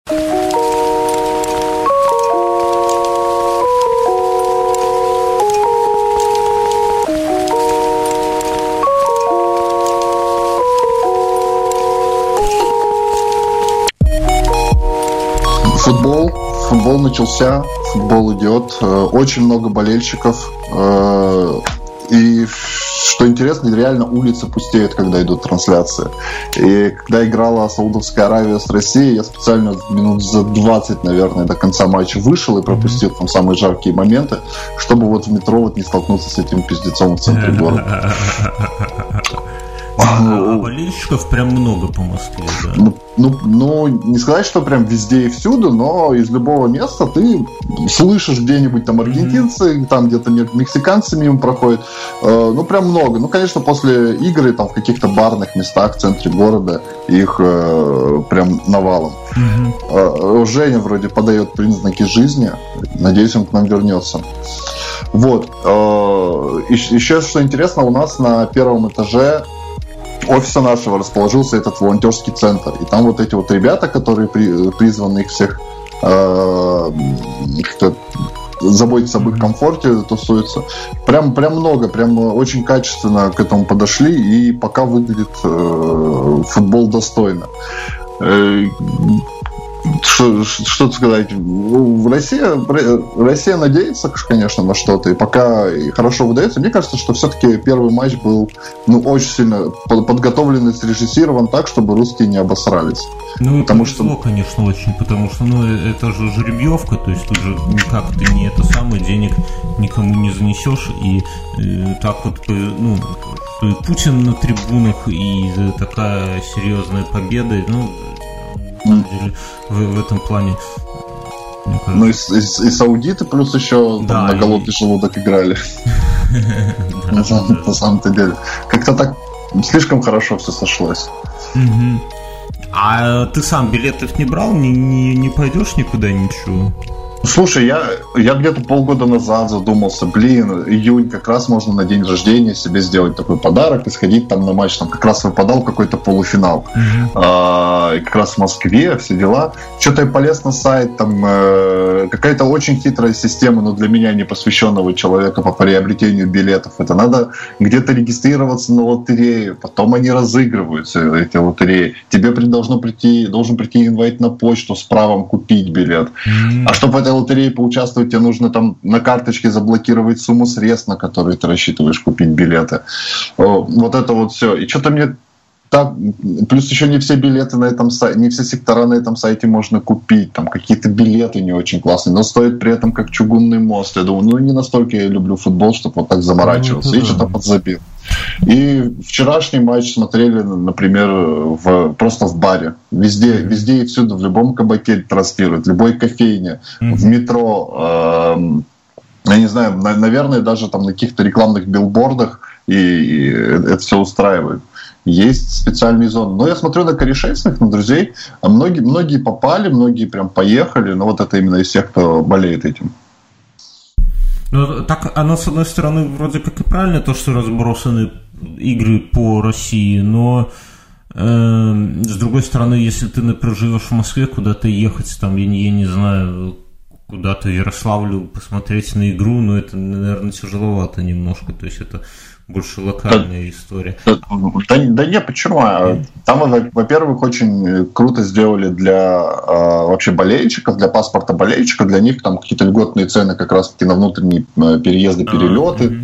Футбол начался, футбол идет, очень много болельщиков, и что интересно, реально улицы пустеют, когда идут трансляции. И когда играла Саудовская Аравия с Россией, я специально минут за 20, наверное, до конца матча вышел и пропустил там самые жаркие моменты, чтобы вот в метро вот не столкнуться с этим пиздецом в центре города. А болельщиков прям много по Москве, да? Ну, не сказать, что прям везде и всюду, но из любого места ты слышишь где-нибудь там аргентинцы, там где-то мексиканцы мимо проходят. Ну, прям много. Ну, конечно, после игры там в каких-то барных местах в центре города их прям навалом. Женя вроде подает признаки жизни. Надеюсь, он к нам вернется. Вот. Еще что интересно, у нас на первом этаже офиса нашего расположился этот волонтерский центр. И там вот эти вот ребята, которые призваны их всех заботиться об их комфорте, тусуются. Прям много, прям очень качественно к этому подошли, и пока выглядит футбол достойно. Что сказать? Россия надеется, конечно, на что-то, и пока хорошо выдается. Мне кажется, что все-таки первый матч был очень сильно подготовлен и срежиссирован так, чтобы русские не обосрались. Ну, потому что, конечно, очень, потому что, это же жеребьевка, то есть тут же никак ты не это самое, денег никому не занесешь, и так вот, что и Путин на трибунах, и такая серьезная победа, в этом плане. Ну и саудиты плюс еще на голодный желудок играли. На самом-то деле. Как-то так слишком хорошо все сошлось. А ты сам билетов не брал? Не пойдешь никуда, ничего? Слушай, я где-то полгода назад задумался, июнь, как раз можно на день рождения себе сделать такой подарок и сходить там на матч, там как раз выпадал какой-то полуфинал, как раз в Москве, все дела. Что-то я полез на сайт, там какая-то очень хитрая система, но для меня не посвященного человека по приобретению билетов. Это надо где-то регистрироваться на лотерею, потом они разыгрываются, эти лотереи. Тебе должен прийти инвайт на почту с правом купить билет. А чтобы в этой лотерее поучаствовать, тебе нужно там на карточке заблокировать сумму средств, на которые ты рассчитываешь купить билеты. Вот это вот все. И что-то мне так... Плюс еще не все билеты на этом сайте, не все сектора на этом сайте можно купить. Там какие-то билеты не очень классные, но стоят при этом как чугунный мост. Я думаю, не настолько я люблю футбол, чтобы вот так заморачиваться. И что-то подзабил. И вчерашний матч смотрели, например, просто в баре. Везде и всюду, в любом кабаке транслируют, в любой кофейне, в метро. Я не знаю, наверное, даже там на каких-то рекламных билбордах и это все устраивает. Есть специальные зоны. Но я смотрю на корешей своих, на друзей, а многие попали, многие прям поехали. Но вот это именно из тех, кто болеет этим. Ну, так, оно, с одной стороны, вроде как и правильно, то, что разбросаны игры по России, но с другой стороны, если ты, например, живешь в Москве, куда-то ехать, там, я не знаю, куда-то в Ярославлю посмотреть на игру, но это, наверное, тяжеловато немножко, то есть это больше локальная история. Да не, почему? Там, во-первых, очень круто сделали для вообще болельщиков, для паспорта болельщика, для них там какие-то льготные цены как раз-таки на внутренние переезды, перелеты.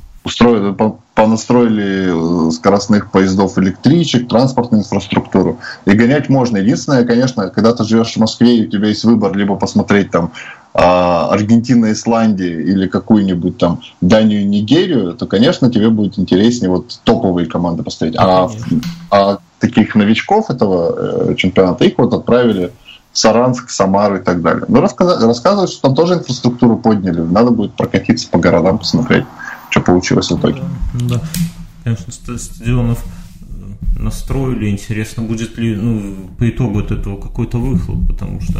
Понастроили скоростных поездов, электричек, транспортную инфраструктуру. И гонять можно. Единственное, конечно, когда ты живешь в Москве, и у тебя есть выбор либо посмотреть там Аргентина, Исландия или какую-нибудь там Данию, Нигерию, то, конечно, тебе будет интереснее вот топовые команды посмотреть. А таких новичков этого чемпионата, их вот отправили в Саранск, Самару и так далее. Но рассказывают, что там тоже инфраструктуру подняли. Надо будет прокатиться по городам, посмотреть, что получилось в итоге. Да, конечно, стадионов настроили. Интересно, будет ли по итогу от этого какой-то выхлоп, потому что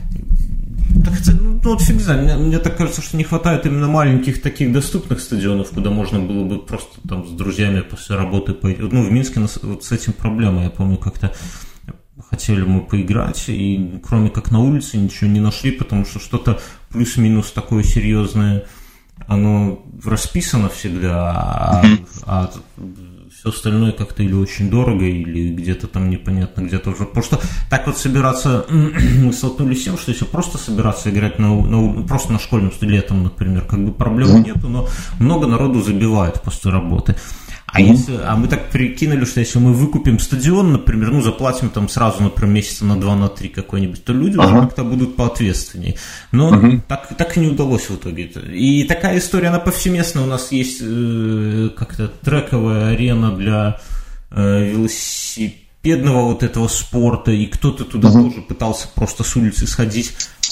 вот фиг знает. Мне так кажется, что не хватает именно маленьких таких доступных стадионов, куда можно было бы просто там с друзьями после работы пойти. В Минске вот с этим проблема. Я помню, как-то хотели мы поиграть, и кроме как на улице ничего не нашли, потому что что-то плюс-минус такое серьезное, оно расписано всегда, а все остальное как-то или очень дорого, или где-то там непонятно, где-то уже. Потому что так вот собираться, мы столкнулись с тем, что если просто собираться играть просто на школьном летом, например, как бы проблем нету, но много народу забивает после работы. А мы так прикинули, что если мы выкупим стадион, например, заплатим там сразу, например, месяца на 2-3 какой-нибудь, то люди уже как-то будут поответственнее. Но так и не удалось в итоге. И такая история, она повсеместная. У нас есть как-то трековая арена для велосипедного вот этого спорта, и кто-то туда тоже пытался просто с улицы сходить.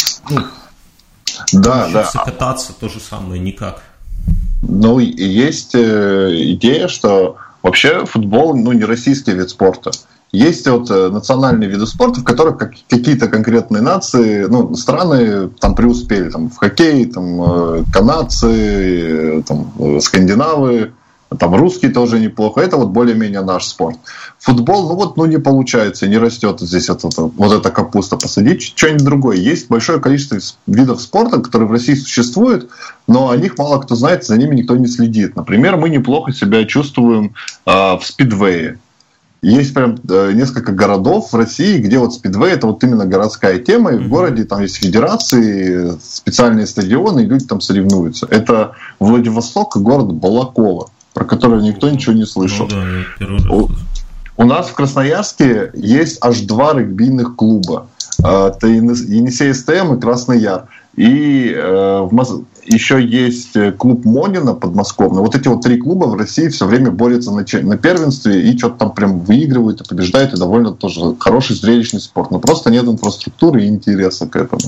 Кататься, то же самое, никак. Ну, и есть идея, что вообще футбол, не российский вид спорта. Есть вот национальные виды спорта, в которых какие-то конкретные нации, страны там преуспели. Там, в хоккее, там, канадцы, там, скандинавы, там, русские тоже неплохо. Это вот более-менее наш спорт. Футбол, не получается, не растет здесь вот эта капуста посадить. Что-нибудь другое. Есть большое количество видов спорта, которые в России существуют, но о них мало кто знает, за ними никто не следит. Например, мы неплохо себя чувствуем в спидвее. Есть прям несколько городов в России, где вот спидвей — это вот именно городская тема, и в городе там есть федерации, специальные стадионы, и люди там соревнуются. Это Владивосток и город Балаково, про который никто ничего не слышал. У нас в Красноярске есть аж 2 регбийных клуба. Это Енисей СТМ и Красный Яр. И еще есть клуб Монина подмосковный. Вот эти вот 3 клуба в России все время борются на первенстве и что-то там прям выигрывают и побеждают. И довольно тоже хороший зрелищный спорт. Но просто нет инфраструктуры и интереса к этому.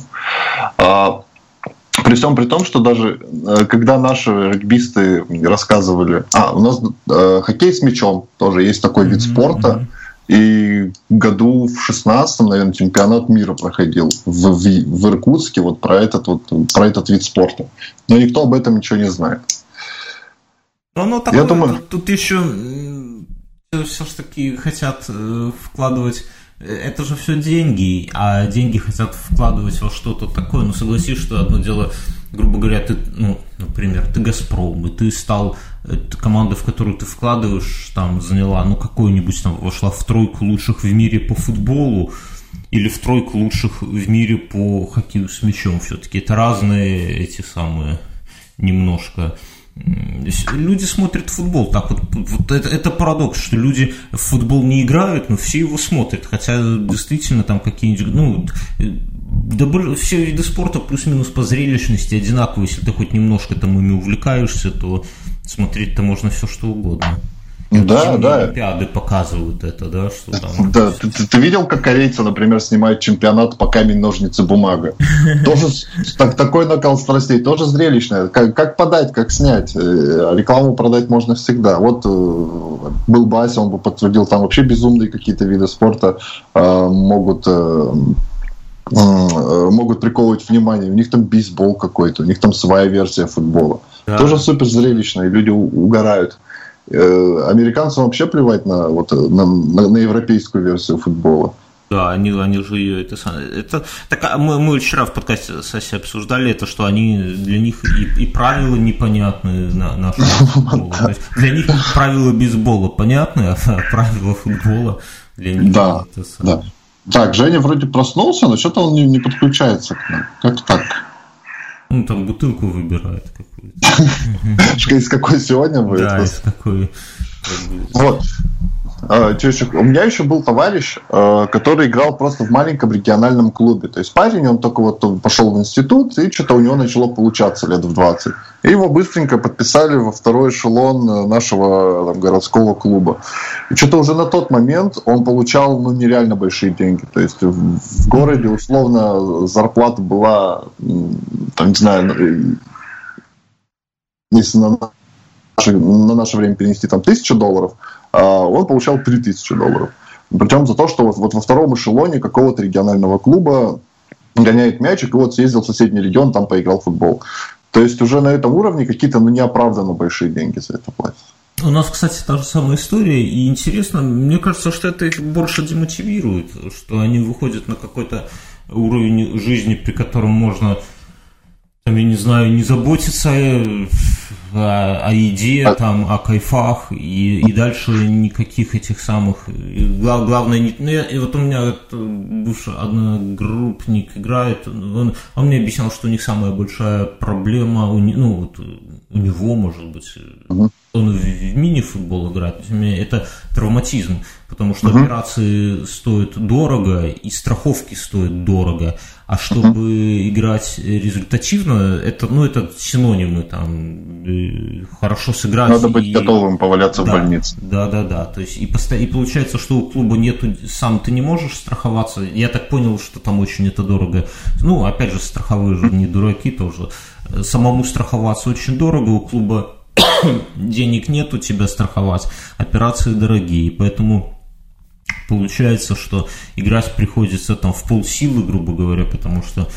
При всем при том, что даже когда наши регбисты рассказывали... у нас хоккей с мячом тоже есть такой вид спорта. И году в 16-м, наверное, чемпионат мира проходил в Иркутске вот про этот вид спорта. Но никто об этом ничего не знает. Я думаю... Тут еще все-таки хотят вкладывать... Это же все деньги, а деньги хотят вкладывать во что-то такое. Согласись, что одно дело, грубо говоря, ты, например, ты «Газпром», и ты стал, команда, в которую ты вкладываешь, там, заняла, какую-нибудь, там, вошла в 3 лучших в мире по футболу, или в 3 лучших в мире по хоккею с мячом. Все-таки это разные эти самые, немножко... Люди смотрят футбол, так вот это парадокс, что люди в футбол не играют, но все его смотрят, хотя действительно там какие-нибудь, все виды спорта плюс-минус по зрелищности одинаковые, если ты хоть немножко там ими увлекаешься, то смотреть-то можно все что угодно. Да. Олимпиады показывают это, да? Что там... Да, ты видел, как корейцы, например, снимают чемпионат по камень, ножницы, бумага? Тоже такой накал страстей, тоже зрелищное. Как подать, как снять. Рекламу продать можно всегда. Вот был бы Ася, он бы подтвердил, там вообще безумные какие-то виды спорта могут приковывать внимание. У них там бейсбол какой-то, у них там своя версия футбола. Да. Тоже супер зрелищно, и люди угорают. Американцам вообще плевать на европейскую версию футбола. Да, они же ее мы вчера в подкасте с Асей обсуждали это, что для них и правила непонятны нашего футбола. То есть для них правила бейсбола понятны, а правила футбола для них. Да. Так, Женя вроде проснулся, но что-то он не подключается к нам. Как так? Там бутылку выбирает какую-то. Из какой сегодня будет? Да, из какой. Вот. У меня еще был товарищ, который играл просто в маленьком региональном клубе. То есть парень, он только вот пошел в институт, и что-то у него начало получаться лет в 20. И его быстренько подписали во 2-й эшелон нашего городского клуба. И что-то уже на тот момент он получал нереально большие деньги. То есть в городе условно зарплата была, там, не знаю, если на наше время перенести там $1000, он получал $3000. Причем за то, что вот во 2-м эшелоне какого-то регионального клуба гоняет мячик, и вот съездил в соседний регион, там поиграл в футбол. То есть уже на этом уровне какие-то неоправданно большие деньги за это платят. У нас, кстати, та же самая история, и интересно, мне кажется, что это их больше демотивирует, что они выходят на какой-то уровень жизни, при котором можно, там, я не знаю, не заботиться о еде, там, о кайфах, и дальше никаких этих самых... Главное, и вот у меня бывший одногруппник играет, он мне объяснял, что у них самая большая проблема, у него, может быть, он в мини-футбол играет, это травматизм, потому что операции стоят дорого, и страховки стоят дорого, а чтобы играть результативно, это синонимы, там, хорошо сыграть. Надо быть готовым поваляться в больнице. Да, то есть, и получается, что у клуба нету, сам ты не можешь страховаться, я так понял, что там очень это дорого, опять же, страховые же не дураки тоже, самому страховаться очень дорого, у клуба денег нету тебя страховать, операции дорогие, поэтому получается, что играть приходится там в полсилы, грубо говоря, потому что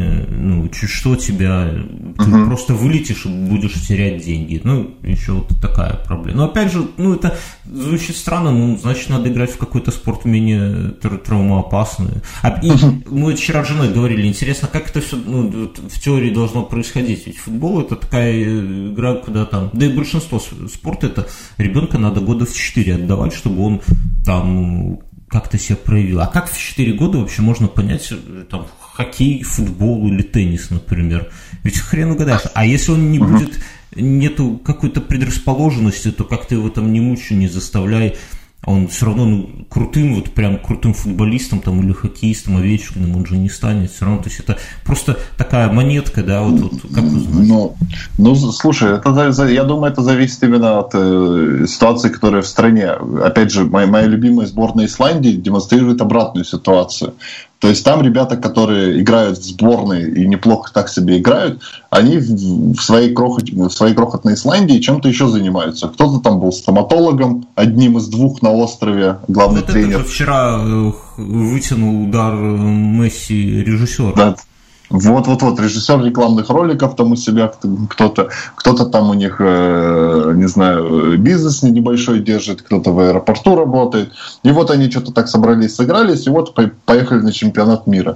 чуть что тебя, ты просто вылетишь и будешь терять деньги. Еще вот такая проблема. Но опять же, это звучит странно, значит, надо играть в какой-то спорт менее травмоопасный. И мы вчера с женой говорили, интересно, как это все в теории должно происходить. Ведь футбол — это такая игра, куда там, да и большинство спорта, это ребенка надо года в 4 отдавать, чтобы он там как-то себя проявил. А как в 4 года вообще можно понять, там, хоккей, футбол или теннис, например? Ведь хрен угадаешь. А если он не будет, нету какой-то предрасположенности, то как ты его там не мучай, не заставляй, он все равно крутым, вот прям крутым футболистом там, или хоккеистом, Овечкиным он же не станет. Все равно, то есть это просто такая монетка, да, вот как узнать? Слушай, я думаю, это зависит именно от ситуации, которая в стране. Опять же, моя любимая сборная Исландии демонстрирует обратную ситуацию. То есть там ребята, которые играют в сборной и неплохо так себе играют, они в своей крохотной Исландии чем-то еще занимаются. Кто-то там был стоматологом, одним из 2 на острове, главный тренер. Это же вчера вытянул удар Месси режиссер. Да. Вот, режиссер рекламных роликов там у себя, кто-то там у них, не знаю, бизнес небольшой держит, кто-то в аэропорту работает. И вот они что-то так собрались, сыгрались, и вот поехали на чемпионат мира.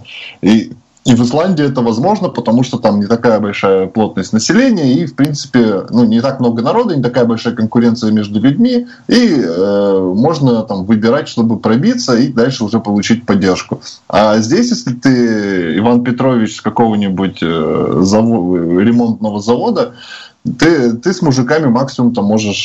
И в Исландии это возможно, потому что там не такая большая плотность населения, и, в принципе, не так много народа, не такая большая конкуренция между людьми, и можно там выбирать, чтобы пробиться, и дальше уже получить поддержку. А здесь, если ты Иван Петрович с какого-нибудь ремонтного завода, ты с мужиками максимум там можешь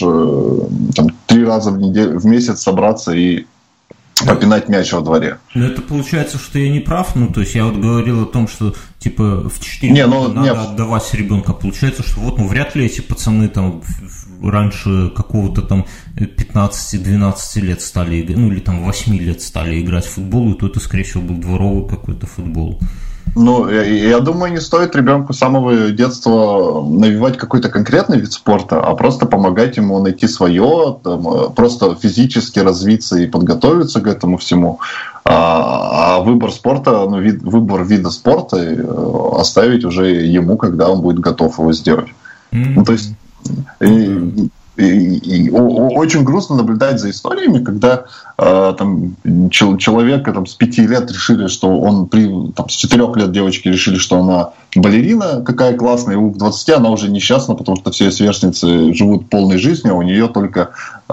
3 раза в месяц собраться и попинать мяч во дворе. Но это получается, что я не прав. То есть я вот говорил о том, что типа в 4 года надо отдавать ребенка. Получается, что вряд ли эти пацаны там раньше какого-то там 15-12 лет стали, или там 8 лет стали играть в футбол, и то это, скорее всего, был дворовый какой-то футбол. Я думаю, не стоит ребенку с самого детства навевать какой-то конкретный вид спорта, а просто помогать ему найти свое, просто физически развиться и подготовиться к этому всему. А выбор спорта, выбор вида спорта оставить уже ему, когда он будет готов его сделать. То есть... И очень грустно наблюдать за историями, когда человека с 5 лет решили, что он с 4 лет девочки решили, что она балерина, какая классная, и к 20 она уже несчастна, потому что все сверстницы живут полной жизнью, а у нее только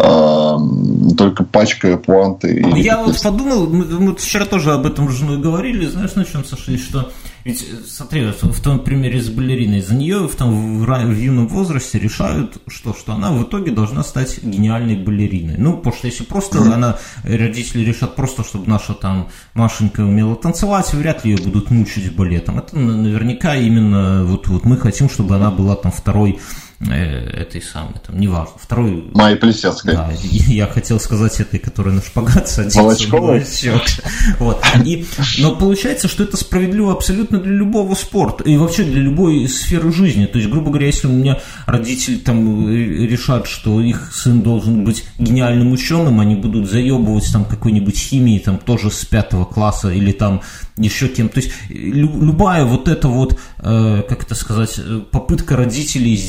пачка пуанты. Я вот подумал, мы вчера тоже об этом с женой говорили, знаешь, на чем сошлись, что ведь, смотри, в том примере с балериной, за нее в юном возрасте решают, что она в итоге должна стать гениальной балериной. Потому что если просто родители решат просто, чтобы наша там Машенька умела танцевать, вряд ли ее будут мучить балетом. Это наверняка именно вот мы хотим, чтобы она была там второй этой самой, там, неважно, второй... Майя Плесецкая. Да, я хотел сказать этой, которая на шпагат садится. Волочковой. Вот. Но получается, что это справедливо абсолютно для любого спорта и вообще для любой сферы жизни. То есть, грубо говоря, если у меня родители там решат, что их сын должен быть гениальным ученым, они будут заебывать там какой-нибудь химией, там тоже с 5 класса или там еще кем. То есть, любая вот эта вот, как это сказать, попытка родителей сделать из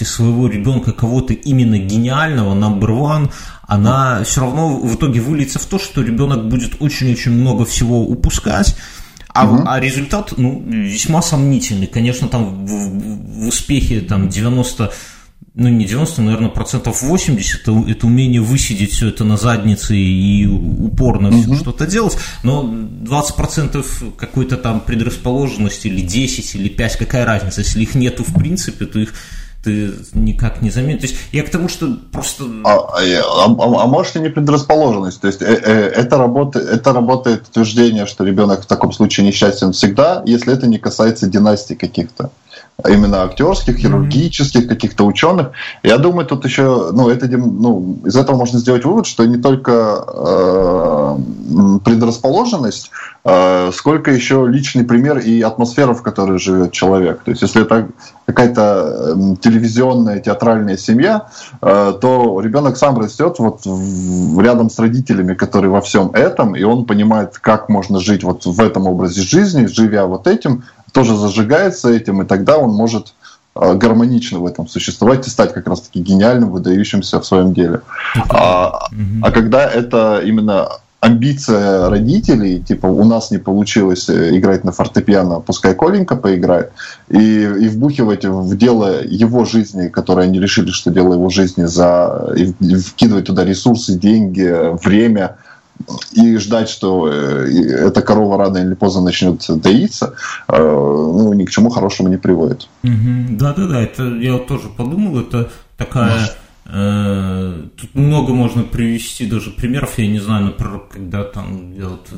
из своего ребенка кого-то именно гениального, number one, она все равно в итоге выльется в то, что ребенок будет очень-очень много всего упускать, а результат, весьма сомнительный. Конечно, там в успехе там 90, не 90, наверное, процентов 80 это умение высидеть все это на заднице и упорно что-то делать, но 20% какой-то там предрасположенности, или 10, или 5, какая разница, если их нету в принципе, то их ты никак не заметишь. То есть я к тому, что просто... может и не предрасположенность. То есть это работает утверждение, что ребенок в таком случае несчастен всегда, если это не касается династий каких-то. Именно актерских, хирургических, каких-то ученых. Я думаю, тут еще, из этого можно сделать вывод, что не только предрасположенность, сколько еще личный пример и атмосфера, в которой живет человек. То есть, если это какая-то телевизионная, театральная семья, то ребенок сам растет вот рядом с родителями, которые во всем этом, и он понимает, как можно жить вот в этом образе жизни, живя вот этим, тоже зажигается этим, и тогда он может гармонично в этом существовать и стать как раз-таки гениальным, выдающимся в своем деле. А когда это именно амбиция родителей, типа у нас не получилось играть на фортепиано, пускай Коленька поиграет, и вбухивать в дело его жизни, которое они решили, что дело его жизни, и вкидывать туда ресурсы, деньги, время, и ждать, что эта корова рано или поздно начнет доиться, ни к чему хорошему не приводит. Да-да-да, это я вот тоже подумал, это такая... Тут много можно привести даже примеров, я не знаю, например, когда там я вот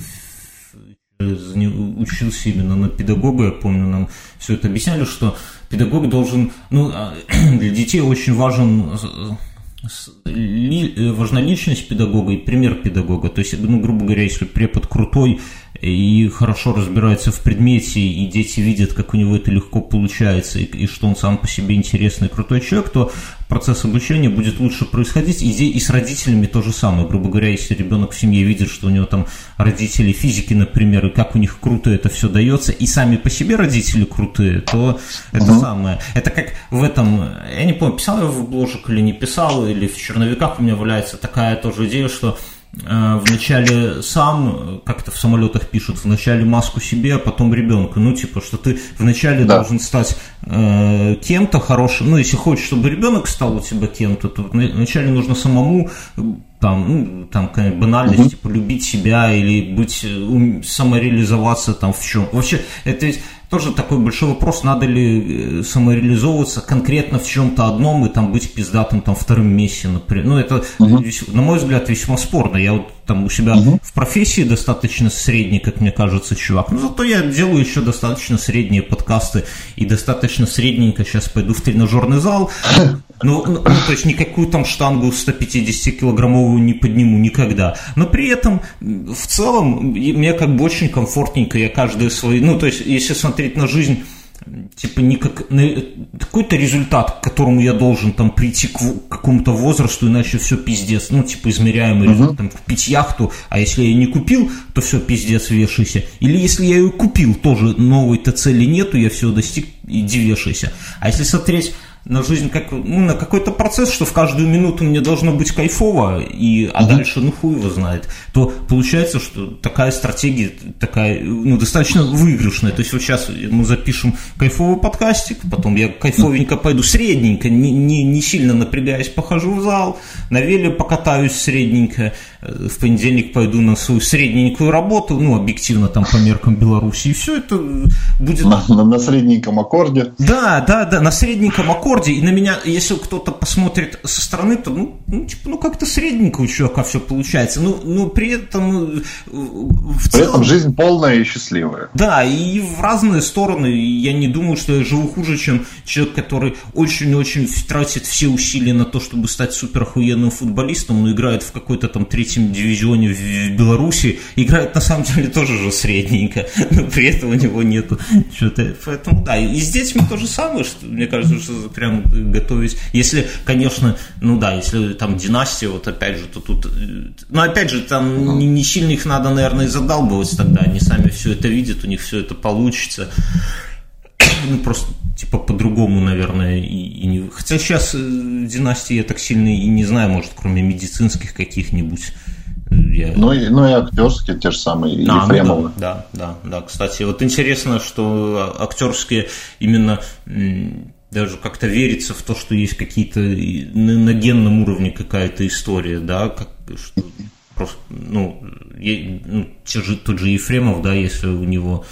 учился именно на педагога, я помню, нам все это объясняли, что педагог должен, для детей очень важна личность педагога и пример педагога. То есть, грубо говоря, если препод крутой и хорошо разбирается в предмете, и дети видят, как у него это легко получается, и что он сам по себе интересный, крутой человек, то процесс обучения будет лучше происходить, и с родителями то же самое. Грубо говоря, если ребенок в семье видит, что у него там родители физики, например, и как у них круто это все дается, и сами по себе родители крутые, то это самое. Это как в этом, я не помню, писал я в бложек или не писал, или в черновиках у меня валяется такая тоже идея, что вначале сам, как это в самолетах пишут, вначале маску себе, а потом ребенку. Что ты вначале должен стать кем-то хорошим. Если хочешь, чтобы ребенок стал у тебя кем-то, то вначале нужно самому банальность, любить себя или самореализоваться там в чем. Вообще, это ведь тоже такой большой вопрос, надо ли самореализовываться конкретно в чем-то одном и там быть пиздатым там вторым Месси, например. Это, на мой взгляд, весьма спорно. Я вот там у себя в профессии достаточно средний, как мне кажется, чувак. Зато я делаю еще достаточно средние подкасты и достаточно средненько сейчас пойду в тренажерный зал. То есть никакую там штангу 150-килограммовую не подниму никогда. Но при этом в целом мне как бы очень комфортненько, я каждый свой... то есть если смотреть на жизнь, не как на какой-то результат, к которому я должен там прийти к какому-то возрасту, иначе все пиздец, измеряемый результат, там, купить яхту, а если я ее не купил, то все пиздец, вешайся. Или если я ее купил, тоже новой-то цели нету, я все достиг, иди вешайся. А если смотреть на жизнь как на какой-то процесс, что в каждую минуту мне должно быть кайфово, а дальше хуй его знает, то получается, что такая стратегия такая, достаточно выигрышная. То есть вот сейчас мы запишем кайфовый подкастик, потом я кайфовенько пойду средненько, не сильно напрягаясь, похожу в зал, на веле покатаюсь средненько, в понедельник пойду на свою средненькую работу, объективно там по меркам Беларуси, и все это будет... На средненьком аккорде. Да, на средненьком аккорде. И на меня, если кто-то посмотрит со стороны, то, как-то средненько у чувака все получается. При этом в целом... При этом жизнь полная и счастливая. Да, и в разные стороны. Я не думаю, что я живу хуже, чем человек, который очень-очень тратит все усилия на то, чтобы стать суперохуенным футболистом, но играет в какой-то там третьем дивизионе в Беларуси. Играет, на самом деле, тоже же средненько, но при этом у него нету что-то. Поэтому, да, и с детьми то же самое, что, мне кажется, что прям готовить. Если, конечно, если там династия, вот опять же, то тут... опять же, там не сильно их надо, наверное, и задалбывать тогда. Они сами все это видят, у них все это получится. Просто типа по-другому, наверное, и не... Хотя сейчас династии я так сильно и не знаю, может, кроме медицинских каких-нибудь. Ну и актерские те же самые, Ефремовы. Да. Кстати, вот интересно, что актерские именно даже как-то верится в то, что есть какие-то на генном уровне какая-то история, да, что просто, тот же Ефремов, да, если у него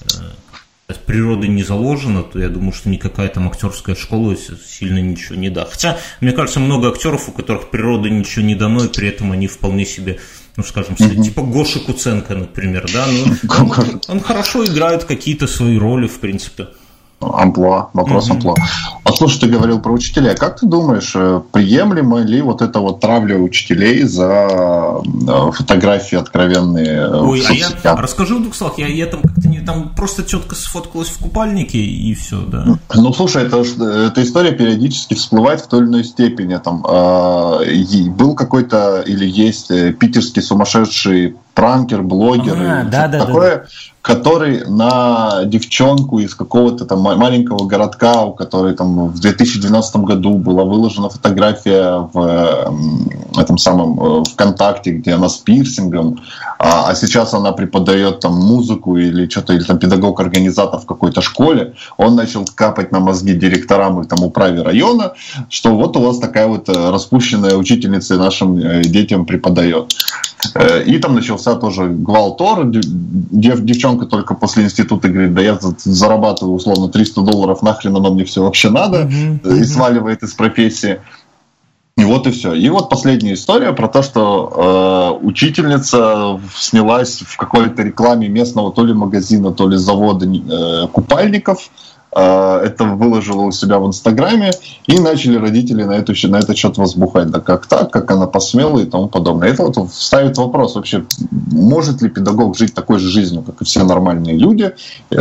природы не заложено, то я думаю, что никакая там актерская школа сильно ничего не даст. Хотя, мне кажется, много актеров, у которых природы ничего не дано, и при этом они вполне себе, скажем, типа Гоши Куценко, например, да, он хорошо играет какие-то свои роли, в принципе. Вопрос амплуа. А слушай, ты говорил про учителей. Как ты думаешь, приемлемо ли вот эта вот травля учителей за фотографии откровенные в соцсетях? А я расскажи в двух словах. Я там как-то там просто тетка сфоткалась в купальнике и все, да. Ну, слушай, эта история периодически всплывает в той или иной степени. Там был какой-то или есть питерский сумасшедший пранкер, блогер, такое, который на девчонку из какого-то там маленького городка, у которой там в 2012 году была выложена фотография в этом самом ВКонтакте, где она с пирсингом, а сейчас она преподает там музыку или что-то, или там педагог-организатор в какой-то школе, он начал капать на мозги директорам и там управе района, что вот у вас такая вот распущенная учительница нашим детям преподает. И там начался тоже гвалтор. Девчонка только после института говорит: да я зарабатываю условно $300, нахрен оно мне все вообще надо, и сваливает из профессии. И вот и все. И вот последняя история про то, что учительница снялась в какой-то рекламе местного то ли магазина, то ли завода купальников. Это выложила у себя в Инстаграме, и начали родители на этот счет возбухать. Да как так, как она посмела и тому подобное. Это вот ставит вопрос вообще, может ли педагог жить такой же жизнью, как и все нормальные люди,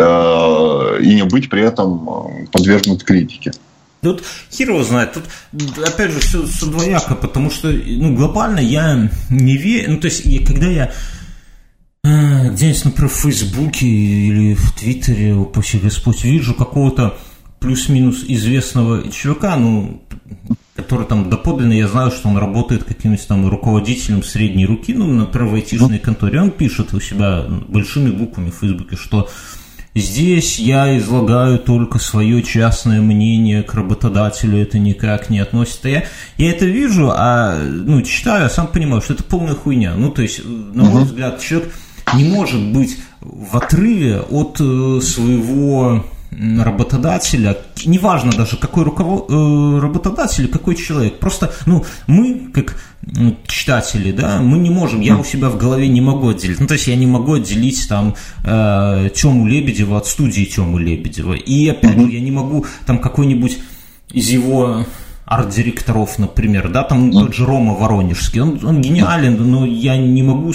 и не быть при этом подвергнут критике. Тут хер его знает, тут опять же все двояко, потому что глобально я не верю, то есть когда я где-нибудь, например, в Фейсбуке или в Твиттере, упаси Господь, вижу какого-то плюс-минус известного чувака, который там доподлинно, я знаю, что он работает каким-нибудь там руководителем средней руки, например, в айтишной конторе, он пишет у себя большими буквами в Фейсбуке, что здесь я излагаю только свое частное мнение, к работодателю это никак не относится. Я это вижу, читаю, а сам понимаю, что это полная хуйня. То есть, на мой взгляд, человек не может быть в отрыве от своего работодателя, неважно даже какой работодатель, какой человек. Просто, мы, как читатели, да, мы не можем, я у себя в голове не могу отделить. То есть я не могу отделить там Тему Лебедева от студии Темы Лебедева. И опять же, я не могу там какой-нибудь из его арт-директоров, например, да, там тот же Рома Воронежский, он гениален, но я не могу,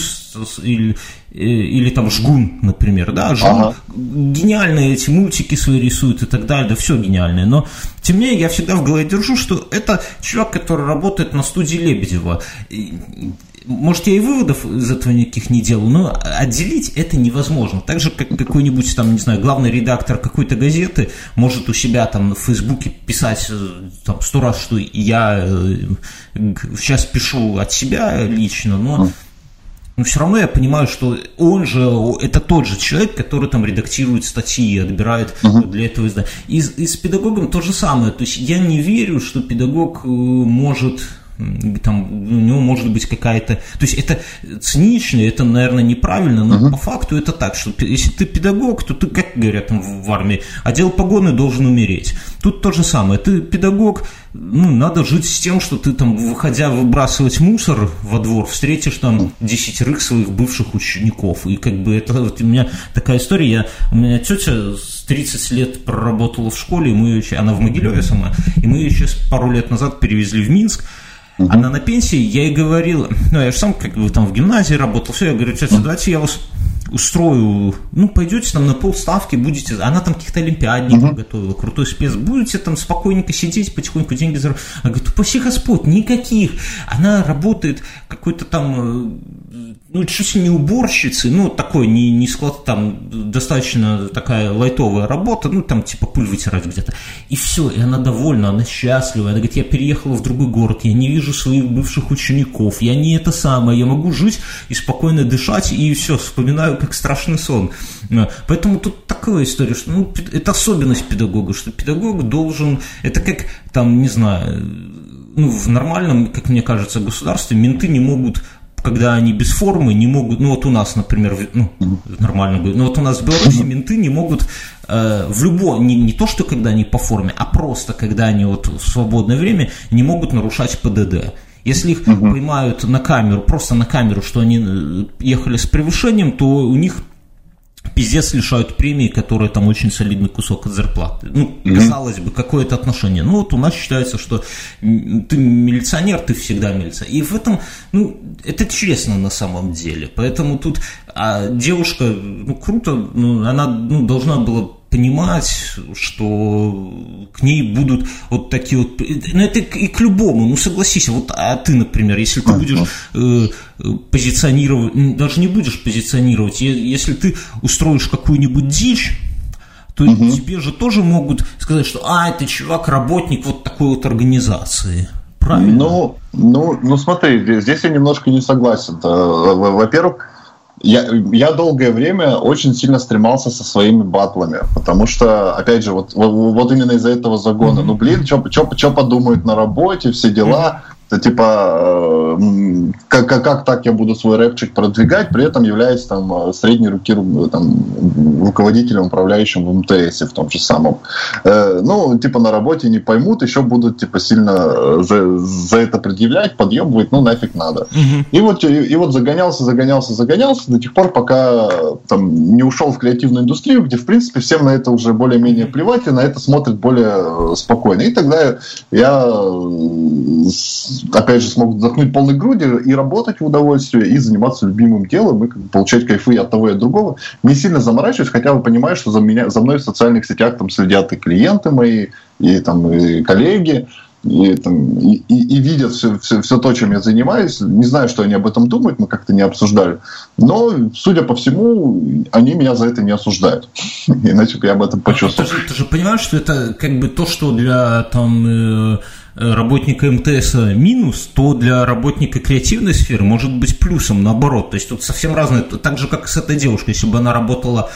или там Жгун, например, да, Жгун гениальные эти мультики свои рисует и так далее, да, все гениальное, но тем не менее я всегда в голове держу, что это чувак, который работает на студии Лебедева. Может, я и выводов из этого никаких не делаю, но отделить это невозможно. Так же, как какой-нибудь там, не знаю, главный редактор какой-то газеты может у себя там в Фейсбуке писать там 100 раз, что я сейчас пишу от себя лично, но все равно я понимаю, что он же, это тот же человек, который там редактирует статьи, отбирает для этого издания. И с педагогом то же самое. То есть я не верю, что педагог может... Там, у него может быть какая-то... То есть это цинично, это, наверное, неправильно, но по факту это так, что если ты педагог, то ты, как говорят там в армии, одел погоны, должен умереть. Тут то же самое. Ты педагог, надо жить с тем, что ты там, выходя выбрасывать мусор во двор, встретишь там 10 своих бывших учеников. И как бы это вот у меня такая история. У меня тетя с 30 лет проработала в школе, она в Могилеве сама, и мы ее сейчас пару лет назад перевезли в Минск. Она на пенсии, я ей говорил, я же сам как бы там в гимназии работал, все, я говорю, тетя, давайте я вас устрою, пойдете там на полставки, будете, она там каких-то олимпиадников готовила, крутой спец, будете там спокойненько сидеть, потихоньку деньги заработать. Она говорит, упаси Господь, никаких. Она работает какой-то там, чуть ли не уборщицей, такой, не склад, там достаточно такая лайтовая работа, там типа пыль вытирать где-то. И все, и она довольна, она счастлива. Она говорит, я переехала в другой город, я не вижу своих бывших учеников, я не это самое, я могу жить и спокойно дышать, и все, вспоминаю как страшный сон. Поэтому тут такая история, что это особенность педагога, что педагог должен, это как там, не знаю, в нормальном, как мне кажется, государстве менты не могут, когда они без формы, не могут, у нас, например, нормально говорю, у нас в Беларуси менты не могут в любое, не то, что когда они по форме, а просто когда они в свободное время не могут нарушать ПДД. Если их поймают на камеру, просто на камеру, что они ехали с превышением, то у них пиздец лишают премии, которая там очень солидный кусок от зарплаты. Казалось бы, какое это отношение. У нас считается, что ты милиционер, ты всегда милиционер. И в этом, это честно на самом деле. Поэтому тут девушка, круто, она должна была понимать, что к ней будут вот такие вот... это и к любому, согласись, а ты, например, если ты будешь позиционировать, даже не будешь позиционировать, если ты устроишь какую-нибудь дичь, то тебе же тоже могут сказать, что это чувак, работник вот такой вот организации. Правильно? Смотри, здесь я немножко не согласен. Во-первых, я долгое время очень сильно стремался со своими батлами, потому что, опять же, вот именно из-за этого загона, что подумают на работе, все дела, это типа, как так я буду свой рэпчик продвигать, при этом являясь там средней руки руководителем, управляющим в МТС в том же самом. На работе не поймут, еще будут сильно за это предъявлять, подъебывать, нафиг надо. И вот загонялся до тех пор, пока не ушел в креативную индустрию, где, в принципе, всем на это уже более-менее плевать, и на это смотрят более спокойно. И тогда я опять же смог вдохнуть полной грудью и работать в удовольствие, и заниматься любимым делом, и получать кайфы от того и от другого. Не сильно заморачиваюсь, хотя бы понимаю, что за мной в социальных сетях следят и клиенты мои, и коллеги, и видят все то, чем я занимаюсь. Не знаю, что они об этом думают, мы как-то не обсуждали. Но, судя по всему, они меня за это не осуждают. Иначе бы я об этом почувствовал. Ты же понимаешь, что это как бы то, что для работника МТС минус, то для работника креативной сферы может быть плюсом, наоборот. То есть тут совсем разное. Так же, как и с этой девушкой. Если бы она работала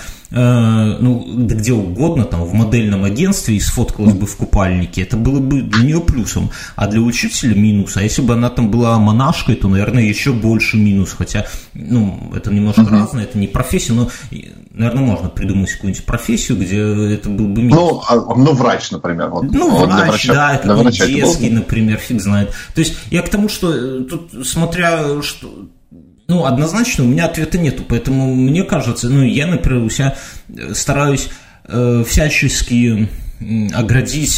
где угодно, в модельном агентстве и сфоткалась бы в купальнике, это было бы для нее плюсом. А для учителя минус. А если бы она там была монашкой, то, наверное, еще больше минус. Хотя, это немножко разное, это не профессия, но, наверное, можно придумать какую-нибудь профессию, где это был бы минус. Врач, например. Врач, да, какой-то детский, например, фиг знает. То есть я к тому, что тут, смотря что... однозначно у меня ответа нету, поэтому мне кажется, я, например, у себя стараюсь всячески оградить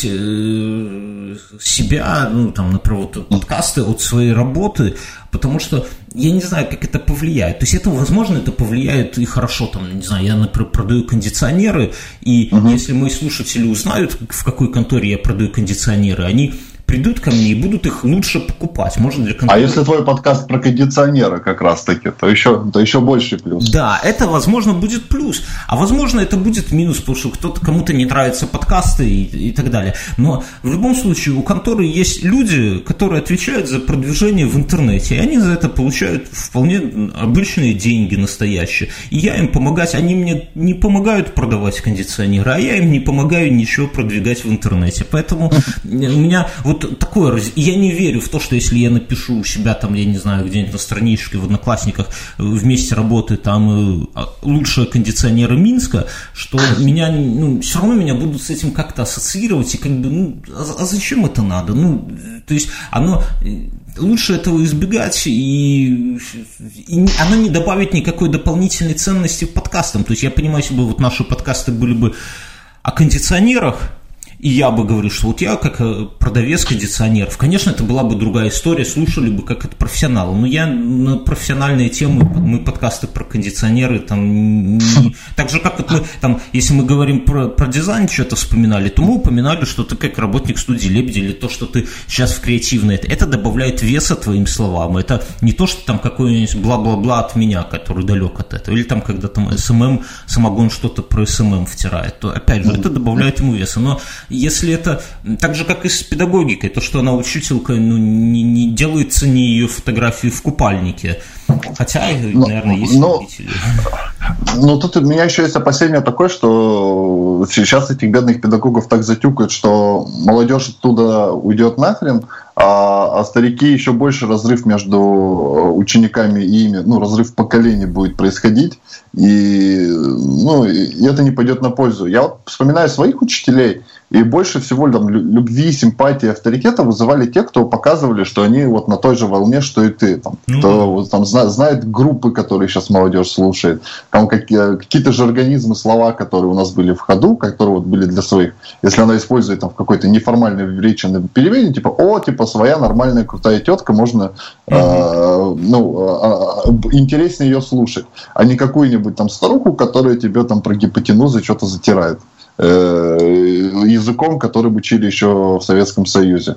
себя, например, подкасты от своей работы, потому что я не знаю, как это повлияет. То есть возможно, это повлияет и хорошо, не знаю, я, например, продаю кондиционеры, и если мои слушатели узнают, в какой конторе я продаю кондиционеры, они придут ко мне и будут их лучше покупать. Может, для конторы... А если твой подкаст про кондиционеры как раз-таки, то еще больше плюс. Да, это, возможно, будет плюс. А, возможно, это будет минус, потому что кому-то не нравятся подкасты и так далее. Но в любом случае у конторы есть люди, которые отвечают за продвижение в интернете. И они за это получают вполне обычные деньги настоящие. И я им помогать. Они мне не помогают продавать кондиционеры, а я им не помогаю ничего продвигать в интернете. Поэтому у меня такое, я не верю в то, что если я напишу у себя я не знаю, где-нибудь на страничке в Одноклассниках вместе работают лучшие кондиционеры Минска, что меня, все равно меня будут с этим как-то ассоциировать, и а зачем это надо? То есть лучше этого избегать, и оно не добавит никакой дополнительной ценности к подкастам. То есть я понимаю, если бы наши подкасты были бы о кондиционерах, И я бы говорил, что вот я как продавец кондиционеров, конечно, это была бы другая история, слушали бы как это профессионалы. Но я на профессиональные темы, мы подкасты про кондиционеры, там, так же, как вот мы, там, если мы говорим про дизайн, что-то вспоминали, то мы упоминали, что ты как работник студии «Лебедь» или то, что ты сейчас в креативной, это добавляет веса твоим словам. Это не то, что там какой-нибудь бла-бла-бла от меня, который далек от этого, или там, когда там СММ, самогон что-то про СММ втирает, то, опять же, это добавляет ему веса. Но если это так же, как и с педагогикой, то, что она учителька, ну, не делается ни ее фотографии в купальнике. Хотя, наверное, есть любители. Ну, тут у меня еще есть опасение такое, что сейчас этих бедных педагогов так затюкают, что молодежь оттуда уйдет нахрен, а старики еще больше разрыв между учениками и ими, ну, разрыв поколений будет происходить, и это не пойдет на пользу. Я вот вспоминаю своих учителей, и больше всего там любви, симпатии, авторитета вызывали те, кто показывали, что они вот на той же волне, что и ты. Там, кто вот, там, знает группы, которые сейчас молодежь слушает, там какие-то же организмы, слова, которые у нас были в ходу, которые вот были для своих. Если она использует там в какой-то неформальной речи на перемене, типа своя нормальная крутая тетка, можно интереснее ее слушать, а не какую-нибудь там старуху, которая тебе там про гипотенузы что-то затирает языком, которым учили еще в Советском Союзе.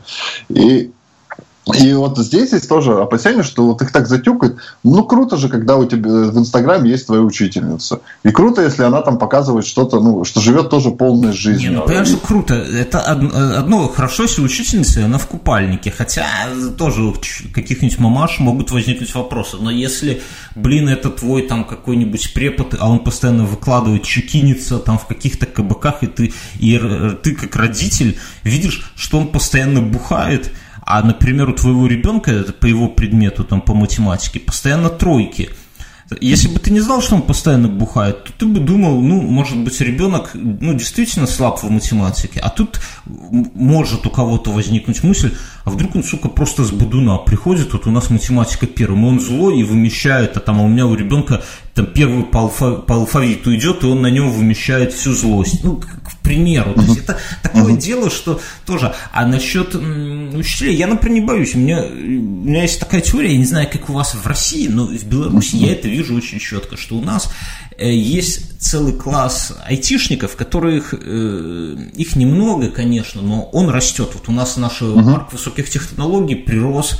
И вот здесь есть тоже опасение, что вот их так затюкают. Ну, круто же, когда у тебя в Инстаграме есть твоя учительница. И круто, если она там показывает что-то, ну, что живет тоже полной жизнью. Не, ну, понимаешь, что круто. Это одно хорошо, если учительница, она в купальнике. Хотя тоже у каких-нибудь мамаш могут возникнуть вопросы. Но если, это твой там какой-нибудь препод, а он постоянно выкладывает, чекинится там в каких-то кабаках, и ты как родитель видишь, что он постоянно бухает, а, например, у твоего ребенка по его предмету, там, по математике, постоянно тройки. Если бы ты не знал, что он постоянно бухает, то ты бы думал, может быть, ребенок, действительно слаб в математике, а тут может у кого-то возникнуть мысль, а вдруг он, просто с будуна приходит, вот у нас математика первым, и он злой и вымещает, а у меня у ребенка там первый по алфавиту идет, и он на нем вымещает всю злость. К примеру. То есть это такое дело, что тоже. А насчет учителей, я, например, не боюсь. У меня есть такая теория, я не знаю, как у вас в России, но в Беларуси я это вижу очень четко, что у нас есть целый класс айтишников, которых, их немного, конечно, но он растет. Вот у нас наш парк высоких технологий прирос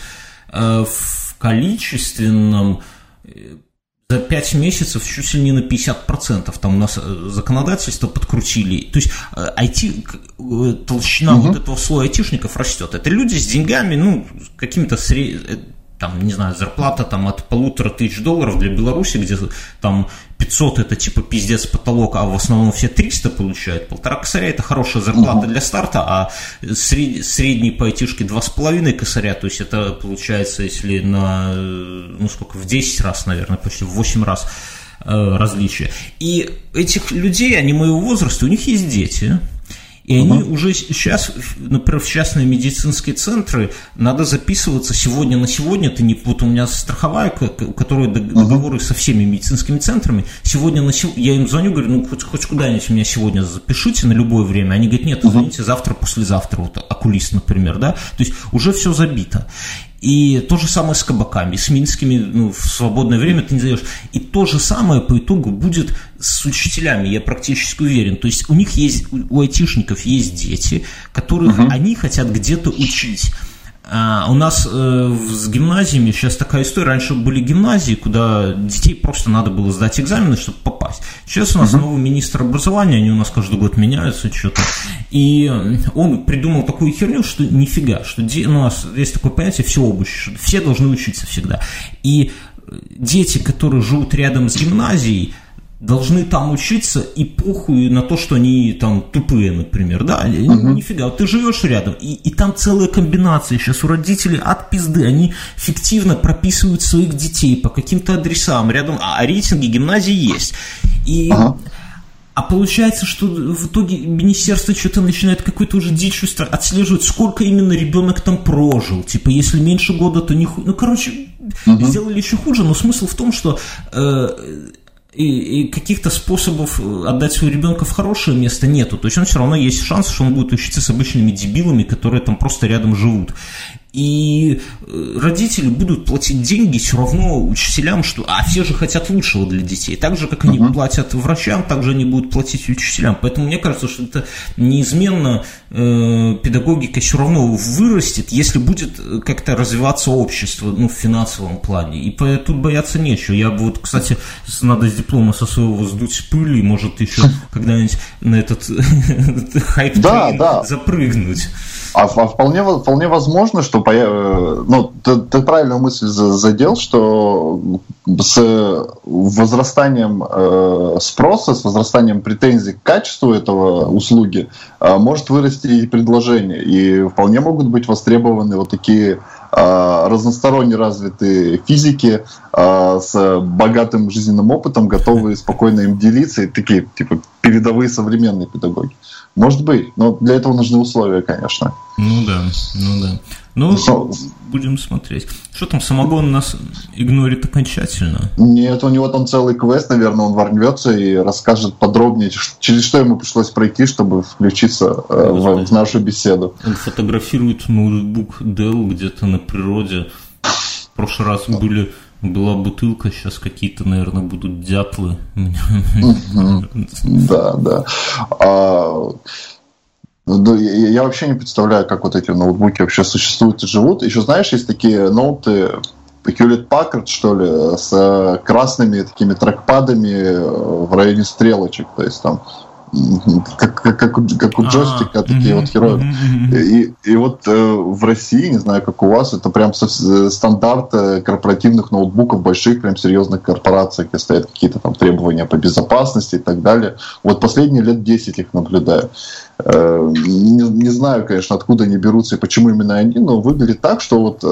в количественном за 5 месяцев чуть ли не на 50%. Там у нас законодательство подкрутили. То есть толщина вот этого слоя айтишников растет. Это люди с деньгами, какими-то там, не знаю, зарплата там от $1500 для Беларуси, где там 500 это типа пиздец потолок, а в основном все 300 получают. 1,5 косаря это хорошая зарплата для старта, а средний по айтишке 2,5 косаря, то есть это получается, если в 10 раз, наверное, почти в 8 раз различия. И этих людей, они моего возраста, у них есть дети. И они уже сейчас, например, в частные медицинские центры надо записываться сегодня на сегодня. Вот у меня страховая, у которой договоры со всеми медицинскими центрами. Сегодня на сегодня, я им звоню, говорю, хоть куда-нибудь меня сегодня запишите на любое время. Они говорят, нет, извините, завтра, послезавтра, вот окулист, например, да. То есть уже все забито. И то же самое с кабаками, с минскими, в свободное время ты не даешь. И то же самое по итогу будет с учителями, я практически уверен. То есть у айтишников есть дети, которых они хотят где-то учить. У нас с гимназиями сейчас такая история. Раньше были гимназии, куда детей просто надо было сдать экзамены, чтобы попасть. Сейчас у нас новый министр образования, они у нас каждый год меняются что-то. И он придумал такую херню, что нифига, что у нас есть такое понятие всеобучие, что все должны учиться всегда. И дети, которые живут рядом с гимназией, должны там учиться, и похуй на то, что они там тупые, например, да, нифига, вот ты живешь рядом, и там целая комбинация сейчас у родителей от пизды, они фиктивно прописывают своих детей по каким-то адресам рядом, а рейтинги гимназии есть, и... А получается, что в итоге министерство что-то начинает какой-то уже дичью отслеживать, сколько именно ребенок там прожил. Типа, если меньше года, то не хуже. Сделали еще хуже, но смысл в том, что и каких-то способов отдать своего ребенка в хорошее место нету. То есть он все равно есть шанс, что он будет учиться с обычными дебилами, которые там просто рядом живут. И родители будут платить деньги все равно учителям, а все же хотят лучшего для детей. Так же, как они платят врачам, так же они будут платить учителям. Поэтому мне кажется, что это неизменно педагогика все равно вырастет, если будет как-то развиваться общество, в финансовом плане. И тут бояться нечего. Я бы кстати, надо с диплома со своего сдуть пыль, и может еще когда-нибудь на этот хайп-трейн запрыгнуть. А вполне возможно, что ты правильную мысль задел, что с возрастанием спроса, с возрастанием претензий к качеству этого услуги может вырасти и предложение. И вполне могут быть востребованы вот такие разносторонне развитые физики с богатым жизненным опытом, готовые спокойно им делиться, и такие типа передовые современные педагоги. Может быть, но для этого нужны условия, конечно. Ну да. Будем смотреть. Что там, самогон нас игнорит окончательно? Нет, у него там целый квест, наверное, он ворвется и расскажет подробнее, через что ему пришлось пройти, чтобы включиться в нашу беседу. Он фотографирует ноутбук Dell где-то на природе. В прошлый раз была бутылка, сейчас какие-то, наверное, будут дятлы. Да. Я вообще не представляю, как вот эти ноутбуки вообще существуют и живут. Еще, знаешь, есть такие ноуты Hewlett-Packard, что ли, с красными такими трекпадами в районе стрелочек. То есть там как у джойстика, такие вот герои. И вот в России, не знаю, как у вас, это прям стандарт корпоративных ноутбуков, больших, прям серьезных корпораций, где стоят какие-то там требования по безопасности и так далее. Вот последние лет 10 их наблюдаю. Не знаю, конечно, откуда они берутся и почему именно они, но выглядит так, что вот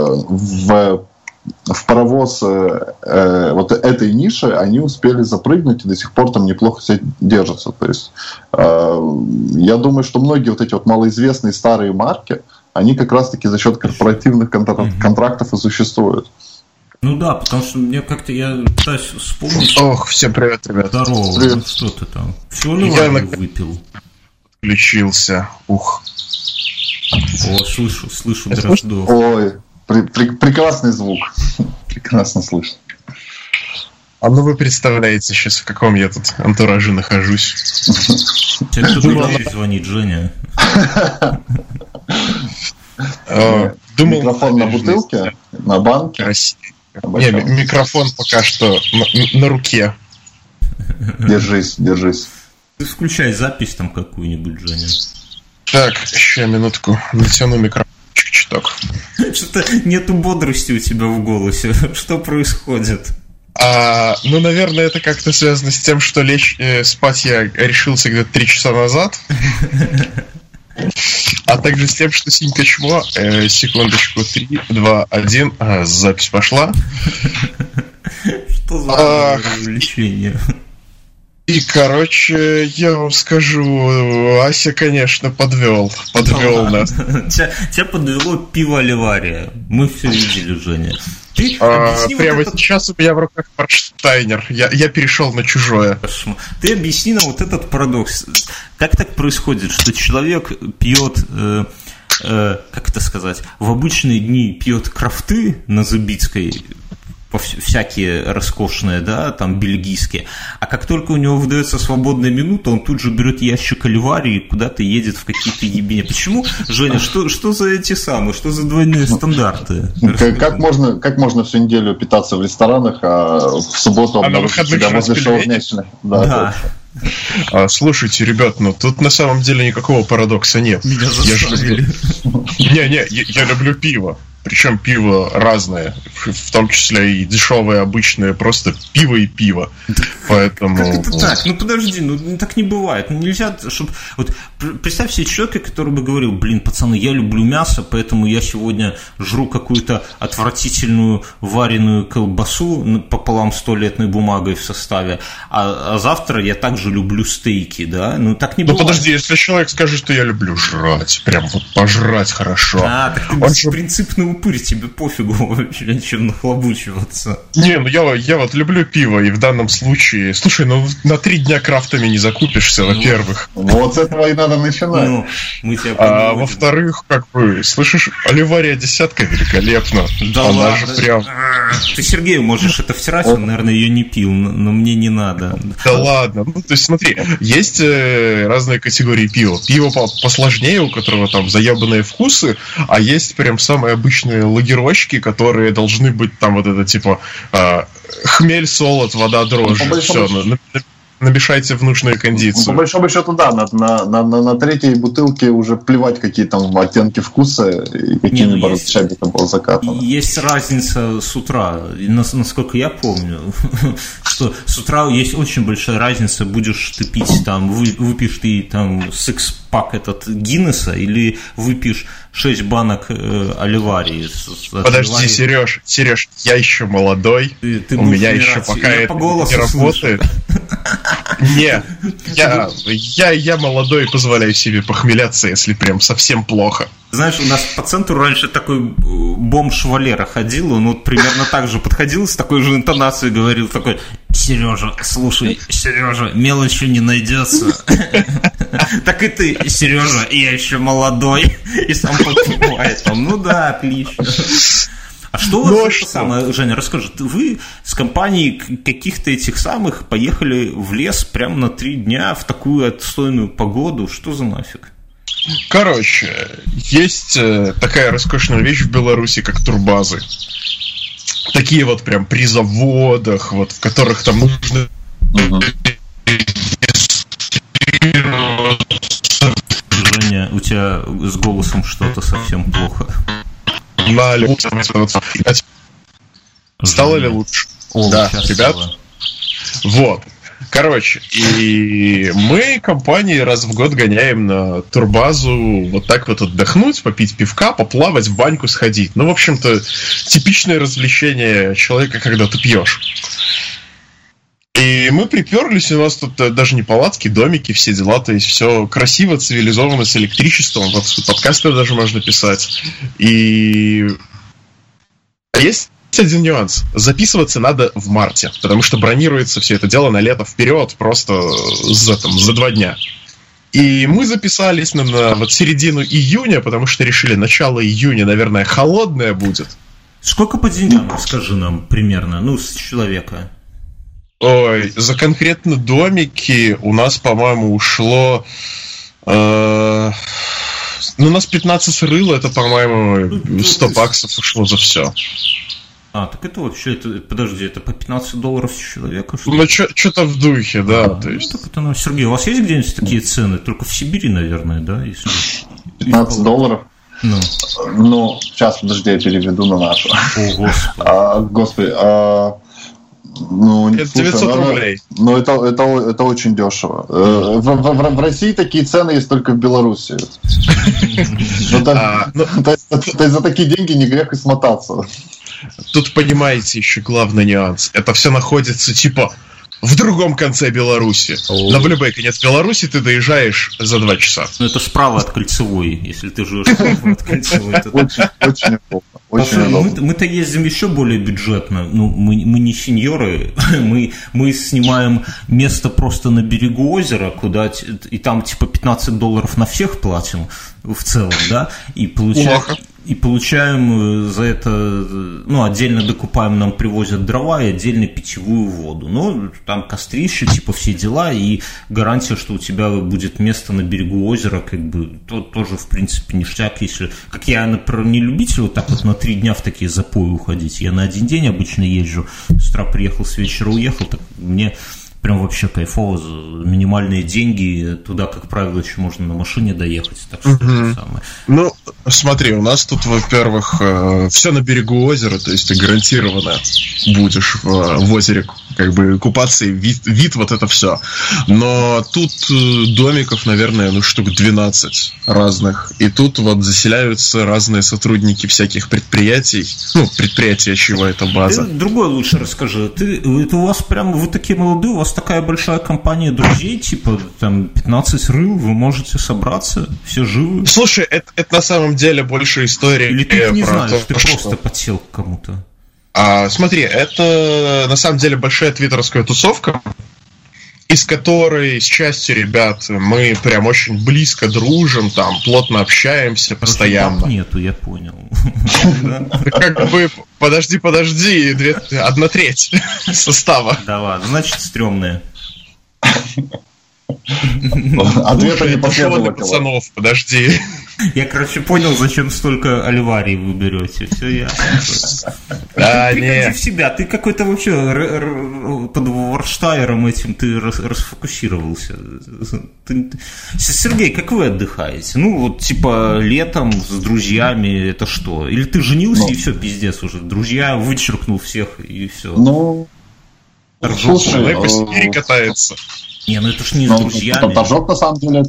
в паровоз вот этой ниши они успели запрыгнуть и до сих пор там неплохо себя держатся. То есть я думаю, что многие вот эти вот малоизвестные старые марки, они как раз-таки за счет корпоративных контрактов и существуют. Ну да, потому что мне как-то я пытаюсь вспомнить. Ох, всем привет, ребята. Здорово, привет. Ну что ты там? Все ли выпил? Включился. Ух. О, слышу Дроздов. Ой. Прекрасный звук. Прекрасно слышно. А ну вы представляете сейчас, в каком я тут антураже нахожусь. Тебе кто-то звонит, Женя. Микрофон на бутылке? На банке? Не, микрофон пока что на руке. Держись. Ты включай запись там какую-нибудь, Женя. Так, еще минутку. Натяну микрофон. Чуток. Что-то нету бодрости у тебя в голосе. Что происходит? Ну, наверное, это как-то связано с тем, что спать я решился где-то 3 часа назад. А также с тем, что синька чмо. Секундочку, 3, 2, 1. Запись пошла. Что за развлечение? И, короче, я вам скажу, Ася, конечно, подвел нас. Тебя подвело пиво Ливария. Мы все видели, Женя. Прямо сейчас у меня в руках Форштайнер. Я перешел на чужое. Ты объясни нам вот этот парадокс. Как так происходит, что человек пьет, как это сказать, в обычные дни пьет крафты на Зубицкой, всякие роскошные, да, там бельгийские, а как только у него выдается свободная минута, он тут же берет ящик Альвари и куда-то едет в какие-то ебени. Почему, Женя, что за эти самые, что за двойные стандарты? Как можно всю неделю питаться в ресторанах, а в субботу обнаружить себя возле шаурмячных? Да. Слушайте, ребят, тут на самом деле никакого парадокса нет. Меня заставили. Я люблю пиво. Причем пиво разное, в том числе и дешевое, обычное, просто пиво и пиво. Поэтому... Как это так? Ну подожди, так не бывает. Нельзя, чтобы... Вот представь себе человека, который бы говорил: блин, пацаны, я люблю мясо, поэтому я сегодня жру какую-то отвратительную вареную колбасу пополам с туалетной бумагой в составе, а завтра я также люблю стейки, да? Так не бывает. Ну подожди, если человек скажет, что я люблю жрать, прям вот пожрать хорошо. Так ты беспринципный упырь, тебе пофигу вообще, чем нахлобучиваться. Не, ну я вот люблю пиво, и в данном случае... Слушай, ну на 3 дня крафтами не закупишься, во-первых. Вот с этого и надо начинать. Ну, мы тебя А во-вторых, как бы, слышишь, Оливария 10 великолепна. Да Она ладно. же прям... Ты Сергею можешь это втирать, он, наверное, ее не пил, но мне не надо. Да ладно. Ну, то есть, смотри, есть разные категории пива. Пиво посложнее, у которого там заебанные вкусы, а есть прям самые обычные лагерочки, которые должны быть там вот это типа хмель, солод, вода, дрожжи. Все, намешайте в нужную кондицию. По большому счету, да, на третьей бутылке уже плевать, какие там оттенки вкуса и какими бородачами там было закатано. Есть разница с утра. Насколько я помню, что с утра есть очень большая разница, будешь ты пить там, выпьешь ты там сикс-пак этот Гиннесса или выпьешь 6 банок Оливарии. Подожди, Сереж, я еще молодой, ты у меня еще пока это не работает. Не, я молодой и позволяю себе похмеляться, если прям совсем плохо. Знаешь, у нас по центру раньше такой бомж Валера ходил, он вот примерно так же подходил, с такой же интонацией говорил, такой: Сережа, слушай, Сережа, мелочи не найдется. Так и ты, Сережа, я еще молодой, и сам подпевает там. Ну да, отлично. А что у вас самое, Женя, расскажи, вы с компанией каких-то этих самых поехали в лес прямо на 3 дня в такую отстойную погоду? Что за нафиг? Короче, есть такая роскошная вещь в Беларуси, как турбазы. Такие вот прям при заводах, вот, в которых там нужно... Женя, у тебя с голосом что-то совсем плохо. Стало ли лучше? Да, ребят. Вот. Короче, и мы компании раз в год гоняем на турбазу вот так вот отдохнуть, попить пивка, поплавать, в баньку сходить. Ну, в общем-то, типичное развлечение человека, когда ты пьешь. И мы приперлись, у нас тут даже не палатки, домики, все дела, то есть все красиво, цивилизованно, с электричеством, вот подкасты даже можно писать. И есть один нюанс. Записываться надо в марте, потому что бронируется все это дело на лето вперед, просто за 2 дня. И мы записались на вот середину июня, потому что решили, начало июня, наверное, холодное будет. Сколько по деньгам, скажи нам, примерно, ну, с человека? Ой, за конкретно домики у нас, по-моему, ушло... ну, у нас 15 рыл, это, по-моему, 100 баксов ушло за все. А, так это вообще, подожди, это по $15 с человека? Что ну, что-то в духе, да. То есть... так это, Сергей, у вас есть где-нибудь такие цены? Только в Сибири, наверное, да? Если... $15? Ну, сейчас, подожди, я переведу на нашу. О, Господи. Ну, это 900 рублей. Ну, это очень дешево. В России такие цены есть только в Беларуси. То есть за такие деньги не грех и смотаться. Тут, понимаете, еще главный нюанс. Это все находится, типа, в другом конце Беларуси. На любой конец Беларуси ты доезжаешь за 2 часа. Ну, это справа от Кольцевой, если ты живешь справа от Кольцевой. Очень удобно. Мы-то ездим еще более бюджетно. Ну, мы не сеньоры, мы снимаем место просто на берегу озера, куда и там типа $15 на всех платим в целом, да, и получаем за это, ну, отдельно докупаем, нам привозят дрова и отдельно питьевую воду. Ну, там кострище, типа все дела, и гарантия, что у тебя будет место на берегу озера, как бы, тоже, в принципе, ништяк, если... Как я, например, не любитель вот так вот на 3 дня в такие запои уходить. Я на 1 день обычно езжу, с утра приехал, с вечера уехал, так мне... Прям вообще кайфово, за минимальные деньги, туда, как правило, еще можно на машине доехать, так что это самое. Ну, смотри, у нас тут, во-первых, все на берегу озера, то есть ты гарантированно будешь в озере как бы купаться, вид вот это все. Но тут домиков, наверное, штук 12 разных. И тут вот заселяются разные сотрудники всяких предприятий. Предприятия чего это база. Ты другое лучше расскажи. Это у вас прям, вы такие молодые, у вас такая большая компания друзей, типа там 15 рыл, вы можете собраться, все живы? Слушай, это на самом деле больше история. Или ты не про знаешь, ты что... просто подсел к кому-то? Смотри, это на самом деле большая твиттерская тусовка, из которой с частью ребят мы прям очень близко дружим, там плотно общаемся постоянно. Нету, я понял. Как бы, подожди, 1/3 состава. Да ладно, значит, стрёмные. Ответа не последовало. Пацанов, подожди. Я, понял, зачем столько оливарий вы берете. Все ясно. Приходи в себя. Ты какой-то вообще под Варштайером этим ты расфокусировался. Сергей, как вы отдыхаете? Летом с друзьями это что? Или ты женился и все, пиздец уже. Друзья, вычеркнул всех и все. Слушай, по Сибири катается. Это ж не с друзьями. Торжок, на самом деле,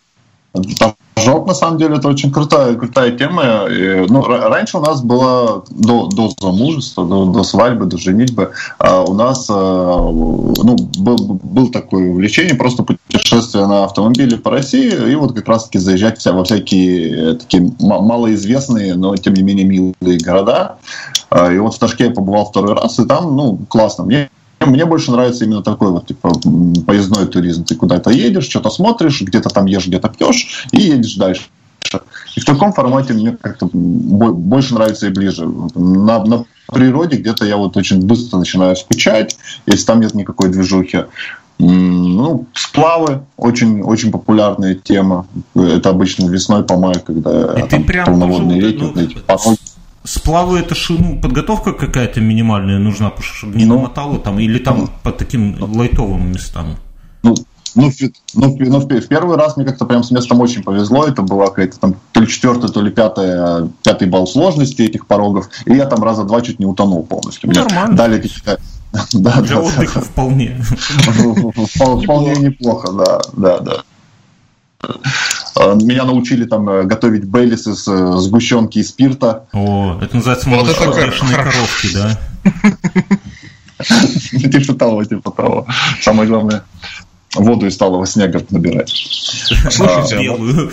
это очень крутая тема. Раньше у нас было до замужества, до свадьбы, до женитьбы, у нас было такое увлечение, просто путешествие на автомобиле по России, и вот как раз-таки заезжать во всякие такие малоизвестные, но тем не менее милые города. И вот в Ташкенте я побывал второй раз, и там, классно. Мне больше нравится именно такой вот, поездной туризм. Ты куда-то едешь, что-то смотришь, где-то там ешь, где-то пьешь, и едешь дальше. И в таком формате мне как-то больше нравится и ближе. На природе где-то я вот очень быстро начинаю скучать, если там нет никакой движухи. Сплавы очень, очень популярная тема. Это обычно весной по маю, когда там полноводные реки, Сплавы это подготовка какая-то минимальная нужна, чтобы не намотало там, или там по таким лайтовым местам? В первый раз мне как-то прям с местом очень повезло. Это была какая-то там то ли 4-я, то ли 5-й балл сложности этих порогов. И я там раза 2 чуть не утонул полностью. Нормально. Дали какие-то... Для отдыха вполне. Вполне неплохо, да. Меня научили там готовить бейлис из сгущенки и спирта. О, это называется молочко бешеной коровки, да? Типа того. Самое главное, воду из талого снега набирать. Слушайте, белую.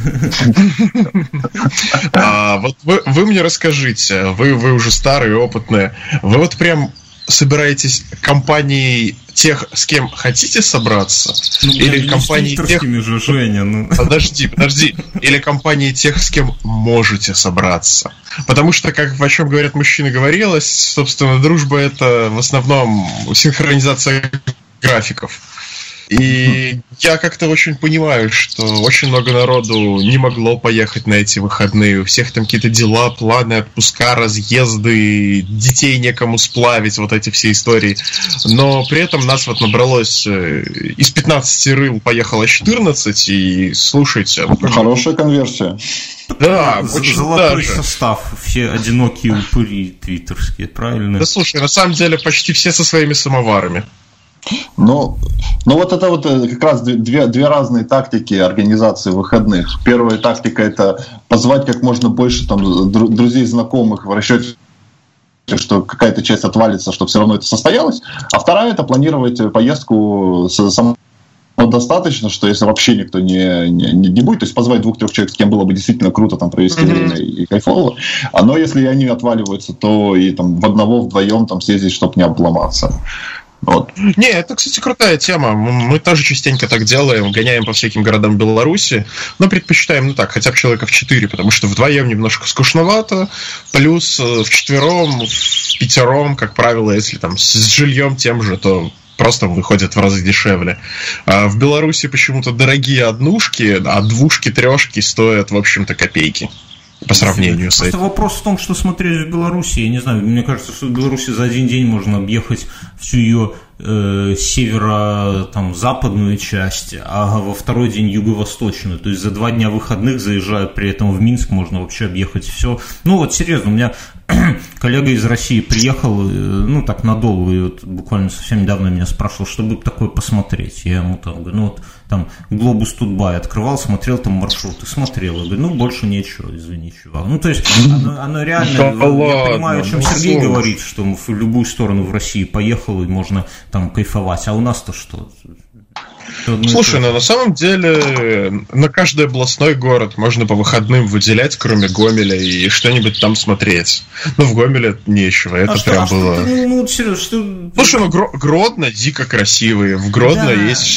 Вот вы мне расскажите, вы уже старые, опытные, вы вот прям собираетесь компанией тех, с кем хотите собраться? Или компанией тех... же, Женя, Подожди. Или компанией тех, с кем можете собраться? Потому что, как о чем говорят мужчины, говорилось, собственно, дружба — это в основном синхронизация графиков. И я как-то очень понимаю, что очень много народу не могло поехать на эти выходные. У всех там какие-то дела, планы, отпуска, разъезды, детей некому сплавить, вот эти все истории. Но при этом нас вот набралось из 15 рыл поехало 14, и слушайте... Хорошая конверсия. Да, очень золотой состав, все одинокие упыри твиттерские, правильно? Да слушай, на самом деле почти все со своими самоварами. Вот это вот как раз две разные тактики организации выходных. Первая тактика — это позвать как можно больше там друзей, знакомых в расчете, что какая-то часть отвалится, чтобы все равно это состоялось. А вторая — это планировать поездку достаточно, что если вообще никто не будет, то есть позвать 2-3 человек, с кем было бы действительно круто там провести время и кайфово. Но если они отваливаются, то и там в одного, вдвоем там съездить, чтобы не обломаться. Вот. Не, это, кстати, крутая тема. Мы тоже частенько так делаем, гоняем по всяким городам Беларуси, но предпочитаем, хотя бы человека в 4, потому что вдвоем немножко скучновато, плюс вчетвером, в 5, как правило, если там с жильем тем же, то просто выходит в разы дешевле. А в Беларуси почему-то дорогие однушки, а 2-3 стоят, в общем-то, копейки. По сравнению с этим. Просто вопрос в том, что смотреть в Беларуси, я не знаю, мне кажется, что в Беларуси за один день можно объехать всю ее северо-западную часть, а во второй день юго-восточную. То есть за 2 дня выходных, заезжая при этом в Минск, можно вообще объехать все. Ну вот серьезно, у меня коллега из России приехал, ну так надолго, и вот буквально совсем недавно меня спрашивал, что бы такое посмотреть. Я ему там говорю, ну вот там Глобус Тутбай открывал, смотрел там маршруты, смотрел. Я говорю, ну больше нечего, извини, чувак. Ну то есть оно реально, я понимаю, о чем Сергей говорит, что в любую сторону в России поехал и можно там кайфовать, а у нас-то что? Слушай, ну на самом деле на каждый областной город можно по выходным выделять, кроме Гомеля, и что-нибудь там смотреть. Ну, в Гомеле нечего, это прям было... Слушай, ну Гродно дико красивый, в Гродно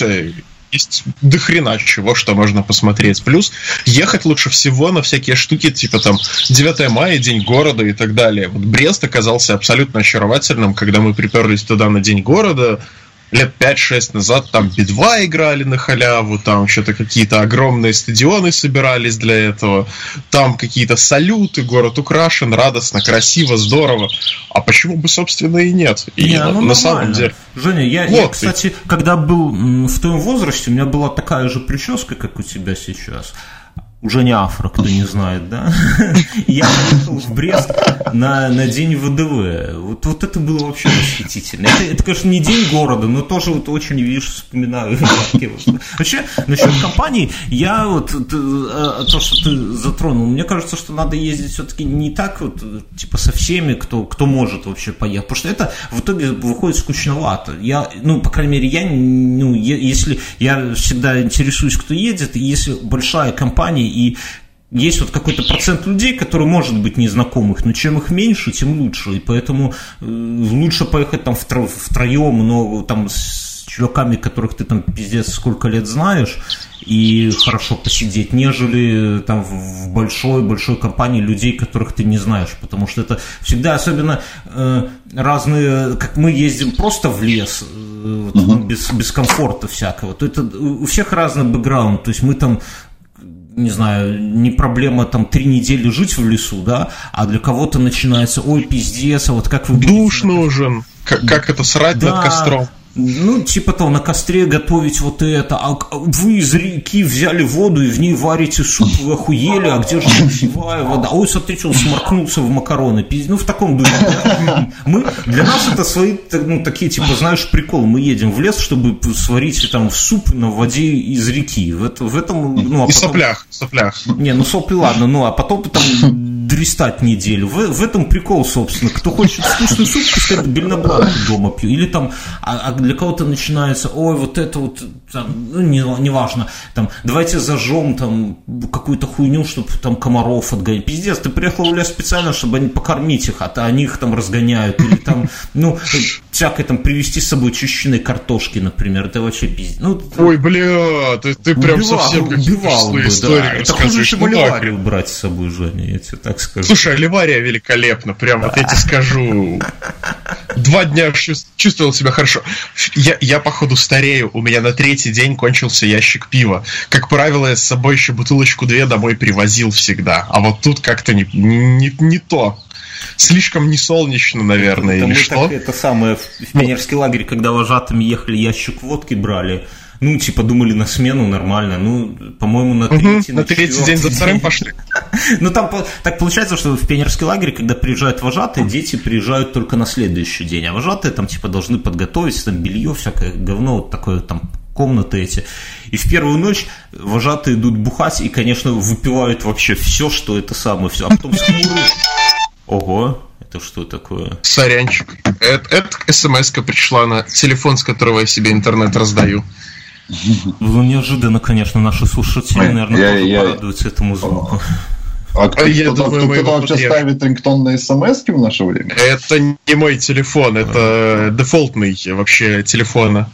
есть дохрена чего, что можно посмотреть. Плюс ехать лучше всего на всякие штуки, типа там 9 мая, День города и так далее. Вот Брест оказался абсолютно очаровательным, когда мы приперлись туда на День города. Лет 5-6 назад там Би-2 играли на халяву, там что-то какие-то огромные стадионы собирались для этого, там какие-то салюты, город украшен, радостно, красиво, здорово. А почему бы, собственно, и нет? И на самом деле... Женя, я, кстати, когда был в твоем возрасте, у меня была такая же прическа, как у тебя сейчас. Уже не афро, кто не знает, да? Я поехал в Брест на день ВДВ. Вот это было вообще восхитительно. Это, конечно, не день города, но тоже вот очень, видишь, вспоминаю. Вообще, насчет компаний, я вот то, что ты затронул, мне кажется, что надо ездить все-таки не так вот, типа, со всеми, кто может вообще поехать, потому что это в итоге выходит скучновато. По крайней мере, если я всегда интересуюсь, кто едет, и если большая компания, и есть вот какой-то процент людей, которые, может быть, незнакомых, но чем их меньше, тем лучше. И поэтому лучше поехать там втроем, но там с чуваками, которых ты там пиздец сколько лет знаешь, и хорошо посидеть, нежели там в большой компании людей, которых ты не знаешь. Потому что это всегда, особенно разные, как мы ездим просто в лес, без комфорта всякого, то это у всех разный бэкграунд. То есть мы там, не знаю, не проблема там 3 недели жить в лесу, да, а для кого-то начинается, ой, пиздец, а вот как вы... Душ нужен, как это срать над костром. Ну, типа того, на костре готовить вот это, а вы из реки взяли воду и в ней варите суп, вы охуели, а где же питьевая вода? Ой, смотрите, он сморкнулся в макароны, ну, в таком духе. Для нас это свои, такие, типа, знаешь, прикол, мы едем в лес, чтобы сварить там суп на воде из реки, в этом, ну, а потом... соплях. Не, ну, сопли, ладно, а потом там... дристать неделю. В этом прикол, собственно. Кто хочет вкусный суп, пускай бельнобланку дома пью. Или там, а для кого-то начинается, ой, вот это вот, там, ну, неважно, там, давайте зажжем там какую-то хуйню, чтобы там комаров отгонять. Пиздец, ты приехал в лес специально, чтобы они покормить их, а они их там разгоняют. Или там, ну, всякое там привезти с собой чищенной картошки, например. Это вообще пиздец. Ну, ой, бля, ты прям совсем какие-то истории рассказываешь. Это хуже, чем оливарию брать с собой, Женя, я тебе так скажу. Слушай, оливария великолепна, прям вот я тебе скажу. 2 дня чувствовал себя хорошо. Я походу старею, у меня на 3-й день кончился ящик пива. Как правило, я с собой еще бутылочку 2 домой привозил всегда. А вот тут как-то не то. Слишком не солнечно, наверное, или что? Это самое, в пионерский лагерь, когда вожатыми ехали, ящик водки брали. Ну, типа, думали на смену нормально. Ну, по-моему, на 3-й, на 3-й день за вторым пошли. Ну, там так получается, что в пионерский лагерь, когда приезжают вожатые, дети приезжают только на следующий день. А вожатые там, типа, должны подготовить там белье, всякое говно, вот такое там, комнаты эти. И в первую ночь вожатые идут бухать и, конечно, выпивают вообще все, что это самое, все. А потом с хмурым... Ого, это что такое? Сорянчик. Это смс-ка пришла на телефон, с которого я себе интернет раздаю. Ну, неожиданно, конечно, наши слушатели, наверное, тоже порадуются этому звуку. А кто-то вообще ставит рингтон на смс-ки в наше время? Это не мой телефон, это дефолтный вообще телефона.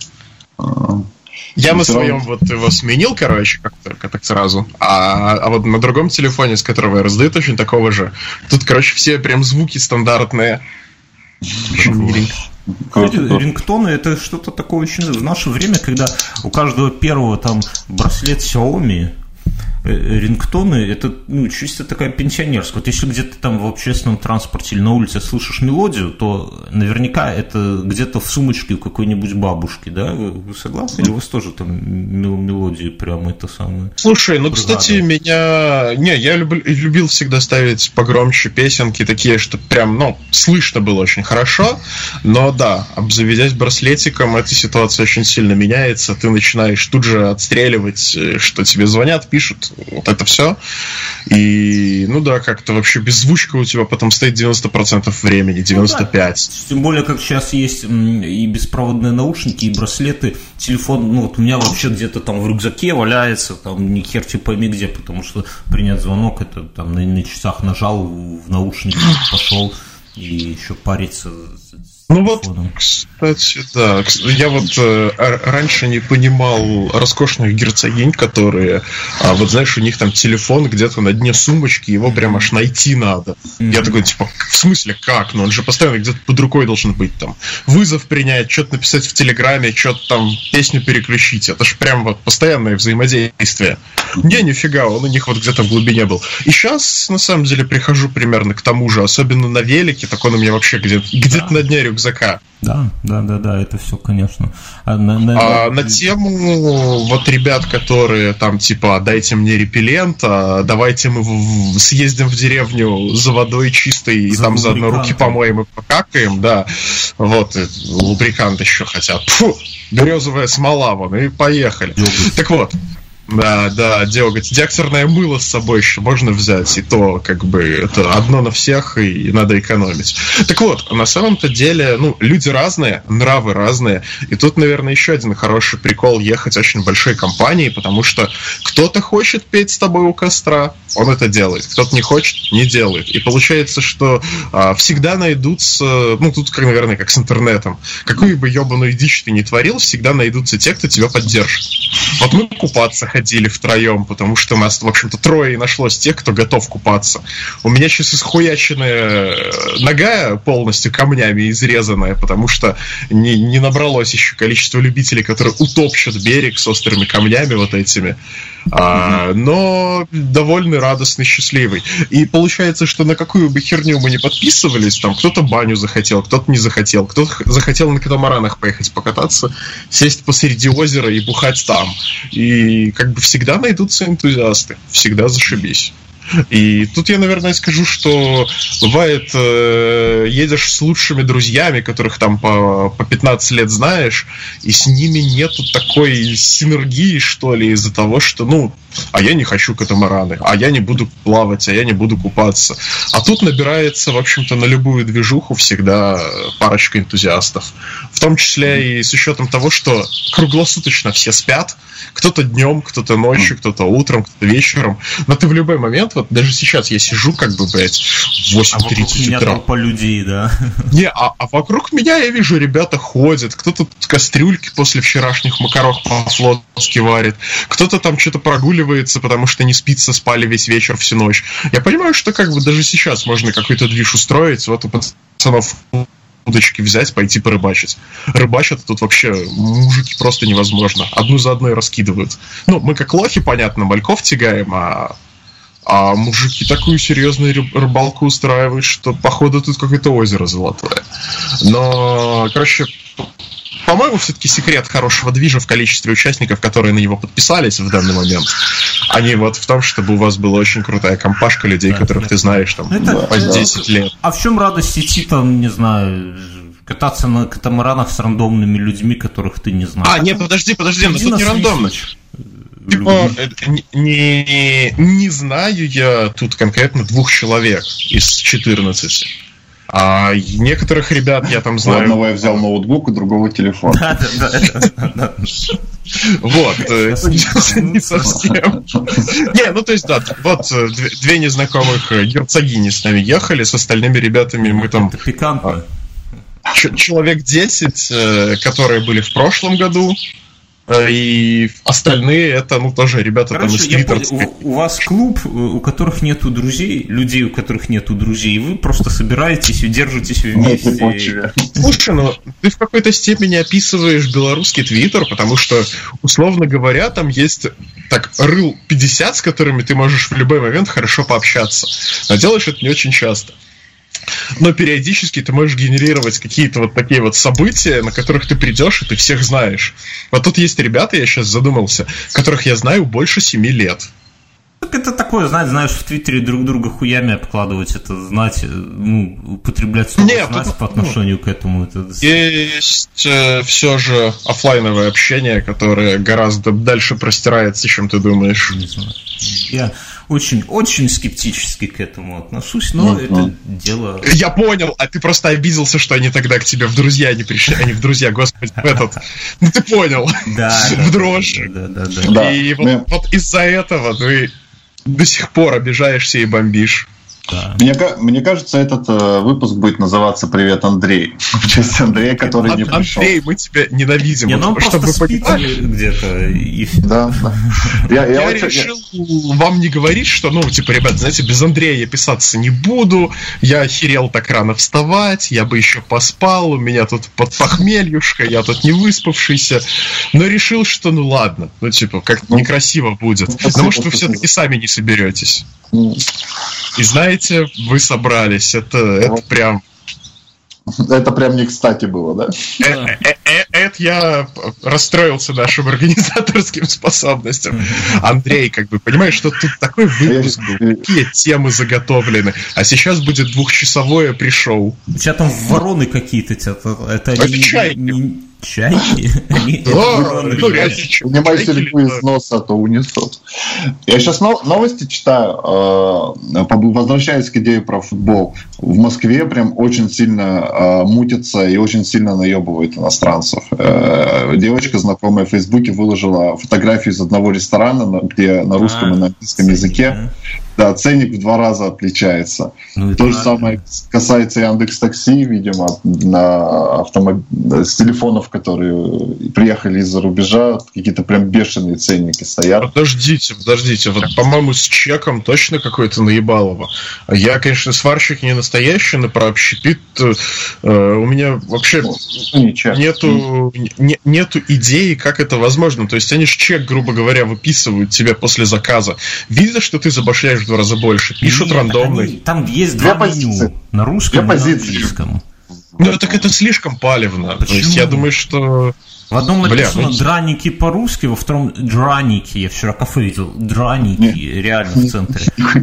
Я на своем вот его сменил, короче, как-то так сразу. А вот на другом телефоне, с которого я раздаю, точно такого же. Тут, короче, все прям звуки стандартные. Рингтоны — это что-то такое очень... В наше время, когда у каждого первого там браслет Xiaomi, рингтоны, это чисто такая пенсионерская. Вот если где-то там в общественном транспорте или на улице слышишь мелодию, то наверняка это где-то в сумочке у какой-нибудь бабушки, да? Вы согласны? Или у вас тоже там мелодии прямо это самое? Слушай, кстати, я любил всегда ставить погромче песенки, такие, что прям, слышно было очень хорошо, но да, обзаведясь браслетиком, эта ситуация очень сильно меняется, ты начинаешь тут же отстреливать, что тебе звонят, пишут, вот это все. И, как-то вообще беззвучка у тебя потом стоит 90% времени, 95%. Да. Тем более, как сейчас есть и беспроводные наушники, и браслеты. Телефон, у меня вообще где-то там в рюкзаке валяется, там ни хер тебе пойми где, потому что принять звонок, это там на часах нажал, в наушники пошел, и еще париться. Кстати, да. Я раньше не понимал роскошных герцогинь, которые, знаешь, у них там телефон где-то на дне сумочки, его прям аж найти надо. Я такой, в смысле, как? Он же постоянно где-то под рукой должен быть там. Вызов принять, что-то написать в Телеграме, что-то там, песню переключить. Это же прям постоянное взаимодействие. Нифига, он у них где-то в глубине был. И сейчас, на самом деле, прихожу примерно к тому же, особенно на велике, так он у меня вообще где-то на дне рюкзака. Да, это все, конечно. На тему ребят, которые там дайте мне репеллент, давайте мы съездим в деревню за водой чистой и там заодно руки помоем и покакаем, да. Лубрикант еще хотят. Березовая смола, и поехали. Так вот. Да, диаксерное мыло с собой еще можно взять, и то, это одно на всех, и надо экономить. Так вот, на самом-то деле, люди разные, нравы разные, и тут, наверное, еще один хороший прикол ехать очень большой компанией, потому что кто-то хочет петь с тобой у костра, он это делает, кто-то не хочет, не делает. И получается, что всегда найдутся, тут, наверное, как с интернетом, какую бы ебаную дичь ты ни творил, всегда найдутся те, кто тебя поддержит. Мы купаться ходили втроем, потому что у нас, в общем-то, трое и нашлось тех, кто готов купаться. У меня сейчас исхуяченная нога полностью камнями изрезанная, потому что не набралось еще количество любителей, которые утопчут берег с острыми камнями этими. Но довольно радостный, счастливый. И получается, что на какую бы херню мы не подписывались, там кто-то баню захотел, кто-то не захотел, кто-то захотел на катамаранах поехать покататься, сесть посреди озера и бухать там. И всегда найдутся энтузиасты, всегда зашибись. И тут я, наверное, скажу, что бывает, едешь с лучшими друзьями, которых там по 15 лет знаешь, и с ними нету такой синергии, что ли, из-за того, что, а я не хочу катамараны, а я не буду плавать, а я не буду купаться. А тут набирается, в общем-то, на любую движуху всегда парочка энтузиастов. В том числе и с учетом того, что круглосуточно все спят, кто-то днем, кто-то ночью, кто-то утром, кто-то вечером. Но ты в любой момент, даже сейчас я сижу, в 8:30 утра. Толпа людей, да? А вокруг меня я вижу, ребята ходят, кто-то кастрюльки после вчерашних макарох по-флотски варит, кто-то там что-то прогуливается, потому что не спится, спали весь вечер, всю ночь. Я понимаю, что даже сейчас можно какой-то движ устроить, у пацанов удочки взять, пойти порыбачить. Рыбачат тут вообще мужики просто невозможно. Одну за одной раскидывают. Мы как лохи, понятно, мальков тягаем, а мужики такую серьезную рыбалку устраивают, что, походу, тут какое-то озеро золотое. Но, по-моему, все-таки секрет хорошего движа в количестве участников, которые на него подписались в данный момент, а не в том, чтобы у вас была очень крутая компашка людей, которых ты знаешь там по 10 лет. А в чем радость идти там, не знаю, кататься на катамаранах с рандомными людьми, которых ты не знаешь? Подожди, но тут не рандомно. Не знаю я тут конкретно 2 человек из 14. А некоторых ребят я там знаю. Одного я взял ноутбук, у другого телефон. Да. Не совсем. Две незнакомых герцогини с нами ехали, с остальными ребятами мы там... Это пикантно. Человек 10, которые были в прошлом году. И остальные это, тоже ребята. Короче, там из твиттерской. У вас клуб, у которых нету друзей, людей, у которых нету друзей, и вы просто собираетесь и держитесь вместе. Слушай, ты в какой-то степени описываешь белорусский твиттер, потому что, условно говоря, там есть рыл 50, с которыми ты можешь в любой момент хорошо пообщаться. Но делаешь это не очень часто. Но периодически ты можешь генерировать какие-то вот такие вот события, на которых ты придешь, и ты всех знаешь. Вот тут есть ребята, я сейчас задумался, которых я знаю больше 7 лет. Так это такое, знаешь, в Твиттере друг друга хуями обкладывать, это знать, употреблять слово «знать» по отношению к этому. Это... Есть все же офлайновое общение, которое гораздо дальше простирается, чем ты думаешь. Не знаю. Я очень скептически к этому отношусь, но это дело... Я понял, а ты просто обиделся, что они тогда к тебе в друзья не пришли, а не в друзья, господи, в этот... Ну ты понял, в дрожь. Да. И вот из-за этого ты до сих пор обижаешься и бомбишь. Да. Мне кажется, этот выпуск будет называться «Привет, Андрей». В честь Андрея, который не пришел. Андрей, мы тебя ненавидим. Он просто спит где-то. Да. Я решил вам не говорить, что, ребят, знаете, без Андрея я писаться не буду, я охерел так рано вставать, я бы еще поспал, у меня тут под похмельюшка, я тут не выспавшийся. Но решил, что ладно, как-то некрасиво будет. Но может вы все-таки сами не соберетесь. И знаете, вы собрались. Это прям... Это прям не кстати было, да? Это я расстроился нашим организаторским способностям. Андрей, понимаешь, что тут такой выпуск был, какие темы заготовлены, а сейчас будет 2-часовое пришоу. У тебя там вороны какие-то, это чайки. Чайки? Снимайте реку из носа, а то унесут. Я сейчас новости читаю, возвращаясь к идее про футбол. В Москве прям очень сильно мутится и очень сильно наебывает иностранцев. Девочка, знакомая в Фейсбуке, выложила фотографию из одного ресторана, где на русском и на английском языке. Да, ценник в 2 раза отличается. То же самое касается Яндекс.Такси, видимо, на с телефонов, которые приехали из-за рубежа, какие-то прям бешеные ценники стоят. Подождите. Вот, по-моему, с чеком точно какой-то наебалово. Я, конечно, сварщик не настоящий, но про общепит у меня вообще нету идеи, как это возможно. То есть они же чек, грубо говоря, выписывают тебе после заказа. Видят, что ты забашляешь в 2 раза больше. Пишут рандомный. Там есть 2 меню. На русском и на английском. Так это слишком палевно. То есть я думаю, что... В одном написано драники по-русски, во втором драники. Я вчера кафе видел. Драники, реально в центре.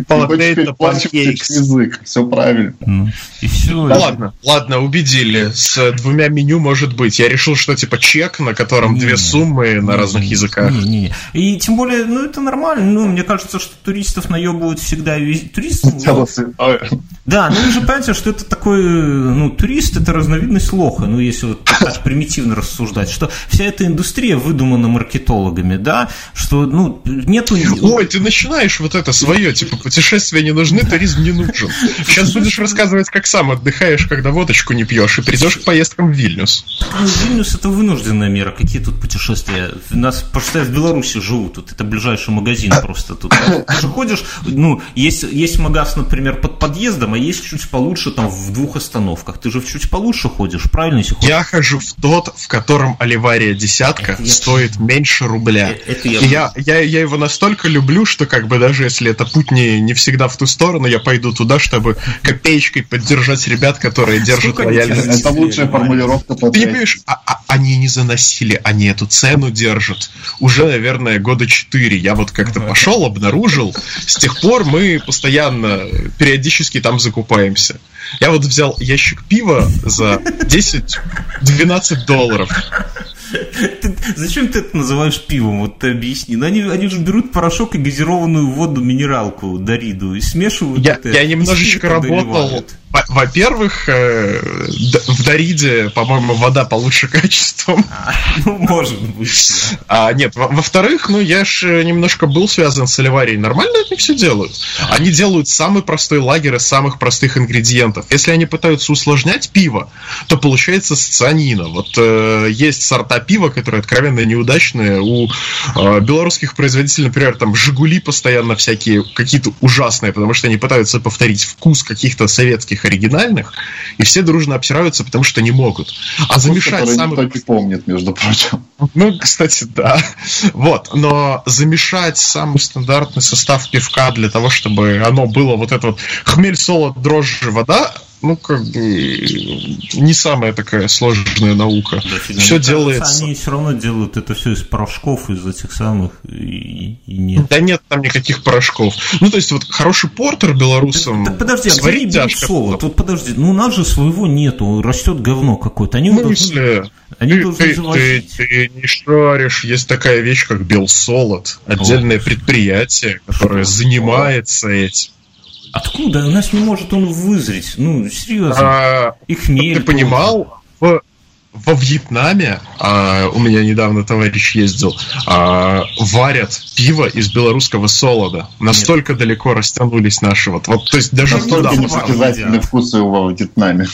Язык, все правильно. И все. Ладно, убедили. С 2 меню может быть. Я решил, что чек, на котором 2 суммы на разных языках. Не. И тем более, это нормально. Мне кажется, что туристов наебывают всегда. Да, вы же понимаете, что это такой, турист — это разновидность лоха, если вот так примитивно рассуждать, что вся эта индустрия выдумана маркетологами, да, что, нету... Ой, ты начинаешь вот это свое, путешествия не нужны, туризм не нужен. Сейчас будешь рассказывать, как сам отдыхаешь, когда водочку не пьешь, и придешь к поездкам в Вильнюс. Вильнюс — это вынужденная мера, какие тут путешествия? Нас, почти в Беларуси живут, тут это ближайший магазин просто тут. Ты же ходишь, есть магаз, например, под подъездом, а есть чуть получше, там, в 2 остановках. Ты же в чуть получше ходишь, правильно? Если ходишь? Я хожу в тот, в котором Оливария 10 стоит меньше рубля. Я его настолько люблю, что даже если это путь не всегда в ту сторону, я пойду туда, чтобы копеечкой поддержать ребят, которые держат лояльность. Это лучшая формулировка. Ты не понимаешь, они не заносили, они эту цену держат уже, наверное, 4 года. Я вот как-то пошел, обнаружил. С тех пор мы постоянно, периодически там закупаемся. Я вот взял ящик пива за $10-12. Зачем ты это называешь пивом? Вот ты объясни. Они же берут порошок и газированную воду, минералку, Дариду, и смешивают Я немножечко работал Во-первых, в Дариде, по-моему, вода получше качеством. Может быть. Нет, во-вторых, я ж немножко был связан с Оливарией. Нормально они все делают. Они делают самый простой лагерь из самых простых ингредиентов. Если они пытаются усложнять пиво, то получается сцианина. Вот есть сорта пива, которые откровенно неудачные. У белорусских производителей, например, там «Жигули» постоянно всякие какие-то ужасные, потому что они пытаются повторить вкус каких-то советских оригинальных, и все дружно обсираются, потому что не могут. А замешать самый... Никто не помнит, между прочим. Кстати, да. Вот. Но замешать самый стандартный состав пивка для того, чтобы оно было вот это вот хмель, солод, дрожжи, вода, не самая такая сложная наука. Да, все делается. Они все равно делают это все из порошков, из этих самых, и нет. Да нет там никаких порошков. То есть, вот хороший портер белорусам. Так подожди, а где тяжко. Вот подожди, у нас же своего нету, растет говно какое-то. Они должны завозить. Ты не шаришь, есть такая вещь, как Белсолод, отдельное предприятие, которое занимается этим. Откуда? У нас не может он вызреть. Серьезно. И хмель. Ты понимал, во Вьетнаме, у меня недавно товарищ ездил, варят пиво из белорусского солода. Настолько далеко растянулись наши вот. То есть даже настолько непритязательные вкусы во Вьетнаме.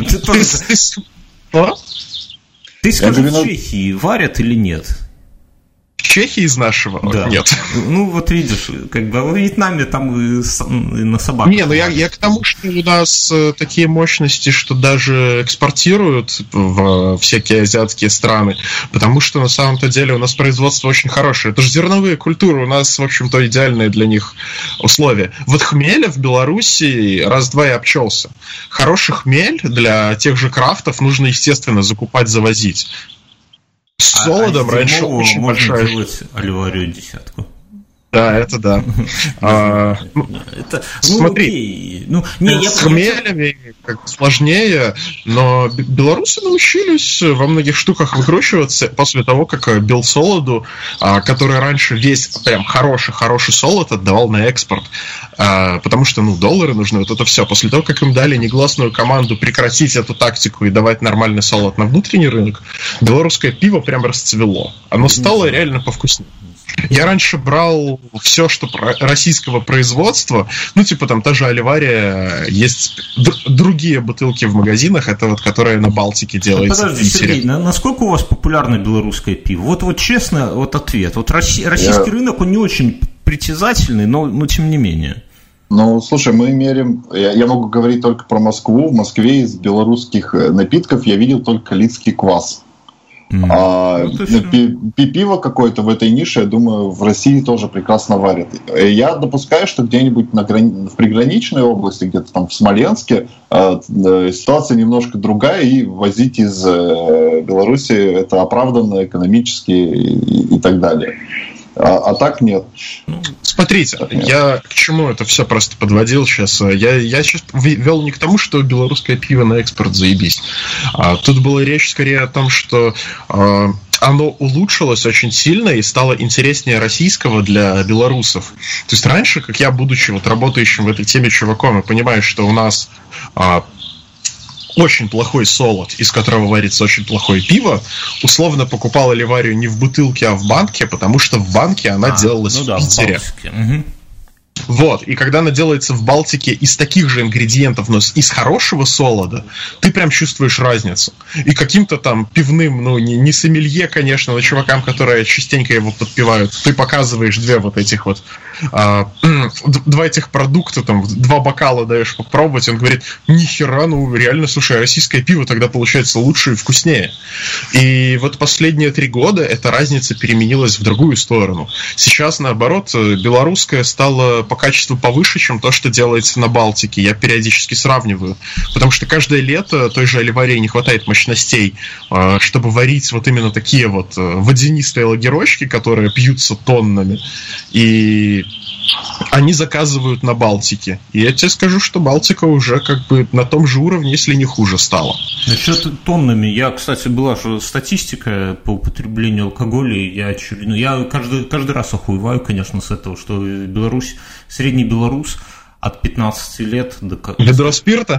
Ты скажи, в Чехии варят или нет? В Чехии из нашего? Да. Нет. Вот видишь, в Вьетнаме там и на собаках. Я к тому, что у нас такие мощности, что даже экспортируют в всякие азиатские страны, потому что на самом-то деле у нас производство очень хорошее. Это же зерновые культуры, у нас, в общем-то, идеальные для них условия. Вот хмеля в Беларуси раз-два и обчелся. Хороший хмель для тех же крафтов нужно, естественно, закупать, завозить. С солодом раньше очень большая... делать Оливарию десятку. Да, это да. Смотри, с хмелями сложнее, но белорусы научились во многих штуках выкручиваться после того, как Белсолоду, который раньше весь прям хороший солод отдавал на экспорт, потому что, доллары нужны, вот это все. После того, как им дали негласную команду прекратить эту тактику и давать нормальный солод на внутренний рынок, белорусское пиво прям расцвело. Оно стало реально повкуснее. Я раньше брал все, что российского производства, там та же Оливария, есть другие бутылки в магазинах, это вот, которые на Балтике делаются. Подожди, Сергей, насколько у вас популярно белорусское пиво? Вот честно, ответ. Вот российский рынок, он не очень притязательный, но тем не менее. Слушай, мы меряем... Я могу говорить только про Москву. В Москве из белорусских напитков я видел только лидский квас. Пиво какое-то в этой нише, я думаю, в России тоже прекрасно варят. Я допускаю, что где-нибудь в приграничной области, где-то там в Смоленске, ситуация немножко другая, и возить из Беларуси это оправданно экономически и так далее. А так нет. Смотрите, я к чему это все просто подводил сейчас. Я сейчас вел не к тому, что белорусское пиво на экспорт заебись. Тут была речь скорее о том, что оно улучшилось очень сильно и стало интереснее российского для белорусов. То есть раньше, как я, будучи работающим в этой теме чуваком, я понимаю, что у нас очень плохой солод, из которого варится очень плохое пиво, условно покупал Оливарию не в бутылке, а в банке, потому что в банке она делалась в Питере. Вот, и когда она делается в Балтике из таких же ингредиентов, но из хорошего солода, ты прям чувствуешь разницу. И каким-то там пивным, не сомелье, конечно, но чувакам, которые частенько его подпивают, ты показываешь два этих продукта, там, 2 бокала даешь попробовать, он говорит, нихера, реально, слушай, российское пиво тогда получается лучше и вкуснее. И вот последние 3 года эта разница переменилась в другую сторону. Сейчас, наоборот, белорусское стало по качеству повыше, чем то, что делается на Балтике. Я периодически сравниваю. Потому что каждое лето той же Оливарии не хватает мощностей, чтобы варить вот именно такие вот водянистые лагерочки, которые пьются тоннами. И они заказывают на Балтике. И я тебе скажу, что Балтика уже как бы на том же уровне, если не хуже стала. Насчет тоннами. Кстати, была же статистика по употреблению алкоголя. Я каждый раз охуеваю, конечно, с этого, что средний белорус от 15 лет до... Ведро спирта?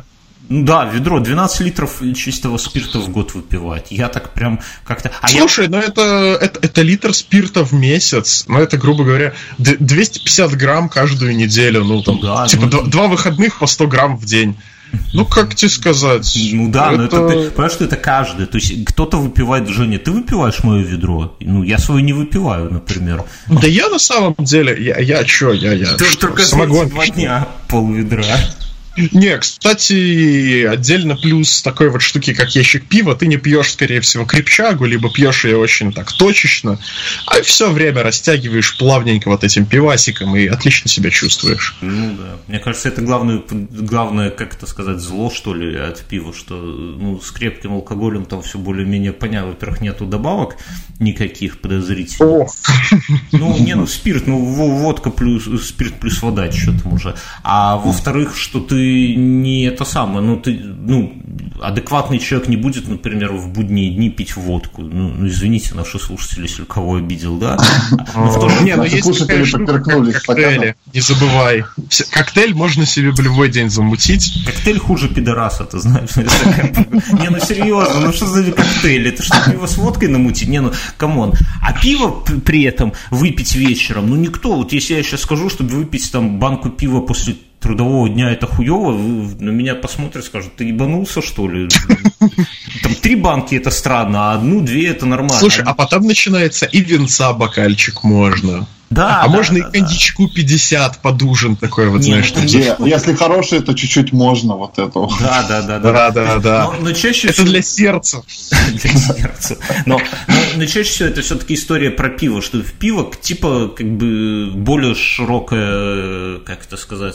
Да, ведро, 12 литров чистого спирта в год выпивать. Я так прям как-то... Слушай, ну это литр спирта в месяц. Ну это, грубо говоря, 250 грамм каждую неделю. Ну там, да, типа 2 выходных по 100 грамм в день. Ну, как тебе сказать? Ну да, но это ты понимаешь, что это каждый. То есть кто-то выпивает, Женя, ты выпиваешь мое ведро? Ну, я свое не выпиваю, например. Да я на самом деле, я только самогон 2 дня пол-ведра. Не, кстати, отдельно плюс такой вот штуки, как ящик пива, ты не пьешь, скорее всего, крепчагу, либо пьешь ее очень так точечно, а все время растягиваешь плавненько вот этим пивасиком и отлично себя чувствуешь. Ну да. Мне кажется, это главное, как это сказать, зло, что ли, от пива, что ну, с крепким алкоголем там все более-менее понятно. Во-первых, нету добавок никаких подозрительных. Ну, спирт, водка плюс спирт плюс вода, что там уже. А во-вторых, что ты не это самое, адекватный человек не будет, например, в будние дни пить водку. Ну, извините, наши слушатели, если кого обидел, да? Но есть такая штука, как коктейли, не забывай. Коктейль можно себе в любой день замутить. Коктейль хуже пидораса, ты знаешь. Не, ну серьезно, ну что за коктейль? Это что, пиво с водкой намутить? Не, ну, камон. А пиво при этом выпить вечером, ну никто, вот если я сейчас скажу, чтобы выпить там банку пива после трудового дня это хуёво, на меня посмотрят, скажут, ты ебанулся, что ли? Там 3 банки это странно, а 1-2 это нормально. Слушай, а потом начинается и винца бокальчик можно. Да, можно и коньячку 50 под ужин такой вот, знаешь. Если хороший, то чуть-чуть можно вот это. Да. Но чаще это для сердца. Для сердца. Но чаще всего это все-таки история про пиво, что в пиво типа как бы более широкая, как это сказать,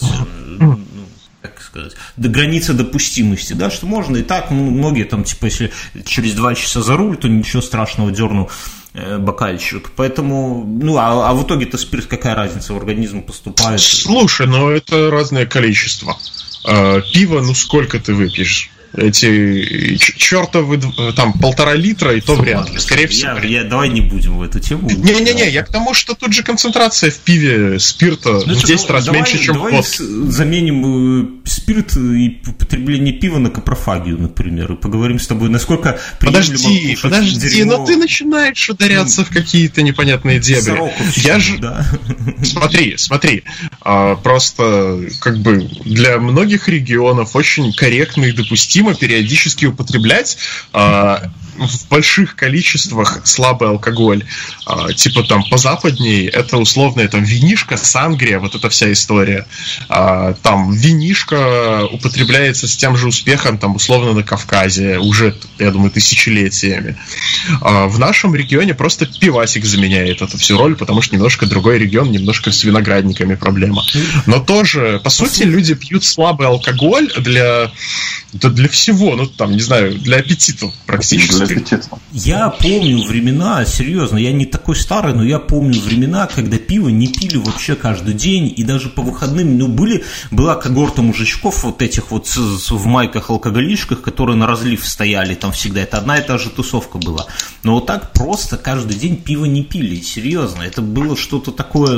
граница допустимости, да, что можно и так, многие там, типа, если через 2 часа за руль, то ничего страшного, дерну бокальчик, поэтому, а в итоге-то спирт, какая разница, в организм поступает? Слушай, это разное количество. Пиво, сколько ты выпьешь? Эти чертовы там 1,5 литра, и то вряд ли. Скорее всего. Давай не будем в эту тему. Не, я к тому, что тут же концентрация в пиве спирта в 10 раз меньше, чем в водке. Давай заменим спирт и потребление пива на капрофагию, например, и поговорим с тобой, насколько приемлемо. Подожди, но ты начинаешь ударяться в какие-то непонятные дебри. Я же... Да. Смотри. Просто как бы для многих регионов очень корректно и допустимо периодически употреблять в больших количествах слабый алкоголь. Типа там позападней это условно это винишко, сангрия, вот эта вся история. Там винишко употребляется с тем же успехом там условно на Кавказе уже, я думаю, тысячелетиями. В нашем регионе просто пивасик заменяет эту всю роль, потому что немножко другой регион, немножко с виноградниками проблема. Но тоже, по сути, люди пьют слабый алкоголь для всего, не знаю, для аппетита практически. Я помню времена, серьезно, я не такой старый, но я помню времена, когда пиво не пили вообще каждый день, и даже по выходным, была когорта мужичков вот этих вот в майках-алкоголичках, которые на разлив стояли там всегда, это одна и та же тусовка была. Но вот так просто каждый день пиво не пили, серьезно, это было что-то такое,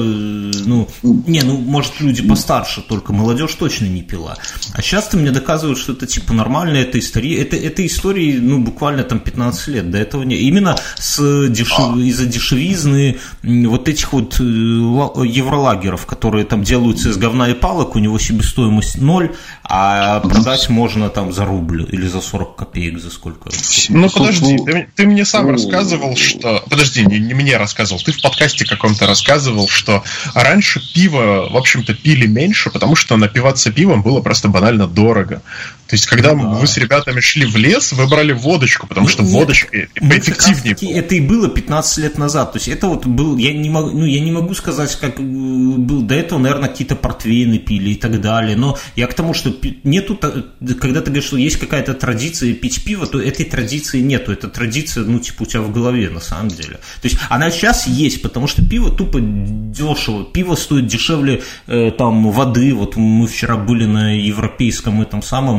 может, люди постарше, только молодежь точно не пила. А сейчас мне доказывают, что это типа нормально, это истории, буквально там 15 лет, до этого не. Именно из-за дешевизны вот этих вот евролагеров, которые там делаются из говна и палок, у него себестоимость 0, а продать можно там за рубль или за 40 копеек, за сколько? Подожди, ты мне сам рассказывал, что... Подожди, не мне рассказывал, ты в подкасте каком-то рассказывал, что раньше пиво, в общем-то, пили меньше, потому что напиваться пивом было просто банально дорого. То есть, когда вы с ребятами шли в лес, вы брали водочку, потому что водочка поэффективнее была. Это и было 15 лет назад. То есть, это вот был... Я не могу сказать, как был до этого, наверное, какие-то портвейны пили и так далее. Но я к тому, что нету... Когда ты говоришь, что есть какая-то традиция пить пиво, то этой традиции нету. Эта традиция, у тебя в голове, на самом деле. То есть, она сейчас есть, потому что пиво тупо дешево. Пиво стоит дешевле воды. Вот мы вчера были на европейском этом самом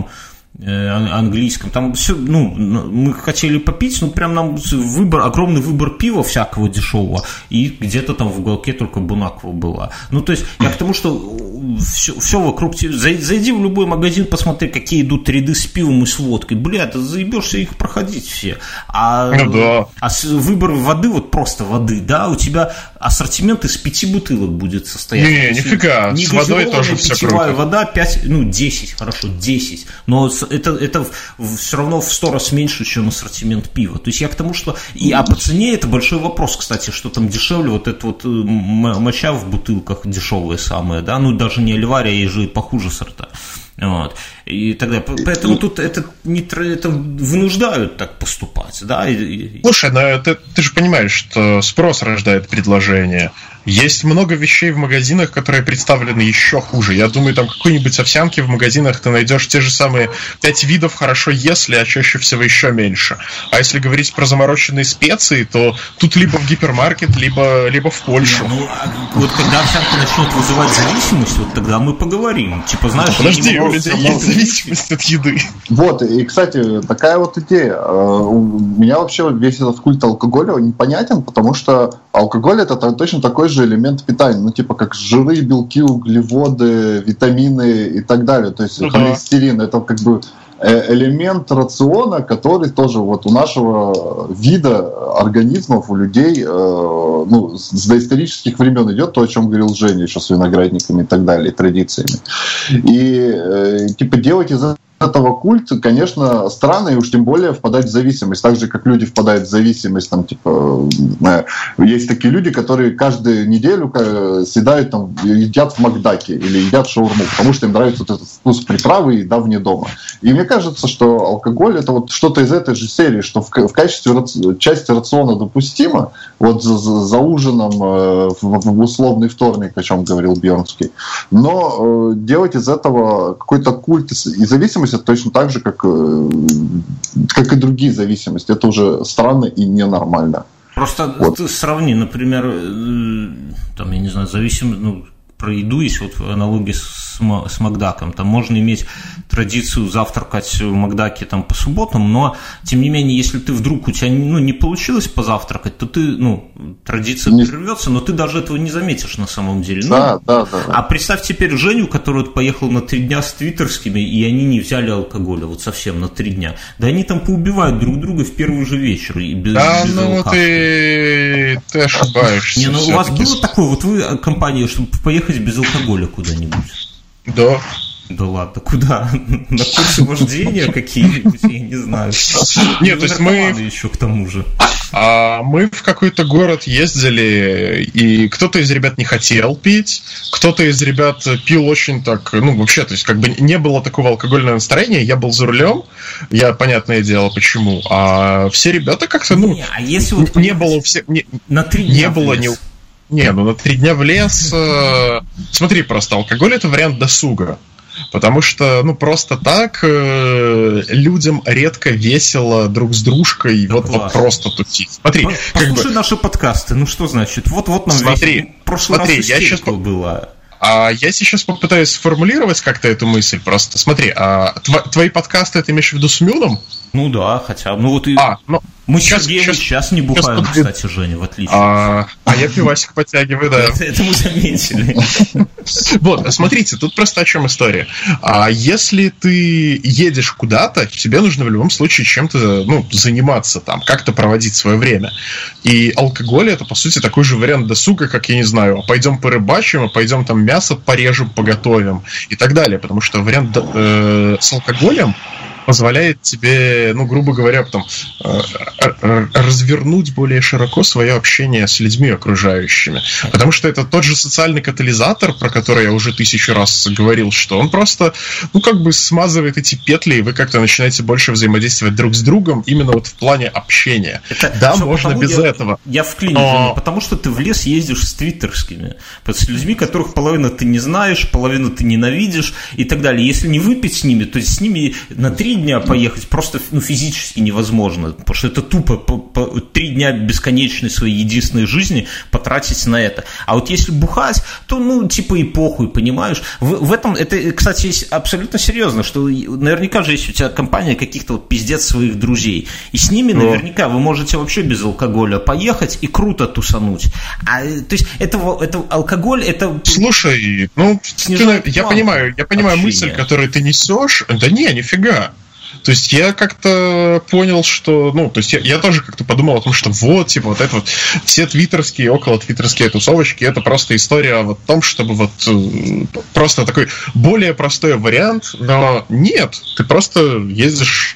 английском, там все, мы хотели попить, прям нам огромный выбор пива всякого дешевого, и где-то там в уголке только Бонаква была. То есть я к тому, что все вокруг тебя, зайди в любой магазин, посмотри, какие идут ряды с пивом и с водкой, ты заебешься их проходить все. А выбор воды, вот просто воды, да, у тебя ассортимент из 5 бутылок будет состоять. Нифига, с водой тоже все круто. Вода 5, 10, хорошо, 10, но это все равно в 100 раз меньше, чем ассортимент пива. То есть я к тому, что... А по цене это большой вопрос, кстати, что там дешевле, вот эта вот моча в бутылках дешевая самая, да, даже не Альвария, есть же и похуже сорта. Вот. И тогда, поэтому тут это вынуждают так поступать, да? Слушай, ты же понимаешь, что спрос рождает предложение. Есть много вещей в магазинах, которые представлены еще хуже. Я думаю, там какой-нибудь овсянки в магазинах ты найдешь те же самые 5 видов хорошо, если, а чаще всего еще меньше. А если говорить про замороченные специи, то тут либо в гипермаркет, либо в Польшу. Вот когда овсянка начнет вызывать зависимость, вот тогда мы поговорим. Знаешь, подожди, у людей есть зависимость от еды. Вот, и, кстати, такая вот идея. У меня вообще весь этот культ алкоголя непонятен, потому что алкоголь — это точно такой же элемент питания, как жиры, белки, углеводы, витамины и так далее. То есть холестерин — это как бы элемент рациона, который тоже вот у нашего вида организмов, у людей с доисторических времен идет, то, о чем говорил Женя еще с виноградниками и так далее, традициями. И делать из этого культ, конечно, странно, и уж тем более впадать в зависимость. Так же, как люди впадают в зависимость, есть такие люди, которые каждую неделю съедают, едят в Макдаке или едят шаурму, потому что им нравится вот этот вкус приправы и еда вне дома. И мне кажется, что алкоголь — это вот что-то из этой же серии, что в качестве части рациона допустимо, вот за ужином в условный вторник, о чем говорил Бьернский, но делать из этого какой-то культ и зависимость — это точно так же, как и другие зависимости. Это уже странно и ненормально. Просто ты сравни, например, я не знаю, зависимость, про еду есть вот аналогия с Макдаком. Там можно иметь традицию завтракать в Макдаке по субботам, но, тем не менее, если ты вдруг у тебя не получилось позавтракать, то ты, традиция прервется, но ты даже этого не заметишь на самом деле. Да. А представь теперь Женю, который поехал на 3 дня с твиттерскими, и они не взяли алкоголя, вот совсем на 3 дня. Да они там поубивают друг друга в первый же вечер. И без ты ошибаешься. У вас было такое, вот вы компания, чтобы поехать без алкоголя куда-нибудь? Да. Да ладно, куда? На курсы вождения какие-нибудь, я не знаю. Нет, то есть мы еще к тому же. Мы в какой-то город ездили, и кто-то из ребят не хотел пить, кто-то из ребят пил очень так, вообще, то есть не было такого алкогольного настроения, я был за рулем, понятное дело, почему, а все ребята как-то, а если вот не было у всех, на 3 дня не было ни... на 3 дня в лес, смотри, просто алкоголь — это вариант досуга. Потому что, просто так людям редко весело друг с дружкой вот просто тусить. Смотри, послушай наши подкасты, что значит? Вот нам смотри, в прошлый раз истерика была. Я сейчас попытаюсь сформулировать как-то эту мысль. Просто смотри, твои подкасты ты имеешь в виду с Мюном? Да, хотя бы. Мы сейчас не бухаем, кстати, Женя, в отличие. Я пивасик подтягиваю, да. Это мы заметили. Вот, смотрите, тут просто о чем история. Если ты едешь куда-то, тебе нужно в любом случае чем-то, заниматься там, как-то проводить свое время. И алкоголь — это, по сути, такой же вариант досуга, как, я не знаю, пойдем порыбачим, пойдем там мясо порежем, поготовим и так далее. Потому что вариант с алкоголем позволяет тебе, грубо говоря, потом развернуть более широко свое общение с людьми окружающими. Потому что это тот же социальный катализатор, про который я уже 1000 раз говорил, что он просто, смазывает эти петли, и вы как-то начинаете больше взаимодействовать друг с другом именно вот в плане общения. Можно без этого. Я вклинюсь, потому что ты в лес ездишь с твиттерскими, с людьми, которых половину ты не знаешь, половину ты ненавидишь и так далее. Если не выпить с ними, то с ними на 3 дня поехать просто физически невозможно, потому что это тупо 3 дня бесконечной своей единственной жизни потратить на это. А вот если бухать, то, типа и похуй, понимаешь? В этом, это, кстати, есть абсолютно серьезно, что наверняка же есть у тебя компания каких-то вот пиздец своих друзей, и с ними наверняка вы можете вообще без алкоголя поехать и круто тусануть. То есть это алкоголь, это... Слушай, я понимаю мысль, которую ты несешь. Да не, нифига. То есть я как-то понял, что... то есть я тоже как-то подумал о том, что вот это вот все твиттерские, около твиттерские тусовочки, это просто история о том, чтобы просто такой более простой вариант, но нет, ты просто ездишь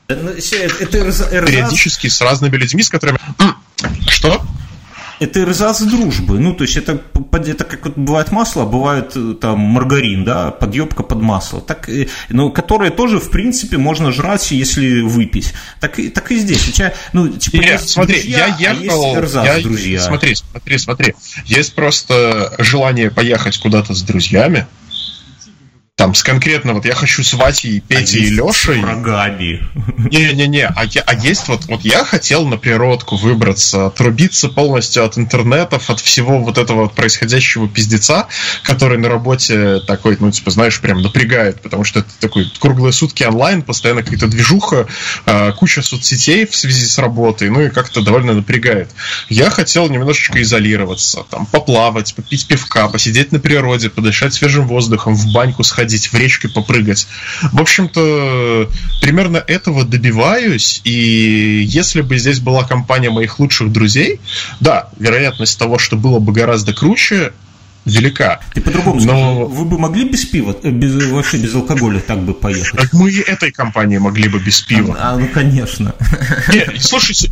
периодически с разными людьми, с которыми... Что? Это эрзац дружбы. То есть это как вот бывает масло, а бывает там маргарин, да, подъебка под масло. Которые тоже, в принципе, можно жрать, если выпить. Так и здесь. У тебя, есть смотри, друзья, есть эрзац друзья. Смотри. Есть просто желание поехать куда-то с друзьями. Там конкретно я хочу с Ватей, Петей и Лешей. С врагами. Не. А есть я хотел на природку выбраться, отрубиться полностью от интернетов, от всего вот этого происходящего пиздеца, который на работе такой, знаешь, прям напрягает, потому что это такой круглые сутки онлайн, постоянно какая-то движуха, куча соцсетей в связи с работой, и как-то довольно напрягает. Я хотел немножечко изолироваться, там, поплавать, попить пивка, посидеть на природе, подышать свежим воздухом, в баньку сходить, в речке попрыгать. В общем-то, примерно этого добиваюсь, и если бы здесь была компания моих лучших друзей, да, вероятность того, что было бы гораздо круче, велика. Ты по-другому скажи, вы бы могли без пива, вообще без алкоголя так бы поехать? Так мы и этой компании могли бы без пива. Конечно. Нет, слушайте,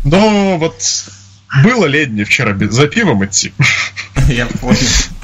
было лень мне вчера за пивом идти. Я понял.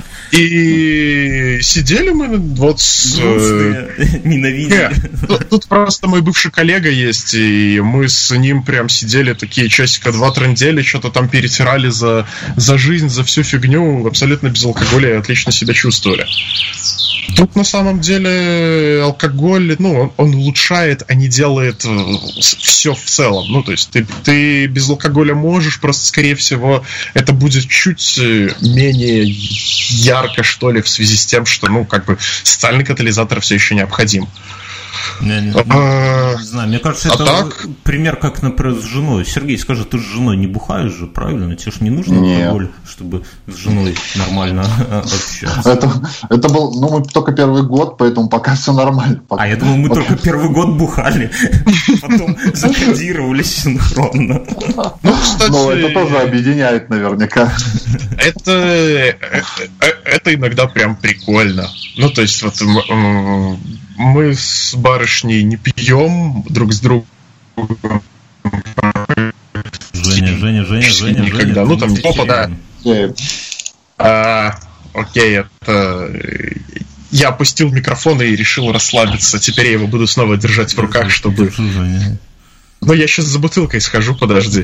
И сидели мы с... Ненавидели. Тут просто мой бывший коллега есть, и мы с ним прям сидели такие часика 2 трындели, что-то там перетирали за жизнь, за всю фигню, абсолютно без алкоголя и отлично себя чувствовали. Тут на самом деле алкоголь, он улучшает, а не делает все в целом. То есть ты без алкоголя можешь, просто, скорее всего, это будет чуть менее ярко, что ли, в связи с тем, что, социальный катализатор все еще необходим. Не знаю, мне кажется, это пример, как, например, с женой. Сергей, скажи, ты с женой не бухаешь же, правильно? Тебе же не нужен алкоголь, чтобы с женой нормально общаться. Это был, мы только первый год, поэтому пока все нормально. Я думал, мы только первый год бухали, потом закодировались синхронно. Это тоже объединяет наверняка. Это иногда прям прикольно. То есть мы с барышней не пьем друг с другом. Женя. Никогда. Попа, да. Окей, это... Я опустил микрофон и решил расслабиться. Теперь я его буду снова держать в руках, чтобы... Но я сейчас за бутылкой схожу, подожди.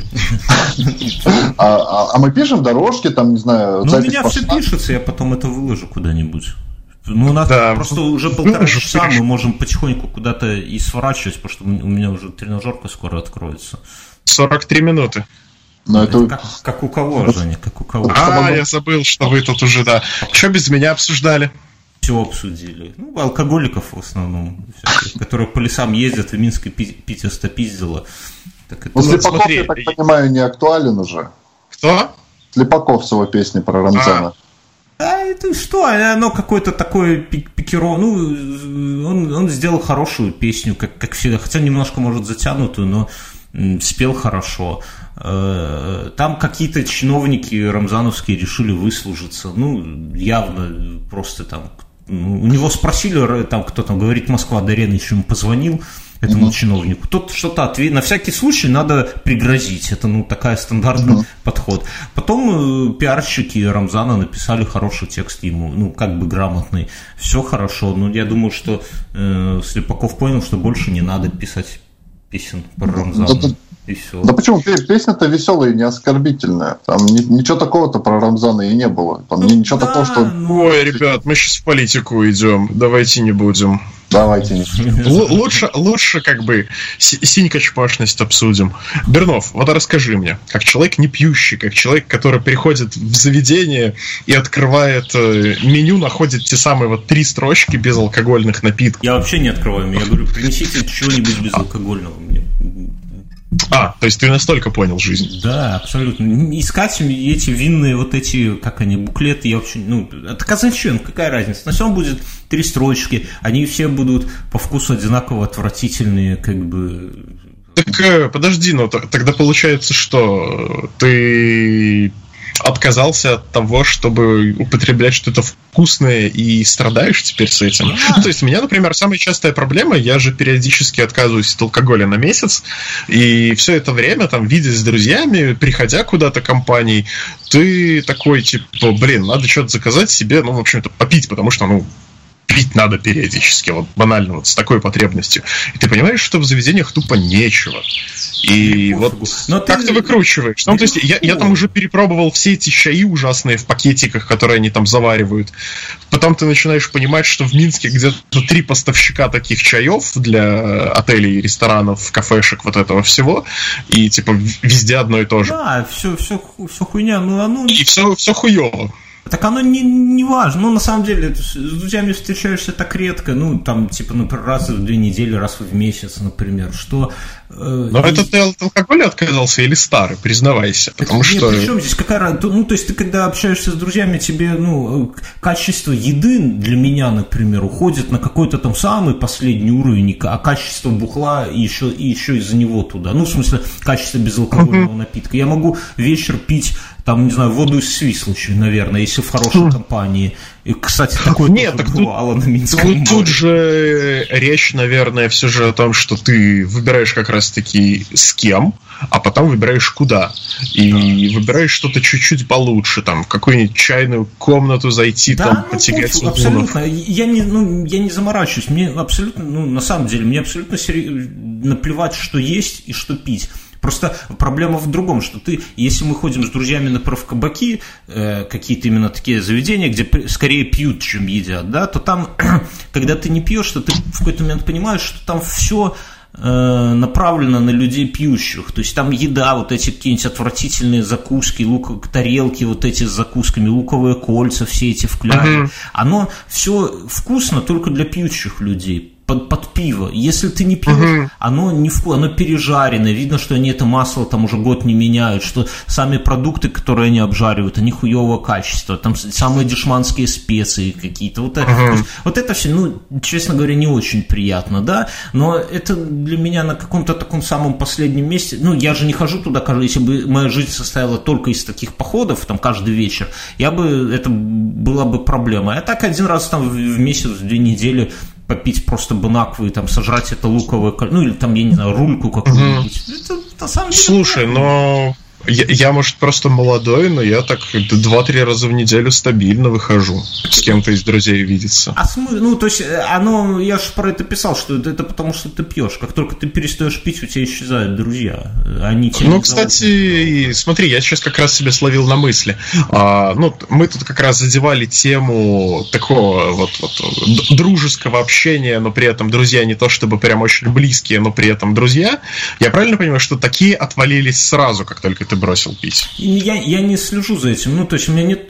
А мы пишем дорожки, там, не знаю... у меня все пишется, я потом это выложу куда-нибудь. У нас просто уже 1,5 часа, мы можем потихоньку куда-то и сворачивать, потому что у меня уже тренажерка скоро откроется. 43 минуты. Это как у кого, Женя, как у кого? Я забыл, что вы тут уже, да. Что без меня обсуждали? Все обсудили. Алкоголиков в основном, всяких, которые по лесам ездят, в Минске Питер стопиздило. Слепаков, я так понимаю, не актуален уже. Кто? Слепаков с его песней про Рамзана. Это что? Оно какое-то такое пикиро. Он сделал хорошую песню, как всегда. Хотя немножко, может, затянутую, но спел хорошо. Там какие-то чиновники рамзановские решили выслужиться. Явно просто там... У него спросили, там кто там говорит, Москва, Даренович ему позвонил, этому чиновнику. Тот что-то ответил. На всякий случай надо пригрозить. Это такая стандартный подход. Потом пиарщики Рамзана написали хороший текст ему, как бы грамотный. Все хорошо. Я думаю, что Слепаков понял, что больше не надо писать песен про Рамзана. И все. Да почему? Песня-то веселая и не оскорбительная. Там ничего такого-то про Рамзана и не было. Там ничего такого, что... Ой, ребят, мы сейчас в политику идем. Давайте не будем. Давайте. Лучше как бы синько-чпашность обсудим. Бернов, вот расскажи мне, как человек не пьющий, как человек, который приходит в заведение и открывает меню, находит те самые вот 3 строчки безалкогольных напитков. Я вообще не открываю меню, я говорю, принесите чего-нибудь безалкогольного мне. То есть ты настолько понял жизнь. Да, абсолютно. Искать эти винные вот эти, как они, буклеты, я вообще, это казачен, какая разница? На всем будет 3 строчки, они все будут по вкусу одинаково отвратительные, как бы. Так подожди, тогда получается, что ты отказался от того, чтобы употреблять что-то вкусное, и страдаешь теперь с этим. То есть у меня, например, самая частая проблема, я же периодически отказываюсь от алкоголя на месяц, и все это время, там, видясь с друзьями, приходя куда-то компанией, ты такой, типа, надо что-то заказать себе, в общем-то, попить, потому что, пить надо периодически, вот банально, вот с такой потребностью. И ты понимаешь, что в заведениях тупо нечего. И вот как ты выкручиваешь? То есть я там уже перепробовал все эти чаи ужасные в пакетиках, которые они там заваривают. Потом ты начинаешь понимать, что в Минске где-то 3 поставщика таких чаев для отелей, ресторанов, кафешек, вот этого всего. И типа везде одно и то же. Да, все хуйня. И все хуёво. Так оно не важно. На самом деле, с друзьями встречаешься так редко. Например, раз в 2 недели, раз в месяц, например. Что... Но это ты от алкоголя отказался или старый? Признавайся. Потому что... Причем здесь какая разница? То есть ты, когда общаешься с друзьями, тебе, качество еды для меня, например, уходит на какой-то там самый последний уровень, а качество бухла еще из-за него туда. В смысле, качество безалкогольного напитка. Я могу вечер пить, там, не знаю, воду из Свислочи, наверное, если в хорошей компании. И, кстати, такое тоже бывало на Минском. Тут же речь, наверное, все же о том, что ты выбираешь как раз-таки с кем, а потом выбираешь куда. И выбираешь что-то чуть-чуть получше, там, в какую-нибудь чайную комнату зайти, там, потягать. Абсолютно. Я не заморачиваюсь. Мне абсолютно, на самом деле, мне абсолютно наплевать, что есть и что пить. Просто проблема в другом, что если мы ходим с друзьями, например, в кабаки, какие-то именно такие заведения, где скорее пьют, чем едят, да, то там, когда ты не пьешь, то ты в какой-то момент понимаешь, что там все направлено на людей пьющих. То есть там еда, вот эти какие-нибудь отвратительные закуски, тарелки вот эти с закусками, луковые кольца, все эти в кляре. Оно все вкусно только для пьющих людей. Под пиво. Если ты не пьешь, оно не вкусно, оно пережарено. Видно, что они это масло там уже год не меняют, что сами продукты, которые они обжаривают, они хуевого качества. Там самые дешманские специи какие-то. Вот это все, честно говоря, не очень приятно, да. Но это для меня на каком-то таком самом последнем месте. Я же не хожу туда, если бы моя жизнь состояла только из таких походов, там каждый вечер, это была бы проблема. А так один раз там в месяц, в 2 недели попить просто бонаквы и там сожрать это луковое, или там, я не знаю, рульку какую-нибудь. Это на самом деле... Слушай, но я, может, просто молодой, но я так 2-3 раза в неделю стабильно выхожу с кем-то из друзей видеться. То есть, я же про это писал, что это потому, что ты пьешь. Как только ты перестаешь пить, у тебя исчезают друзья. Они тебя кстати, смотри, я сейчас как раз себя словил на мысли. Мы тут как раз задевали тему такого вот дружеского общения, но при этом друзья не то чтобы прям очень близкие, но при этом друзья. Я правильно понимаю, что такие отвалились сразу, как только ты бросил пить? Я не слежу за этим. То есть у меня нет...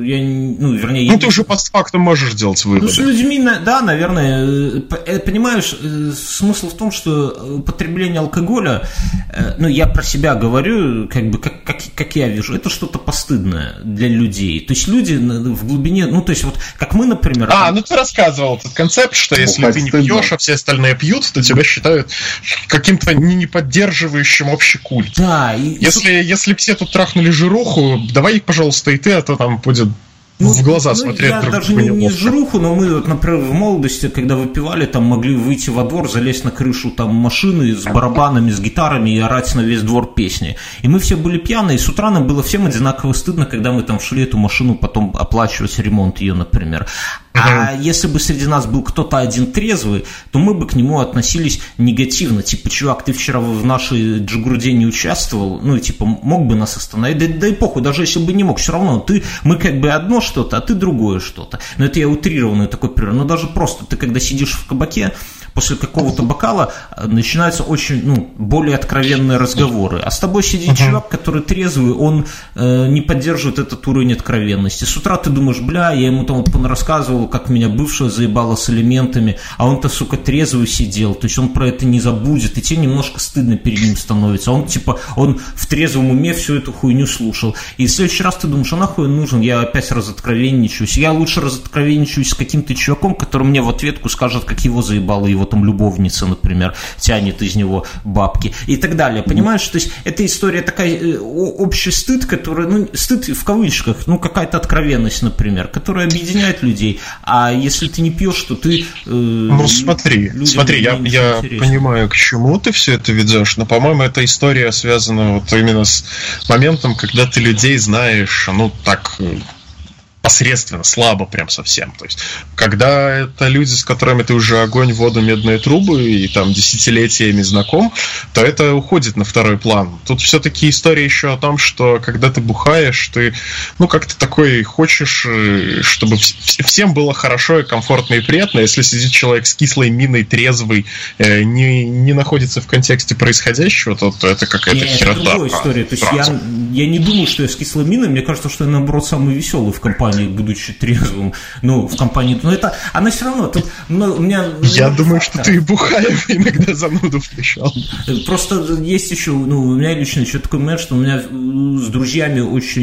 ты уже постфактум можешь делать выводы. С людьми, да, наверное. Понимаешь, смысл в том, что потребление алкоголя, я про себя говорю, как я вижу, это что-то постыдное для людей. То есть люди в глубине... то есть вот как мы, например... ты рассказывал этот концепт, что если ты не пьешь, а все остальные пьют, то тебя считают каким-то не поддерживающим общий культ. Да, если все тут трахнули жируху, давай, пожалуйста, и ты, а то там будет в глаза смотреть друг другу. Я даже не жируху, но мы, например, в молодости, когда выпивали, там могли выйти во двор, залезть на крышу там машины с барабанами, с гитарами и орать на весь двор песни. И мы все были пьяные, и с утра нам было всем одинаково стыдно, когда мы там шли эту машину потом оплачивать ремонт ее, например. А если бы среди нас был кто-то один трезвый, то мы бы к нему относились негативно. Типа, чувак, ты вчера в нашей Джигурде не участвовал, ну, типа, мог бы нас остановить, да и похуй, даже если бы не мог, все равно мы как бы одно что-то, а ты другое что-то. Но это я утрированный такой пример. Но даже просто ты, когда сидишь в кабаке, после какого-то бокала начинаются очень, более откровенные разговоры. А с тобой сидит чувак, который трезвый, он не поддерживает этот уровень откровенности. С утра ты думаешь, бля, я ему там рассказывал, как меня бывшая заебала с элементами, а он-то, сука, трезвый сидел, то есть он про это не забудет, и тебе немножко стыдно перед ним становится. Он в трезвом уме всю эту хуйню слушал. И в следующий раз ты думаешь, а нахуй он нужен, я опять разоткровенничаюсь. Я лучше разоткровенничаюсь с каким-то чуваком, который мне в ответку скажет, как его заебала его там любовница, например, тянет из него бабки и так далее. Понимаешь, то есть эта история такая, общий стыд, который, стыд в кавычках, какая-то откровенность, например, которая объединяет людей. А если ты не пьешь, то ты... смотри, я понимаю, к чему ты все это ведешь, но, по-моему, эта история связана вот именно с моментом, когда ты людей знаешь, посредственно, слабо прям совсем. То есть, когда это люди, с которыми ты уже огонь, воду, медные трубы и там десятилетиями знаком, то это уходит на второй план. Тут все-таки история еще о том, что когда ты бухаешь, ты, как-то такой хочешь, чтобы всем было хорошо и комфортно и приятно. Если сидит человек с кислой миной, трезвый, не находится в контексте происходящего, то это какая-то херота. Это другая история. То есть я не думаю, что я с кислой миной, мне кажется, что я, наоборот, самый веселый в компании, будучи трезвым, в компании, но это, она все равно, тут, у меня... Я думаю, что ты и бухаев иногда зануду включал. Просто есть еще, у меня лично еще такой момент, что у меня с друзьями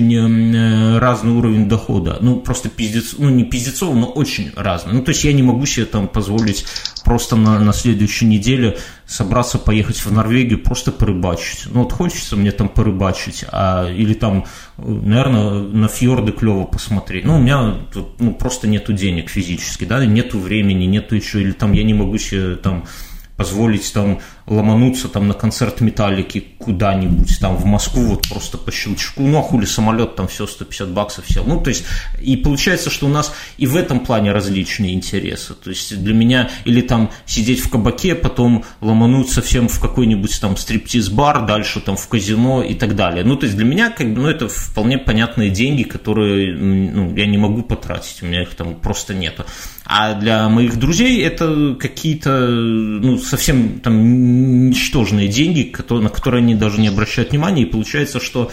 очень разный уровень дохода, просто пиздец, не пиздецов, но очень разный, то есть я не могу себе там позволить просто на следующей неделе собраться поехать в Норвегию, просто порыбачить. Хочется мне там порыбачить, или там, наверное, на фьорды клево посмотреть. У меня тут, просто нету денег физически, да, нету времени, нету еще, или там я не могу себе там позволить там ломануться там на концерт Металлики куда-нибудь там в Москву вот просто по щелчку, а хули самолет там все $150 сел. То есть, и получается, что у нас и в этом плане различные интересы. То есть для меня или там сидеть в кабаке, потом ломануться всем в какой-нибудь там стриптиз-бар, дальше там в казино и так далее. То есть для меня это вполне понятные деньги, которые я не могу потратить, у меня их там просто нету. А для моих друзей это какие-то совсем там ничтожные деньги, на которые они даже не обращают внимания, и получается, что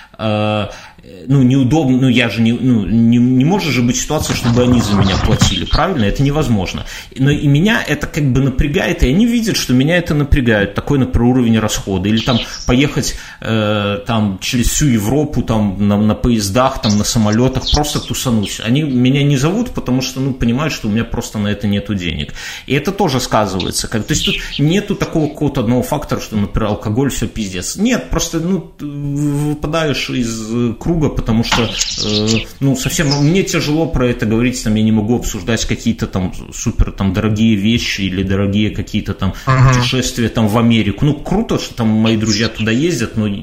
неудобно, я же не может же быть ситуация, чтобы они за меня платили, правильно? Это невозможно. Но и меня это как бы напрягает, и они видят, что меня это напрягает, такой, например, уровень расхода. Или там поехать там через всю Европу там на поездах, там на самолетах, просто тусануть. Они меня не зовут, потому что, понимают, что у меня просто на это нету денег. И это тоже сказывается. То есть тут нету такого какого-то одного фактора, что, например, алкоголь, все пиздец. Нет, просто, выпадаешь из круга, потому что, совсем мне тяжело про это говорить, там, я не могу обсуждать какие-то там супер там дорогие вещи или дорогие какие-то там путешествия там в Америку. Круто, что там мои друзья туда ездят, но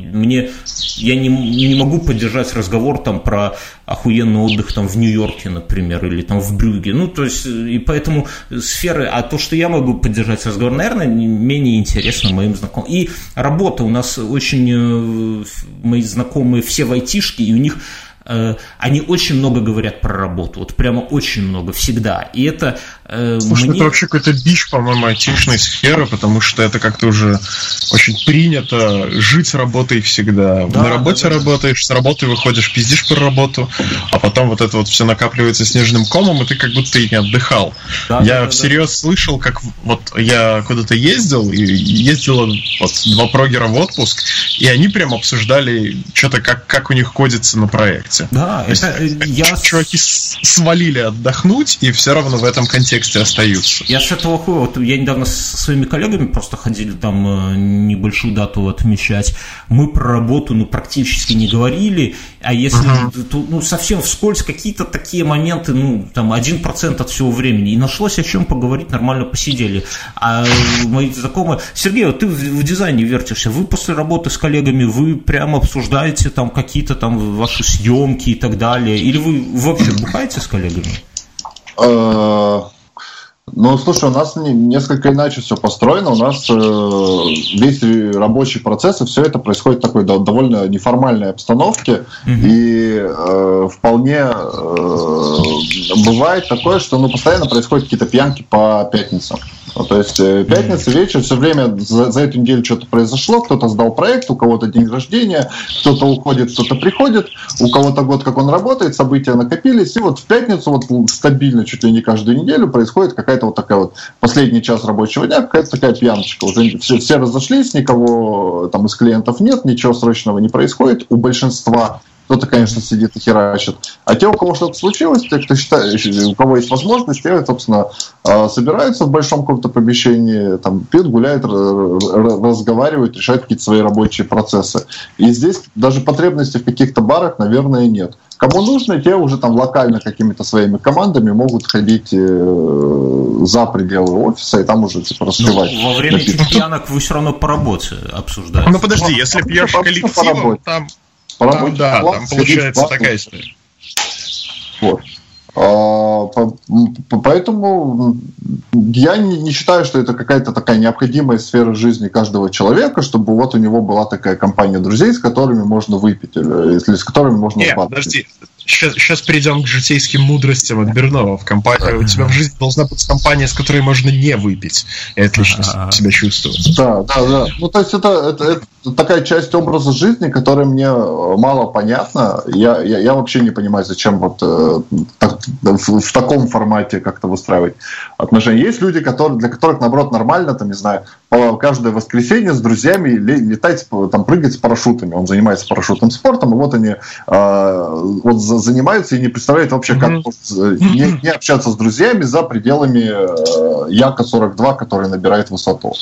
я не могу поддержать разговор там про охуенный отдых там в Нью-Йорке, например, или там в Брюгге. То есть, и поэтому сферы, а то, что я могу поддержать разговор, наверное, менее интересно моим знакомым. И работа у нас очень, мои знакомые все в айтишке, и у них они очень много говорят про работу, вот прямо очень много, всегда. И это слушай, это вообще какой-то бич, по-моему, айтишной сферы, потому что это как-то уже очень принято жить работой всегда. Да, на работе работаешь, с работы выходишь, пиздишь про работу, а потом вот это вот все накапливается снежным комом, и ты как будто и не отдыхал. Я всерьез слышал, как вот я куда-то ездил, и ездило вот 2 прогера в отпуск, и они прям обсуждали что-то, как у них кодится на проекте. Да, чуваки свалили отдохнуть, и все равно в этом контексте остаются. Я с этого хуя, я недавно со своими коллегами просто ходили там небольшую дату отмечать. Мы про работу практически не говорили, а если то, совсем вскользь какие-то такие моменты, там 1% от всего времени. И нашлось о чем поговорить, нормально посидели. А мои знакомые: Сергей, вот ты в дизайне вертишься, вы после работы с коллегами, вы прямо обсуждаете там какие-то там ваши съемки и так далее, или вы вообще бухаете с коллегами? Ну, слушай, у нас несколько иначе все построено. У нас весь рабочий процесс, и все это происходит в такой довольно неформальной обстановке. И вполне бывает такое, что постоянно происходят какие-то пьянки по пятницам. То есть пятница вечер, все время за эту неделю что-то произошло, кто-то сдал проект, у кого-то день рождения, кто-то уходит, кто-то приходит, у кого-то год, как он работает, события накопились, и вот в пятницу стабильно, чуть ли не каждую неделю происходит какая-то такая последний час рабочего дня, какая-то такая пьяночка. Уже все разошлись, никого там из клиентов нет, ничего срочного не происходит у большинства. Кто-то, конечно, сидит и херачит. А те, у кого что-то случилось, те, кто считает, у кого есть возможность, те, собственно, собираются в большом каком-то помещении, там, пьют, гуляют, разговаривают, решают какие-то свои рабочие процессы. И здесь даже потребности в каких-то барах, наверное, нет. Кому нужно, те уже там локально какими-то своими командами могут ходить за пределы офиса и там уже типа распивать. Во время этих пьянок вы все равно по работе обсуждаете. Ну подожди, если пьешь коллективом, там получается такая история. Вот. Поэтому я не считаю, что это какая-то такая необходимая сфера жизни каждого человека, чтобы вот у него была такая компания друзей, с которыми можно выпить, или с которыми можно сбавить. Подожди, сейчас перейдем к житейским мудростям от Бернова. У тебя в жизни должна быть компания, с которой можно не выпить и отлично себя чувствовать. Да. Ну, то есть это такая часть образа жизни, которая мне мало понятна. Я вообще не понимаю, зачем вот в таком формате как-то выстраивать отношения. Есть люди, для которых, наоборот, нормально, там, не знаю, каждое воскресенье с друзьями летать, там, прыгать с парашютами. Он занимается парашютным спортом, и вот они занимаются и не представляют вообще, как не общаться с друзьями за пределами Яка-42, который набирает высоту.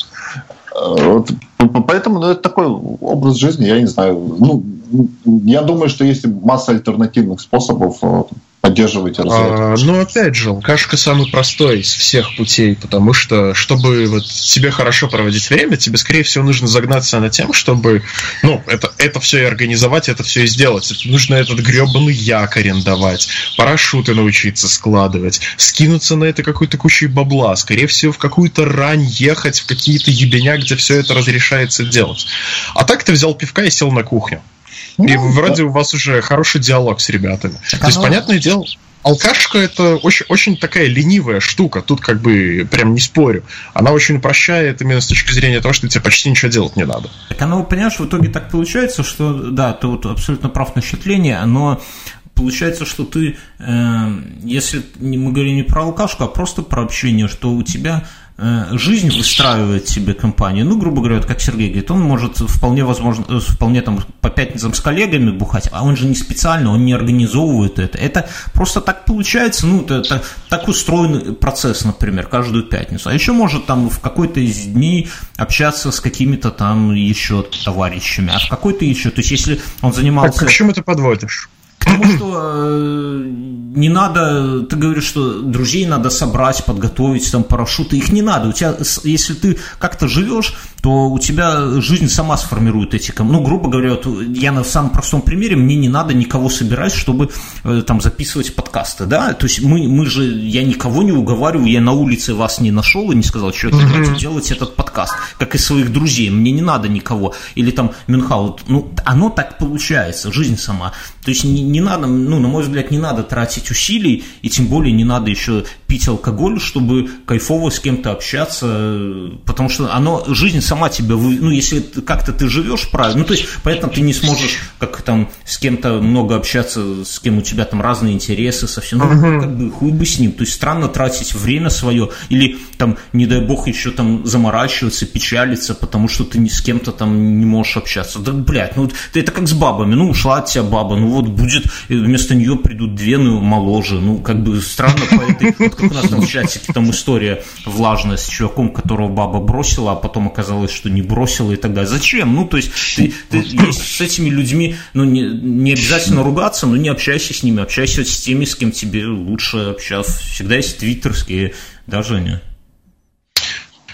Поэтому это такой образ жизни, я не знаю. Я думаю, что есть масса альтернативных способов поддерживать и развивать. Но опять же, алкашка самый простой из всех путей, потому что, чтобы вот тебе хорошо проводить время, тебе, скорее всего, нужно загнаться над тем, чтобы это все и организовать, это все и сделать. Нужно этот гребаный як арендовать, парашюты научиться складывать, скинуться на это какой-то кучей бабла, скорее всего, в какую-то рань ехать, в какие-то ебеня, где все это разрешается делать. А так ты взял пивка и сел на кухню. И вроде у вас уже хороший диалог с ребятами. То есть, понятное дело, алкашка — это очень, очень такая ленивая штука. Тут как бы прям не спорю. Она очень упрощает именно с точки зрения того, что тебе почти ничего делать не надо. Так оно, понимаешь, в итоге так получается, что, да, ты вот абсолютно прав насчет лени, но получается, что ты, если мы говорим не про алкашку, а просто про общение, что у тебя жизнь выстраивает себе компанию. Ну, грубо говоря, вот как Сергей говорит, он может вполне там по пятницам с коллегами бухать, а он же не специально, он не организовывает это. Это просто так получается, это так устроен процесс, например, каждую пятницу. А еще может там в какой-то из дней общаться с какими-то там еще товарищами, а в какой-то еще, то есть если он занимался... Так, к чему ты подводишь? Потому что не надо, ты говоришь, что друзей надо собрать, подготовить, там, парашюты, их не надо. У тебя, если ты как-то живешь, то у тебя жизнь сама сформирует эти, грубо говоря, вот я на самом простом примере, мне не надо никого собирать, чтобы там записывать подкасты, да, то есть я никого не уговариваю, я на улице вас не нашел и не сказал, что давайте делать этот подкаст, как и своих друзей, мне не надо никого, или там Мюнхгаузен, оно так получается, жизнь сама, то есть не надо, на мой взгляд, не надо тратить усилий, и тем более не надо еще пить алкоголь, чтобы кайфово с кем-то общаться, потому что жизнь сама тебя, если как-то ты живешь правильно, то есть, понятно, ты не сможешь как там с кем-то много общаться, с кем у тебя там разные интересы совсем, как бы хуй бы с ним, то есть странно тратить время свое, или там, не дай бог, еще там заморачиваться, печалиться, потому что ты ни с кем-то там не можешь общаться, да, блядь, это как с бабами, ушла от тебя баба, будет, вместо нее придут две, моложе, как бы странно по этой, вот как у нас там в чатике там история влажная с чуваком, которого баба бросила, а потом оказалось, что не бросила и так далее. Зачем? То есть ты с этими людьми, не обязательно ругаться, но не общайся с ними, общайся с теми, с кем тебе лучше общаться. Всегда есть твиттерские, да, Женя?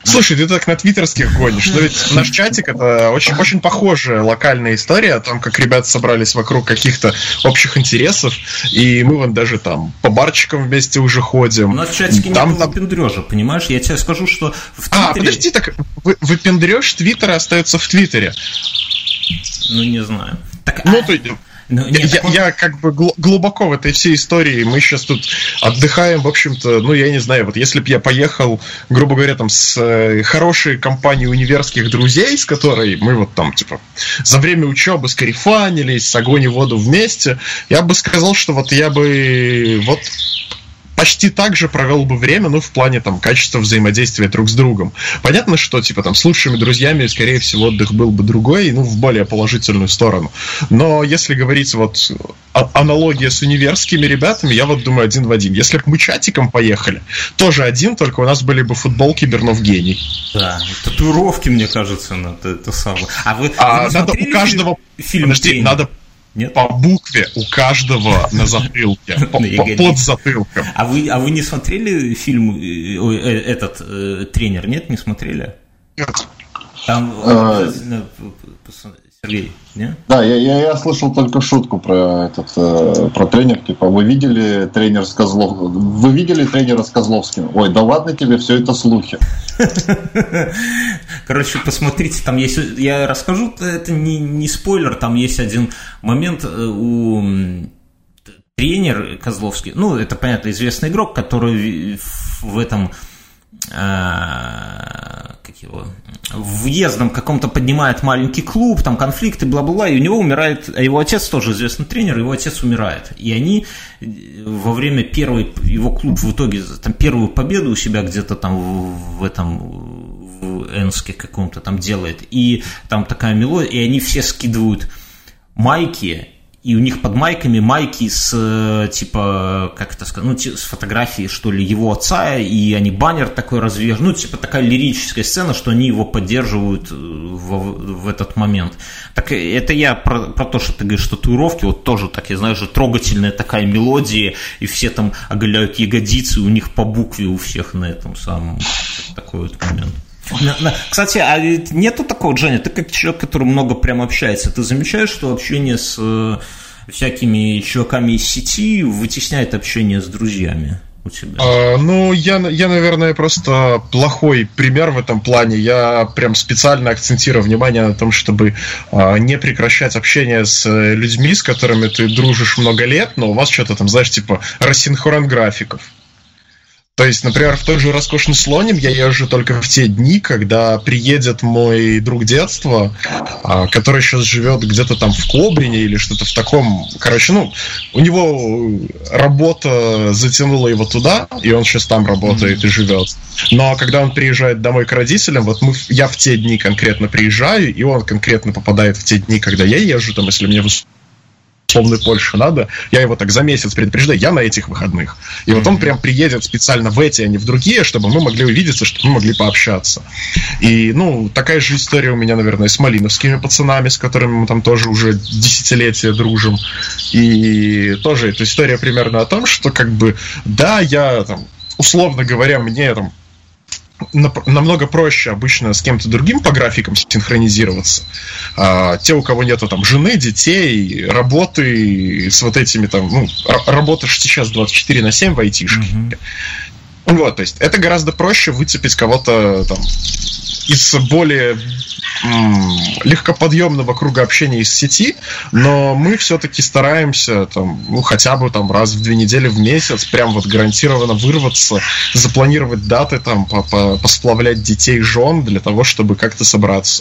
Слушай, ты так на твиттерских гонишь. Но ведь наш чатик — это очень похожая локальная история о том, как ребята собрались вокруг каких-то общих интересов, и мы вон даже там по барчикам вместе уже ходим. У нас в чатике не было пендрежа, понимаешь? Я тебе скажу, что в Твиттере... подожди, так выпендреж Твиттера остается в Твиттере. Ну, не знаю. Так, я как бы глубоко в этой всей истории. Мы сейчас тут отдыхаем, в общем-то, ну, я не знаю, вот если бы я поехал, грубо говоря, там, с хорошей компанией универских друзей, с которой мы вот там, типа, за время учебы скарифанились, с огонь и воду вместе, я бы сказал, что вот я бы вот почти так же провел бы время, ну, в плане, там, качества взаимодействия друг с другом. Понятно, что, типа, там, с лучшими друзьями, скорее всего, отдых был бы другой, ну, в более положительную сторону. Но если говорить вот аналогия с универскими ребятами, я вот думаю один в один. Если бы мы чатиком поехали, тоже один, только у нас были бы футболки Бернов гений. Да, татуировки, мне кажется, это самое. А вы надо у каждого... фильм? Подожди, надо... Нет? По букве у каждого на затылке, под затылком. А вы не смотрели фильм, «Тренер», нет, не смотрели? Нет. Там, Сергей, нет? Да, я слышал только шутку про тренер, типа, вы видели тренера с Козловским? Ой, да ладно тебе, все это слухи. Короче, посмотрите, там есть, я расскажу, это не спойлер, там есть один момент у тренера Козловский, ну, это, понятно, известный игрок, который в этом... в въездном каком-то поднимает маленький клуб, там конфликты, бла-бла-бла, и у него умирает, а его отец тоже известный тренер, его отец умирает. И они во время его клуб в итоге там первую победу у себя где-то там в Энске каком-то там делает, и там такая мелодия, и они все скидывают майки, и у них под майками майки с, типа, как это сказать, ну, с фотографией, что ли, его отца, и они баннер такой развешивают, ну, типа, такая лирическая сцена, что они его поддерживают в этот момент. Так это я про то, что ты говоришь, татуировки, вот тоже так, я знаю, же трогательная такая мелодия, и все там оголяют ягодицы, у них по букве у всех на этом самом такой вот момент. Кстати, а нету такого, Женя, ты как человек, который много прям общается, ты замечаешь, что общение с всякими чуваками из сети вытесняет общение с друзьями у тебя? Ну, я, наверное, просто плохой пример в этом плане. Я прям специально акцентирую внимание на том, чтобы не прекращать общение с людьми, с которыми ты дружишь много лет, но у вас что-то там, знаешь, типа рассинхрон графиков. То есть, например, в тот же «Роскошный слоним» я езжу только в те дни, когда приедет мой друг детства, который сейчас живет где-то там в Кобрине или что-то в таком... Короче, ну, у него работа затянула его туда, и он сейчас там работает и живет. Но когда он приезжает домой к родителям, вот я в те дни конкретно приезжаю, и он конкретно попадает в те дни, когда я езжу, там, если мне условную Польшу надо, я его так за месяц предупреждаю, я на этих выходных. И вот он прям приедет специально в эти, а не в другие, чтобы мы могли увидеться, чтобы мы могли пообщаться. И, ну, такая же история у меня, наверное, с малиновскими пацанами, с которыми мы там тоже уже десятилетия дружим. И тоже эта история примерно о том, что, как бы, да, я там, условно говоря, мне там намного проще обычно с кем-то другим по графикам синхронизироваться. Те, у кого нету там жены, детей, работы с вот этими там, ну, работаешь сейчас 24/7 в айтишке. Вот, то есть это гораздо проще выцепить кого-то там из более легкоподъемного круга общения из сети, но мы все-таки стараемся там, ну, хотя бы там раз в 2 недели в месяц прям вот гарантированно вырваться, запланировать даты, там, посплавлять детей, жен для того, чтобы как-то собраться.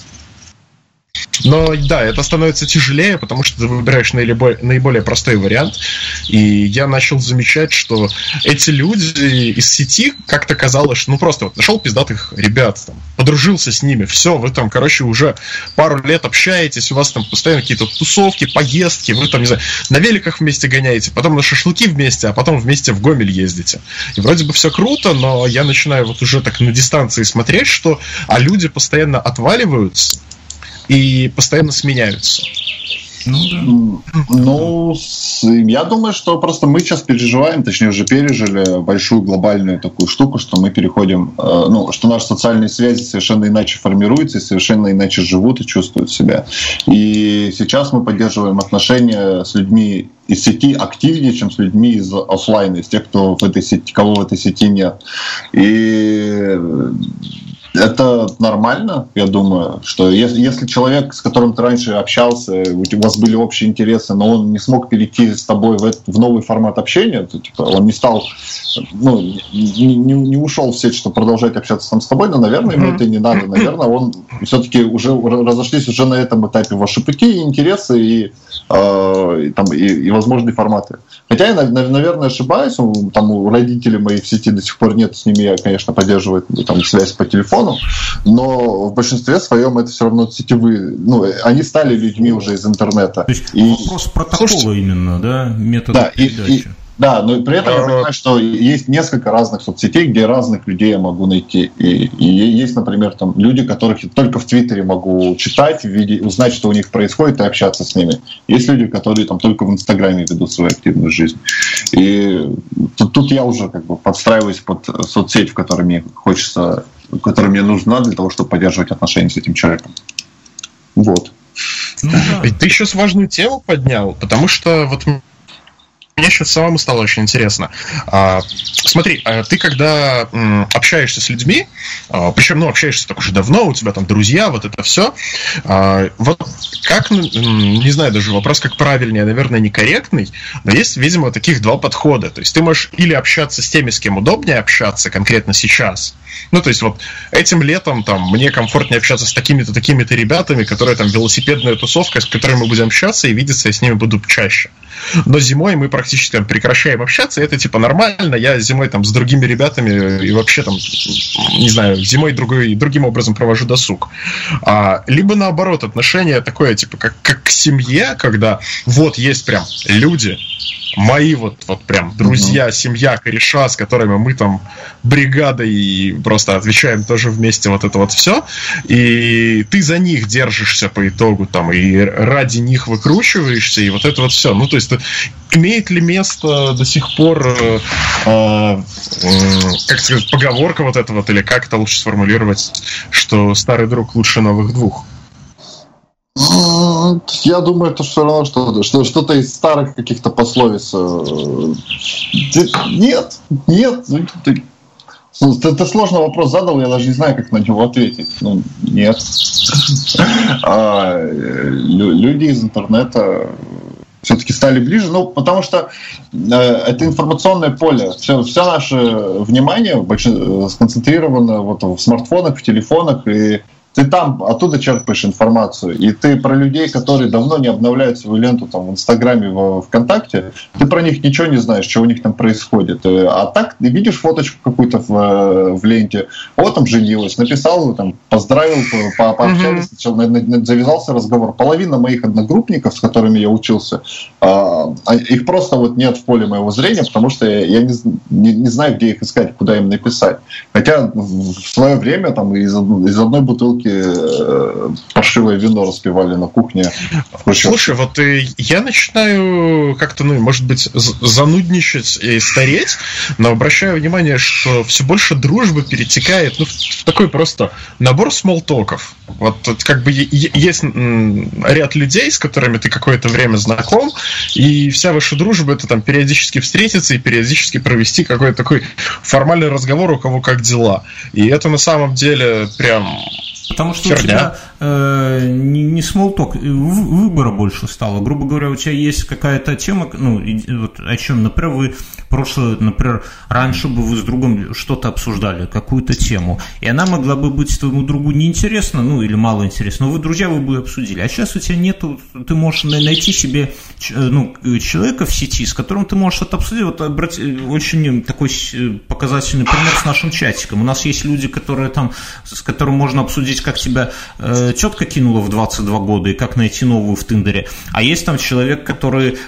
Но да, это становится тяжелее, потому что ты выбираешь наиболее простой вариант. И я начал замечать, что эти люди из сети как-то казалось, что ну просто вот нашел пиздатых ребят, там, подружился с ними, все, вы там, короче, уже пару лет общаетесь, у вас там постоянно какие-то тусовки, поездки, вы там, не знаю, на великах вместе гоняете, потом на шашлыки вместе, а потом вместе в Гомель ездите. И вроде бы все круто, но я начинаю вот уже так на дистанции смотреть, что люди постоянно отваливаются и постоянно сменяются. Я думаю, что просто мы сейчас переживаем, точнее уже пережили большую глобальную такую штуку, что мы переходим, что наши социальные связи совершенно иначе формируются и совершенно иначе живут и чувствуют себя. И сейчас мы поддерживаем отношения с людьми из сети активнее, чем с людьми из офлайна, из тех, кого в этой сети нет. И это нормально, я думаю, что если человек, с которым ты раньше общался, у вас были общие интересы, но он не смог перейти с тобой в новый формат общения, то, он не стал, не ушел в сеть, чтобы продолжать общаться сам с тобой, но, наверное, ему это не надо. Наверное, он все-таки уже разошлись уже на этом этапе ваши пути и интересы, и возможные форматы. Хотя я, наверное, ошибаюсь, у родителей моих в сети до сих пор нет, с ними я, конечно, поддерживаю связь по телефону, но в большинстве своем это все равно сетевые, они стали людьми уже из интернета. То есть вопрос протокола именно, да, метода передачи. Да, но при этом я понимаю, что есть несколько разных соцсетей, где разных людей я могу найти. И есть, например, там люди, которых я только в Твиттере могу читать, узнать, что у них происходит, и общаться с ними. Есть люди, которые там только в Инстаграме ведут свою активную жизнь. И тут я уже подстраиваюсь под соцсеть, в которой мне хочется, которая мне нужна для того, чтобы поддерживать отношения с этим человеком. Вот. Ты сейчас важную тему поднял, потому что мне сейчас самому стало очень интересно. Смотри, ты когда общаешься с людьми, причем, общаешься так уже давно, у тебя там друзья, вот это все, вот как, не знаю даже вопрос, как правильнее, наверное, некорректный, но есть, видимо, таких два подхода. То есть ты можешь или общаться с теми, с кем удобнее общаться конкретно сейчас. То есть вот этим летом мне комфортнее общаться с такими-то, такими-то ребятами, которые там велосипедная тусовка, с которыми мы будем общаться, и видеться я с ними буду чаще. Но зимой мы практически прекращаем общаться, и это нормально. Я зимой с другими ребятами и вообще не знаю, зимой другим образом провожу досуг. Либо наоборот, отношение такое, как к семье, когда есть прям люди, мои прям друзья, семья, кореша, с которыми мы бригадой и просто отвечаем тоже вместе это все, и ты за них держишься по итогу и ради них выкручиваешься, и это все. То есть имеет ли место до сих пор, как сказать, поговорка или как это лучше сформулировать, что старый друг лучше новых двух? Я думаю, это все равно что-то из старых каких-то пословиц. Нет. Ты сложный вопрос задал, я даже не знаю, как на него ответить. Нет. Люди из интернета все-таки стали ближе, потому что это информационное поле. Все наше внимание сконцентрировано в смартфонах, в телефонах, и ты оттуда черпаешь информацию, и ты про людей, которые давно не обновляют свою ленту в Инстаграме, в ВКонтакте, ты про них ничего не знаешь, что у них там происходит. А так ты видишь фоточку какую-то в ленте, женилась, написал, поздравил, пообщались, завязался разговор. Половина моих одногруппников, с которыми я учился, их просто нет в поле моего зрения, потому что я не знаю, где их искать, куда им написать. Хотя в свое время из одной бутылки паршивое вино распивали на кухне. Слушай, я начинаю как-то, может быть, занудничать и стареть, но обращаю внимание, что все больше дружбы перетекает в такой просто набор смолтоков. Есть ряд людей, с которыми ты какое-то время знаком, и вся ваша дружба — это периодически встретиться и периодически провести какой-то такой формальный разговор, у кого как дела. И это на самом деле прям... Потому что у тебя не смолток, выбора больше стало. Грубо говоря, у тебя есть какая-то тема, о чем, например, раньше бы вы с другом что-то обсуждали, какую-то тему, и она могла бы быть твоему другу неинтересна, или мало интересна, но вы, друзья, вы бы обсудили. А сейчас у тебя нету, ты можешь найти себе человека в сети, с которым ты можешь это обсудить. Очень такой показательный пример с нашим чатиком. У нас есть люди, с которыми можно обсудить, как тебя тетка кинула в 22 года, и как найти новую в Тиндере. А есть там человек, который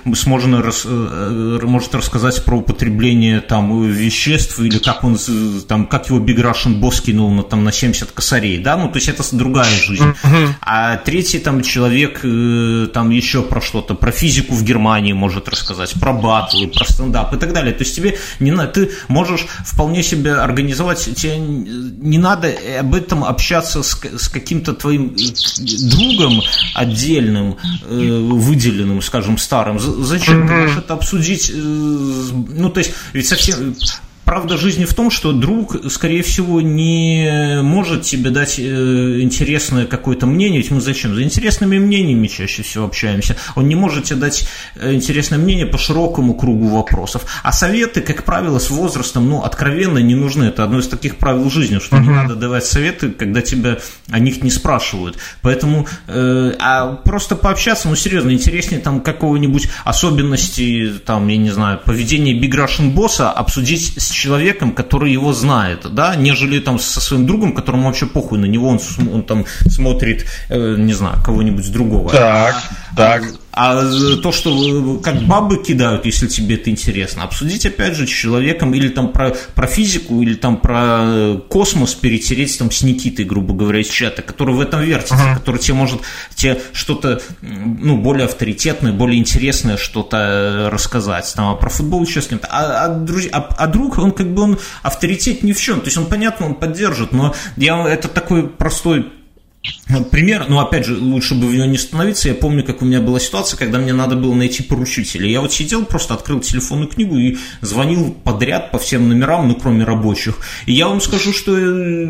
может рассказать про употребление там веществ, или как он там, как его Big Russian Boss кинул на 70 косарей, да, ну, то есть это другая жизнь. А третий там человек там еще про что-то, про физику в Германии может рассказать, про батлы, про стендап и так далее. То есть тебе не надо, ты можешь вполне себе организовать, тебе не надо об этом общаться с каким-то твоим другом отдельным, выделенным, скажем, старым. Зачем ты можешь это обсудить? Ну, то есть, ведь совсем... Правда жизни в том, что друг, скорее всего, не может тебе дать интересное какое-то мнение, ведь мы зачем? За интересными мнениями чаще всего общаемся. Он не может тебе дать интересное мнение по широкому кругу вопросов. А советы, как правило, с возрастом, ну, откровенно не нужны. Это одно из таких правил жизни, что не надо давать советы, когда тебя о них не спрашивают. Поэтому, а просто пообщаться, ну, серьезно, интереснее там какого-нибудь особенности, там, я не знаю, поведения Big Russian Boss обсудить с человеком, который его знает, да, нежели там со своим другом, которому вообще похуй на него, он там смотрит, не знаю, кого-нибудь другого. Так. А то, что как бабы кидают, если тебе это интересно, обсудить опять же с человеком, или там про физику, или там про космос перетереть там с Никитой, грубо говоря, из чата, который в этом вертится, который тебе может что-то, ну, более авторитетное, более интересное что-то рассказать, там, а про футбол еще с кем-то. А друг, он как бы он авторитет ни в чем, то есть он, понятно, он поддержит, но это такой простой пример, но опять же, лучше бы в него не становиться. Я помню, как у меня была ситуация, когда мне надо было найти поручителя. Я вот сидел, просто открыл телефонную книгу и звонил подряд по всем номерам, ну, кроме рабочих. И я вам скажу, что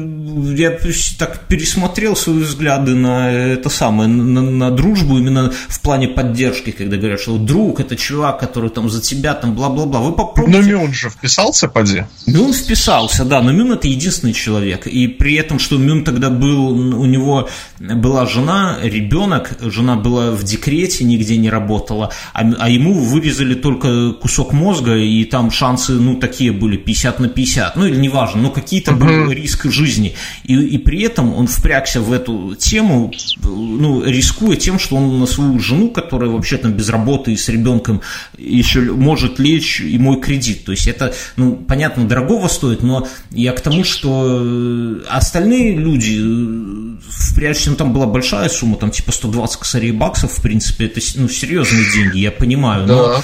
я так пересмотрел свои взгляды на это самое, на дружбу именно в плане поддержки, когда говорят, что друг – это чувак, который там за тебя, там, бла-бла-бла. Вы попробуйте. Но Мюн же вписался, поди? Мюн вписался, да, но Мюн – это единственный человек. И при этом, что Мюн тогда был, у него была жена, ребенок, жена была в декрете, нигде не работала, а ему вырезали только кусок мозга, и там шансы, ну, такие были 50 на 50, ну, или неважно, но какие-то был риск жизни. И при этом он впрягся в эту тему, ну, рискуя тем, что он на свою жену, которая вообще там без работы и с ребенком еще может лечь, и мой кредит. То есть это, ну, понятно, дорогого стоит, но я к тому, что остальные люди впрячься, ну, там была большая сумма, там типа 120 косарей баксов, в принципе, это, ну, серьезные деньги, я понимаю, но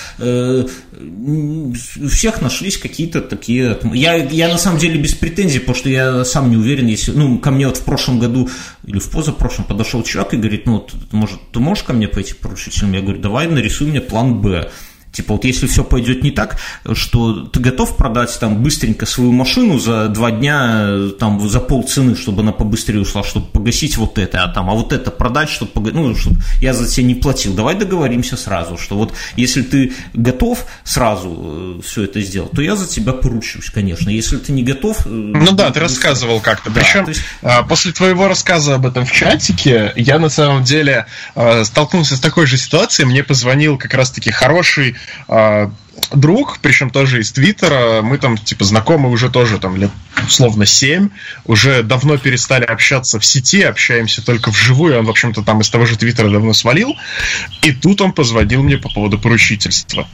у всех нашлись какие-то такие... Я на самом деле без претензий, потому что я сам не уверен, если... Ну, ко мне вот в прошлом году или в позапрошлом подошел человек и говорит, ну, может, ты можешь ко мне пойти поручителем? Я говорю, давай нарисуй мне план «Б». Типа, вот если все пойдет не так, что ты готов продать там быстренько свою машину за 2 дня, там, за полцены, чтобы она побыстрее ушла, чтобы погасить вот это, а вот это продать, чтобы, ну, чтобы я за тебя не платил. Давай договоримся сразу, что вот если ты готов сразу все это сделать, то я за тебя поручусь, конечно. Если ты не готов... Ну да, ты рассказывал как-то. Да, причем есть... после твоего рассказа об этом в чатике, я на самом деле столкнулся с такой же ситуацией. Мне позвонил как раз-таки хороший друг, причем тоже из Твиттера. Мы там, типа, знакомы уже тоже там лет, условно, 7. Уже давно перестали общаться в сети, общаемся только вживую. Он, в общем-то, там из того же Твиттера давно свалил. И тут он позвонил мне по поводу поручительства.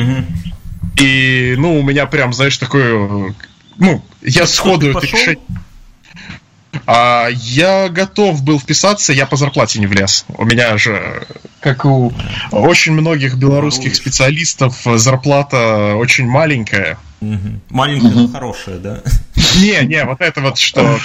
И, ну, у меня прям, знаешь, такое... Ну, я сходу это решение... Я готов был вписаться, я по зарплате не влез. У меня же, как у очень многих белорусских специалистов, зарплата очень маленькая. Маленькая, но хорошая, да? Не, вот это вот что...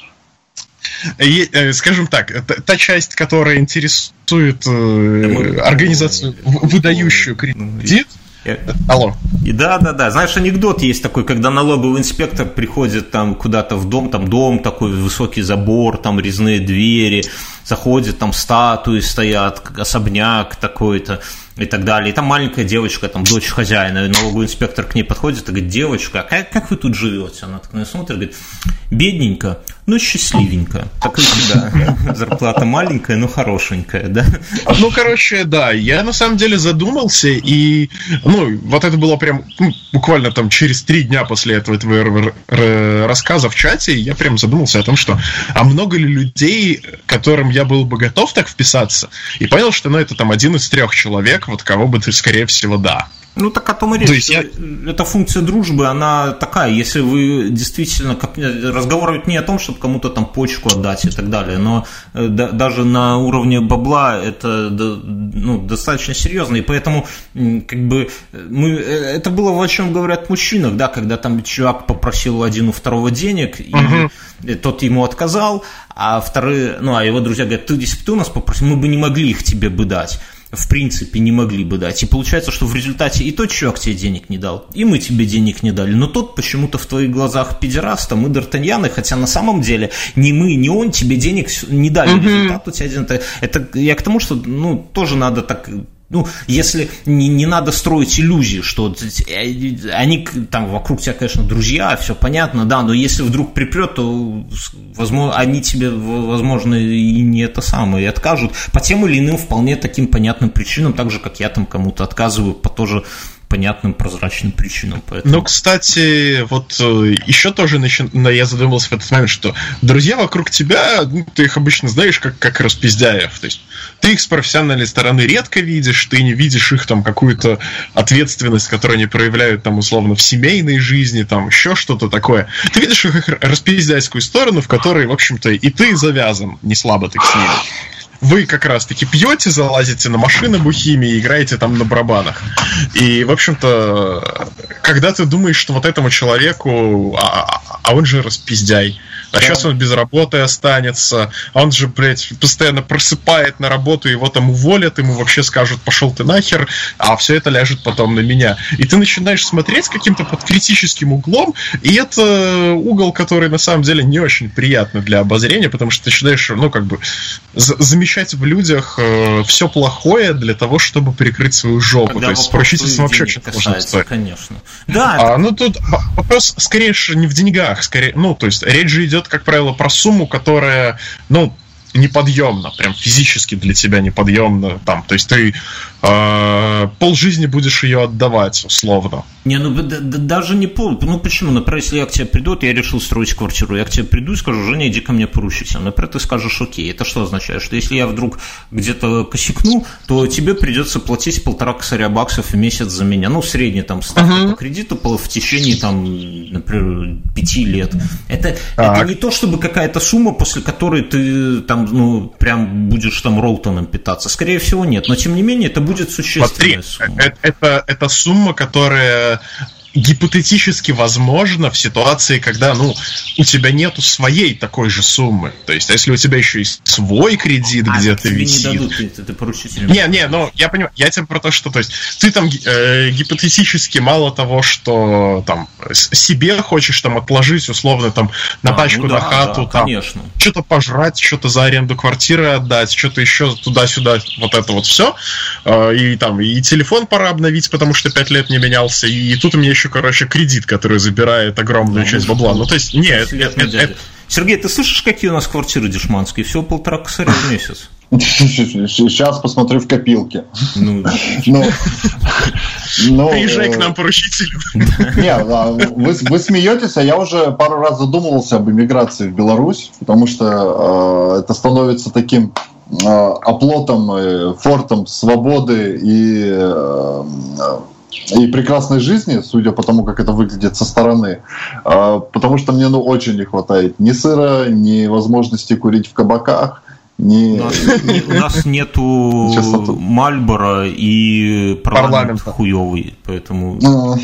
Скажем так, та часть, которая интересует организацию, выдающую кредит. Алло. Да. Знаешь, анекдот есть такой, когда налоговый инспектор приходит там куда-то в дом, там дом такой, высокий забор, там резные двери, заходит, там статуи стоят, особняк такой-то и так далее. И там маленькая девочка, там дочь хозяина, и налоговый инспектор к ней подходит и говорит: девочка, а как вы тут живете? Она так на нее смотрит и говорит: бедненько, Ну, счастливенькая. Так и у тебя. Зарплата маленькая, но хорошенькая, да? Ну, короче, да. Я на самом деле задумался, и, вот это было прям буквально там через 3 дня после этого твоего рассказа в чате, я прям задумался о том, что а много ли людей, которым я был бы готов так вписаться, и понял, что, это там 1 из 3 человек, вот кого бы ты, скорее всего, да. Ну, так о том и речь. Эта функция дружбы, она такая, если вы действительно... Разговор ведь не о том, чтобы кому-то там почку отдать и так далее, но даже на уровне бабла это достаточно серьезно, и поэтому это было, о чем говорят мужчинах, да, когда там чувак попросил у 1-2 денег, и тот ему отказал, а вторые, а его друзья говорят, если бы ты у нас попросил, мы бы не могли их тебе бы дать. В принципе, не могли бы дать. И получается, что в результате и тот чувак тебе денег не дал, и мы тебе денег не дали. Но тот почему-то в твоих глазах педераст, а мы д'Артаньяны, хотя на самом деле ни мы, ни он тебе денег не дали. Результат у тебя один. Это я к тому, что тоже надо так... если не надо строить иллюзии, что они там вокруг тебя, конечно, друзья, все понятно, да, но если вдруг припрет, то, возможно, они тебе, возможно, и не это самое, и откажут по тем или иным вполне таким понятным причинам, так же, как я там кому-то отказываю по тоже понятным, прозрачным причинам. Поэтому... кстати, вот еще тоже я задумался в этот момент, что друзья вокруг тебя, ты их обычно знаешь как распиздяев. То есть ты их с профессиональной стороны редко видишь, ты не видишь их там какую-то ответственность, которую они проявляют там условно в семейной жизни, там еще что-то такое. Ты видишь их распиздяйскую сторону, в которой, в общем-то, и ты завязан, не слабо так с ними. Вы как раз-таки пьете, залазите на машины бухими и играете там на барабанах. И, в общем-то, когда ты думаешь, что вот этому человеку, а он же распиздяй, а сейчас он без работы останется, а он же, блядь, постоянно просыпает на работу, его там уволят, ему вообще скажут, пошел ты нахер, а все это ляжет потом на меня. И ты начинаешь смотреть с каким-то под критическим углом, и это угол, который на самом деле не очень приятный для обозрения, потому что ты начинаешь, замечать в людях все плохое для того, чтобы прикрыть свою жопу. Когда то есть с поручительством вообще очень сложно стоит. Конечно. Да. Тут вопрос скорее не в деньгах, скорее, то есть речь же идет, как правило, про сумму, которая, неподъемна, прям физически для тебя неподъемна, там, то есть ты полжизни будешь ее отдавать, условно. Не, даже не пол. Почему? Например, если я к тебе приду, я решил строить квартиру, я к тебе приду и скажу, Женя, иди ко мне поручиться. Например, ты скажешь, окей. Это что означает? Что если я вдруг где-то косякну, то тебе придется платить 1,5 косаря баксов в месяц за меня. Средняя там ставка по кредиту в течение, там, например, 5 лет. Это не то, чтобы какая-то сумма, после которой ты там, прям будешь там Ролтоном питаться. Скорее всего, нет. Но, тем не менее, это будет существенная сумма. Это сумма, которая гипотетически возможно в ситуации, когда, у тебя нету своей такой же суммы. То есть, если у тебя еще и свой кредит где-то висит... не дадут, ты поручитель. Я понимаю, я тебе про то, что, то есть, ты там гипотетически мало того, что там себе хочешь там отложить, условно, там, на тачку, на хату, там, конечно. Что-то пожрать, что-то за аренду квартиры отдать, что-то еще туда-сюда, вот это вот все. И там, и телефон пора обновить, потому что 5 лет не менялся, и тут у меня еще кредит, который забирает огромную часть бабла. То есть, нет. Сергей, ты слышишь, какие у нас квартиры дешманские? Всего 1,5 косаря в месяц. Сейчас посмотрю в копилке. Приезжай к нам поручителю. Вы смеетесь, а я уже пару раз задумывался об эмиграции в Беларусь, потому что это становится таким оплотом, фортом свободы и прекрасной жизни, судя по тому, как это выглядит со стороны, потому что мне очень не хватает ни сыра, ни возможности курить в кабаках. У нас нету Мальборо и парламент хуёвый, поэтому...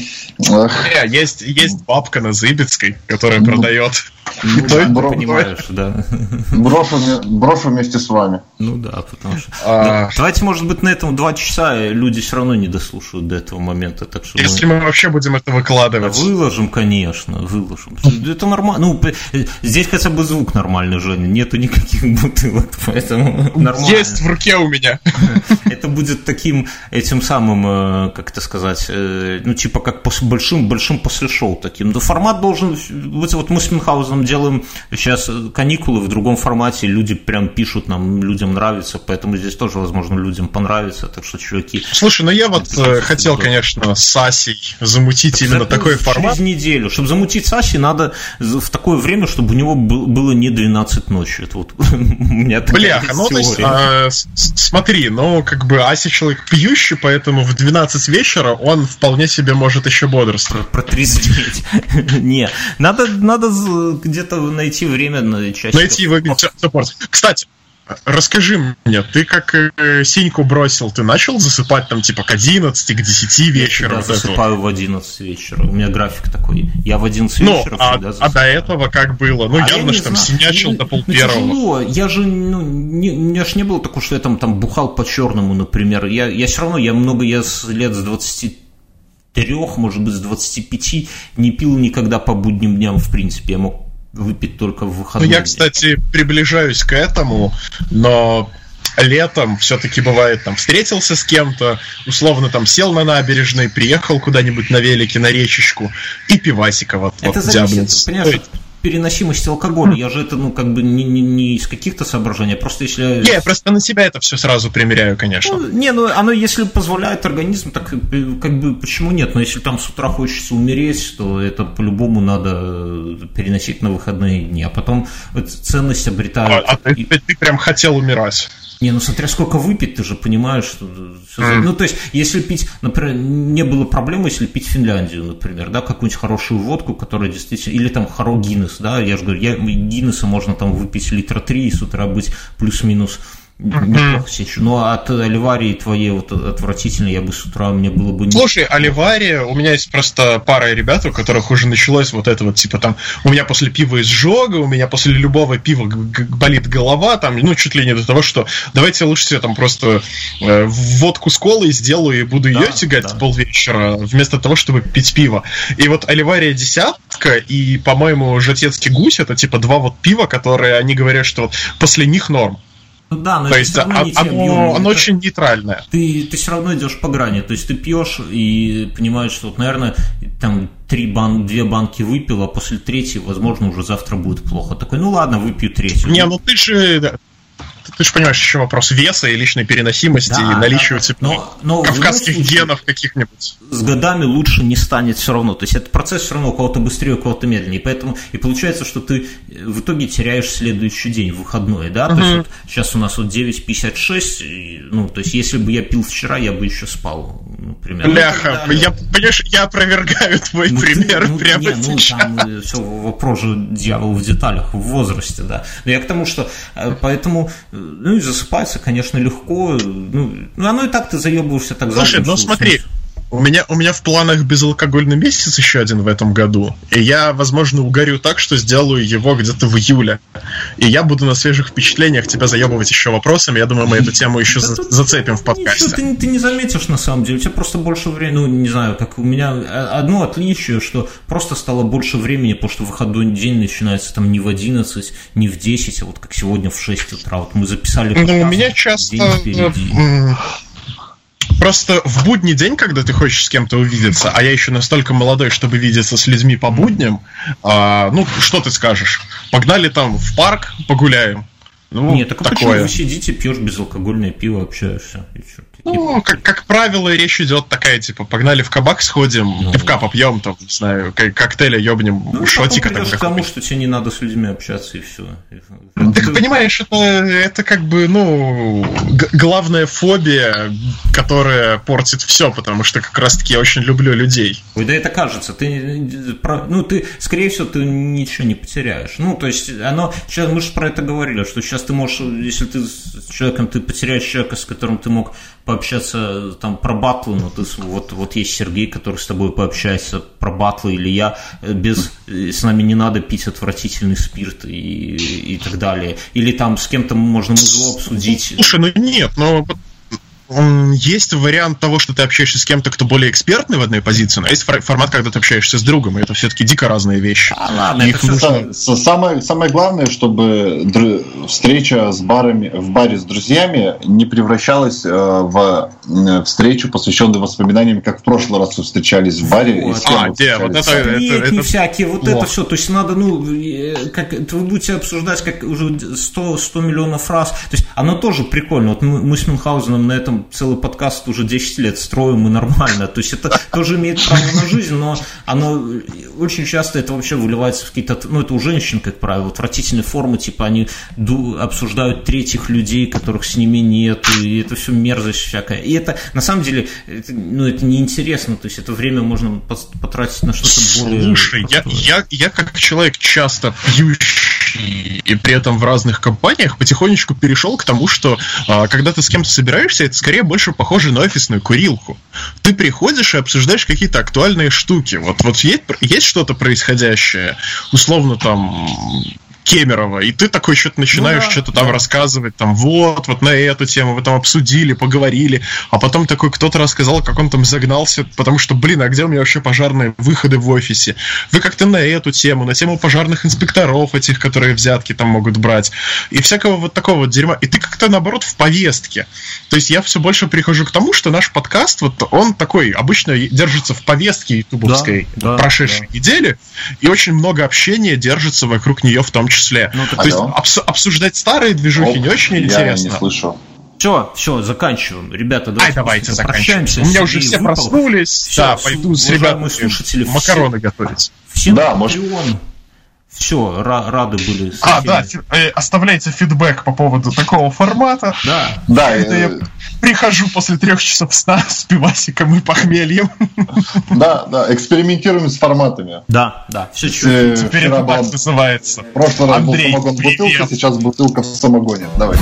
Есть бабка на Зыбецкой, которая продает. Ты понимаешь, да. Брошу вместе с вами. Потому что... Давайте, может быть, на этом 2 часа люди все равно не дослушают до этого момента. Так что если мы вообще будем это выкладывать. Выложим, конечно, выложим. Это нормально. Здесь хотя бы звук нормальный, Женя. Нету никаких бутылок, поэтому нормально. Есть в руке у меня. Это будет таким, этим самым, как это сказать, типа как большим после шоу таким. Но формат должен быть, вот мы с Мюнхгаузеном делаем сейчас каникулы в другом формате, люди прям пишут нам, людям нравится, поэтому здесь тоже, возможно, людям понравится, так что, чуваки... Слушай, ну я вот хотел, конечно, с Асей замутить именно такой формат. Через неделю. Чтобы замутить с Асей, надо в такое время, чтобы у него было не 12 ночи. Это вот у меня такая бляха, ну, то есть, смотри, ну, как бы Ася человек пьющий, поэтому в 12 вечера он вполне себе может еще бодрствовать. Протрезветь. Не, надо где-то найти время на часик. Найти, выпить, все портить. Кстати, расскажи мне, ты как Сеньку бросил, ты начал засыпать там типа к 11, к 10 вечера? Я засыпаю в 11 вечера, у меня график такой. Я в 11 вечера всегда засыпаю. А до этого как было? Ну, явно же там синячил до полпервого. Тяжело, я же, у меня же не было такого, что я там бухал по-черному, например. Я все равно, я лет с 23, может быть, с 25 не пил никогда по будним дням, в принципе. Я мог выпить только в выходные. Ну, я, кстати, приближаюсь к этому, но летом все-таки бывает, там, встретился с кем-то, условно, там, сел на набережной, приехал куда-нибудь на велике, на речечку, и пивасика вот зависит, понимаешь, переносимости алкоголя. Я же это, как бы не из каких-то соображений, просто если... Я просто на себя это все сразу примеряю, конечно. Оно если позволяет организм, так как бы почему нет? Но если там с утра хочется умереть, то это по-любому надо переносить на выходные дни. А потом ценность обретает... Ты прям хотел умирать. Смотря сколько выпить, ты же понимаешь, что... Ну, то есть, если пить, например, не было проблемы, если пить Финляндию, например, да, какую-нибудь хорошую водку, которая действительно... Или там Гиннес, да, я же говорю, Гиннеса можно там выпить литра 3 и с утра быть плюс-минус... неплохо сечу. Но от Оливарии твоей вот отвратительной я бы с утра, мне было бы... Слушай, Оливария, у меня есть просто пара ребят, у которых уже началось вот это вот, типа там, у меня после пива изжога, у меня после любого пива болит голова, там, чуть ли не до того, что давайте лучше себе там просто водку с колой сделаю и буду ее тягать полвечера, вместо того, чтобы пить пиво. И вот Оливария 10 и, по-моему, Жатецкий гусь, это типа 2 вот пива, которые они говорят, что вот после них норм. Да, но то есть оно очень нейтральное. Ты все равно идешь по грани. То есть ты пьешь и понимаешь, что, вот, наверное, там 2 банки выпил, а после 3, возможно, уже завтра будет плохо. Такой, ладно, выпью 3. Ты же понимаешь, еще вопрос веса и личной переносимости, и наличия кавказских генов каких-нибудь. С годами лучше не станет все равно. То есть этот процесс все равно у кого-то быстрее, у кого-то медленнее. Поэтому и получается, что ты в итоге теряешь следующий день, выходной. Да? То есть вот сейчас у нас 9:56. То есть если бы я пил вчера, я бы еще спал. Например. Бляха, я опровергаю твой пример прямо сейчас. Там все, вопрос же дьявол в деталях, в возрасте, да. Но я к тому, что поэтому... и засыпается, конечно, легко. Оно и так ты заебываешься так. Слушай, смотри, у меня в планах безалкогольный месяц еще один в этом году. И я, возможно, угорю так, что сделаю его где-то в июле. И я буду на свежих впечатлениях тебя заебывать еще вопросами. Я думаю, мы эту тему еще зацепим в подкасте. Ты не заметишь, на самом деле. У тебя просто больше времени. Не знаю, как у меня одно отличие, что просто стало больше времени, потому что выходной день начинается там не в 11, не в 10, а вот как сегодня в 6 утра. Вот мы записали подкаст. У меня часто... Просто в будний день, когда ты хочешь с кем-то увидеться, а я еще настолько молодой, чтобы видеться с людьми по будням, что ты скажешь? Погнали там в парк, погуляем. Нет, так почему вы сидите, пьешь безалкогольное пиво, общаешься? Как правило, речь идет такая, типа, погнали в кабак сходим, пивка попьем, там, не знаю, коктейля ёбнем, шотика там. К тому, что тебе не надо с людьми общаться, и все. Ты понимаешь, это как бы, главная фобия, которая портит все, потому что как раз-таки я очень люблю людей. Ой, да это кажется. Ты, скорее всего, ты ничего не потеряешь. То есть, сейчас мы же про это говорили, что сейчас ты можешь, если ты с человеком, ты потеряешь человека, с которым ты мог пообщаться там про батлы, вот есть Сергей, который с тобой пообщается про батлы, или я, с нами не надо пить отвратительный спирт и так далее. Или там с кем-то можно музло обсудить. Слушай, нет, есть вариант того, что ты общаешься с кем-то, кто более экспертный в одной позиции, но есть формат, когда ты общаешься с другом, и это все-таки дико разные вещи. Ладно, их нужно... Самое главное, чтобы встреча в баре с друзьями не превращалась в встречу, посвященную воспоминаниям, как в прошлый раз вы встречались в баре. Вот. И с кем вы встречались. Это всякие, вот это все. То есть надо, как вы будете обсуждать как уже 100 миллионов раз. То есть оно тоже прикольно. Вот мы с Мюнхгаузеном на этом целый подкаст уже 10 лет строим, и нормально. То есть это тоже имеет право на жизнь, но оно очень часто это вообще выливается в какие-то, это у женщин, как правило, отвратительные формы, типа они обсуждают третьих людей, которых с ними нет, и это все мерзость всякая. И это, на самом деле, это неинтересно, то есть это время можно потратить на что-то более... Слушай, я как человек часто пьющий и при этом в разных компаниях потихонечку перешел к тому, что когда ты с кем-то собираешься, это скорее больше похоже на офисную курилку. Ты приходишь и обсуждаешь какие-то актуальные штуки. Вот есть что-то происходящее, условно там... Кемерово, и ты такой что-то начинаешь что-то там рассказывать, там вот на эту тему вы там обсудили, поговорили, а потом такой кто-то рассказал, как он там загнался, потому что, а где у меня вообще пожарные выходы в офисе? Вы как-то на эту тему, на тему пожарных инспекторов этих, которые взятки там могут брать, и всякого вот такого вот дерьма, и ты как-то наоборот в повестке. То есть я все больше прихожу к тому, что наш подкаст, вот он такой, обычно держится в повестке ютубовской прошедшей недели, и очень много общения держится вокруг нее в том числе. То есть обсуждать старые движухи не очень интересно. Я не слышу. Все, заканчиваем. Ребята, давайте заканчиваем. У меня уже все проснулись. Пойду с ребятами макароны готовить. Всем Patreon. Все, рады были. Оставляйте фидбэк по поводу такого формата. Да. Я прихожу после 3 часов сна с пивасиком и похмельем. Да, экспериментируем с форматами. Да, все теперь это так называется. В прошлый раз был самогон в бутылке, сейчас бутылка в самогоне. Давай.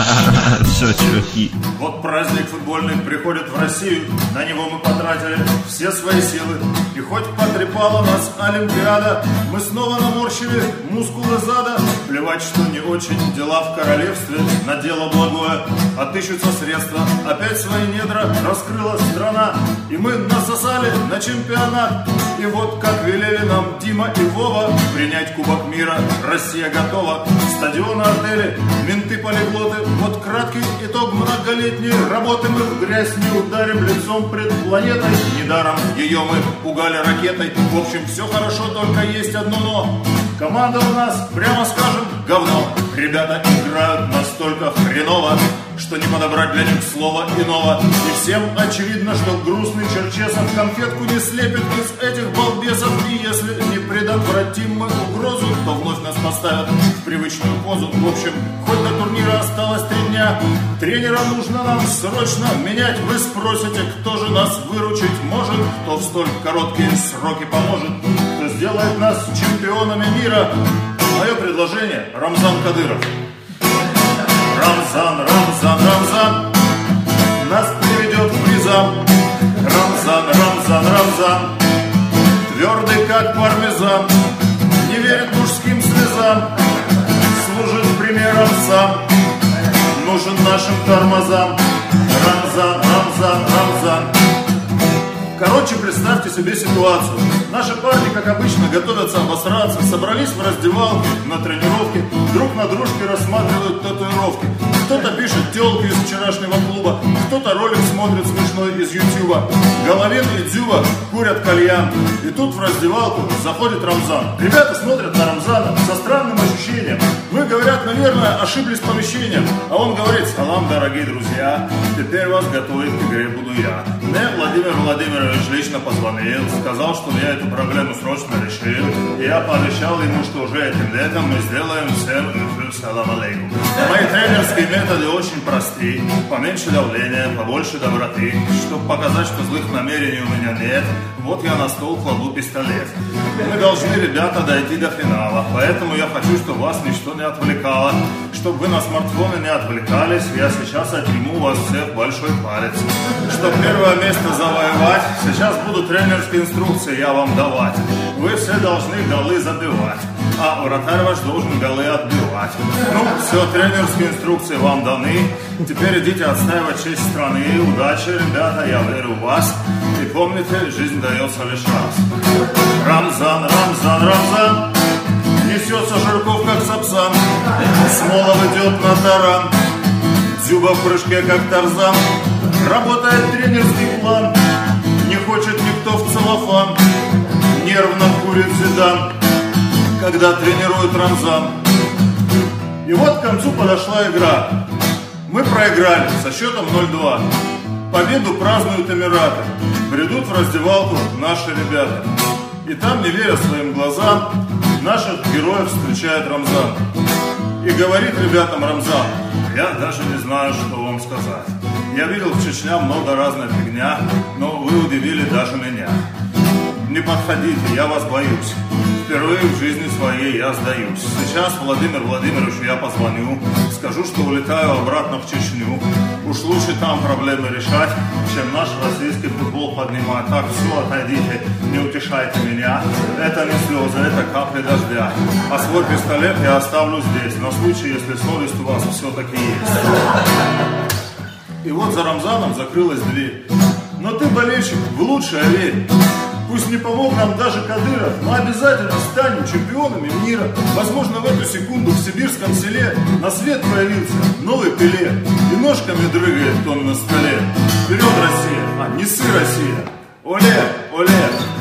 Все, чуваки. Вот праздник футбольный приходит в Россию, на него мы потратили все свои силы. И хоть потрепала нас Олимпиада, мы снова наморщили мускулы зада. Плевать, что не очень дела в королевстве, на дело благое отыщутся средства. Опять свои недра раскрыла страна, и мы насосали на чемпионат. И вот как велели нам Дима и Вова, принять Кубок мира Россия готова. Стадионы, отели, менты, полиглоты, вот краткий итог многолетней работы. Мы в грязь не ударим лицом пред планетой, недаром ее мы пугали ракетой. В общем, все хорошо, только есть одно но. Команда у нас, прямо скажем, говно. Ребята играют настолько хреново, что не подобрать для них слова иного. И всем очевидно, что грустный Черчесов конфетку не слепит из этих балбесов. И если не предотвратим мы угрозу, то вновь нас поставят в привычную позу. В общем, хоть до турнира осталось 3 дня, тренера нужно нам срочно менять. Вы спросите, кто же нас выручить может, кто в столь короткие сроки поможет, кто сделает нас чемпионами мира. Мое предложение — Рамзан Кадыров. Рамзан нас приведет к призам. Рамзан твердый как пармезан, не верит мужским слезам, служит примером сам, нужен нашим тормозам. Рамзан. Короче, представьте себе ситуацию. Наши парни, как обычно, готовятся обосраться, собрались в раздевалке на тренировке, друг на дружке рассматривают татуировки. Кто-то пишет тёлки из вчерашнего клуба, кто-то ролик смотрит смешной из Ютуба. Головин и Дзюба курят кальян. И тут в раздевалку заходит Рамзан. Ребята смотрят на Рамзана со странным ощущением. Мы, говорят, наверное, ошиблись помещением. А он говорит: салам, дорогие друзья, теперь вас готовить к игре буду я. Мне Владимир Владимирович лично позвонил, сказал, что я эту проблему срочно решил. И я пообещал ему, что уже этим летом мы сделаем всем салам алейкум. Мои тренерские методы очень просты. Поменьше давления, побольше доброты. Чтобы показать, что злых намерений у меня нет, вот я на стол кладу пистолет. Мы должны, ребята, дойти до финала. Поэтому я хочу, чтобы вас ничто не отвлекало. Чтоб вы на смартфоны не отвлекались, я сейчас отниму у вас всех большой палец. Чтоб первое место завоевать, сейчас будут тренерские инструкции я вам давать. Вы все должны голы забивать, а вратарь ваш должен голы отбивать. Ну, все, тренерские инструкции вам даны. Теперь идите отстаивать честь страны. Удачи, ребята, я верю в вас. И помните, жизнь дается лишь раз. Рамзан, Рамзан, Рамзан, несется Жирков, как Сапсан. Смолов идет на таран, Дзюба в прыжке, как Тарзан. Работает тренерский план, не хочет никто в целлофан. Нервно курит Зидан, когда тренирует Рамзан. И вот к концу подошла игра. Мы проиграли со счетом 0-2. Победу празднуют Эмираты. Бредут в раздевалку наши ребята. И там, не веря своим глазам, наших героев встречает Рамзан. И говорит ребятам Рамзан: я даже не знаю, что вам сказать. Я видел в Чечне много разной фигня, но вы удивили даже меня. Не подходите, я вас боюсь. Впервые в жизни своей я сдаюсь. Сейчас Владимиру Владимировичу я позвоню, скажу, что улетаю обратно в Чечню. Уж лучше там проблемы решать, чем наш российский футбол поднимать. Так, все, отойдите, не утешайте меня. Это не слезы, это капли дождя. А свой пистолет я оставлю здесь, на случай, если совесть у вас все-таки есть. И вот за Рамзаном закрылась дверь. Но ты, болельщик, в лучшее верь. Пусть не помог нам даже Кадыров, мы обязательно станем чемпионами мира. Возможно, в эту секунду в сибирском селе на свет появился новый Пеле. И ножками дрыгает он на столе. Вперед, Россия! А, не ссы, Россия! Оле, оле!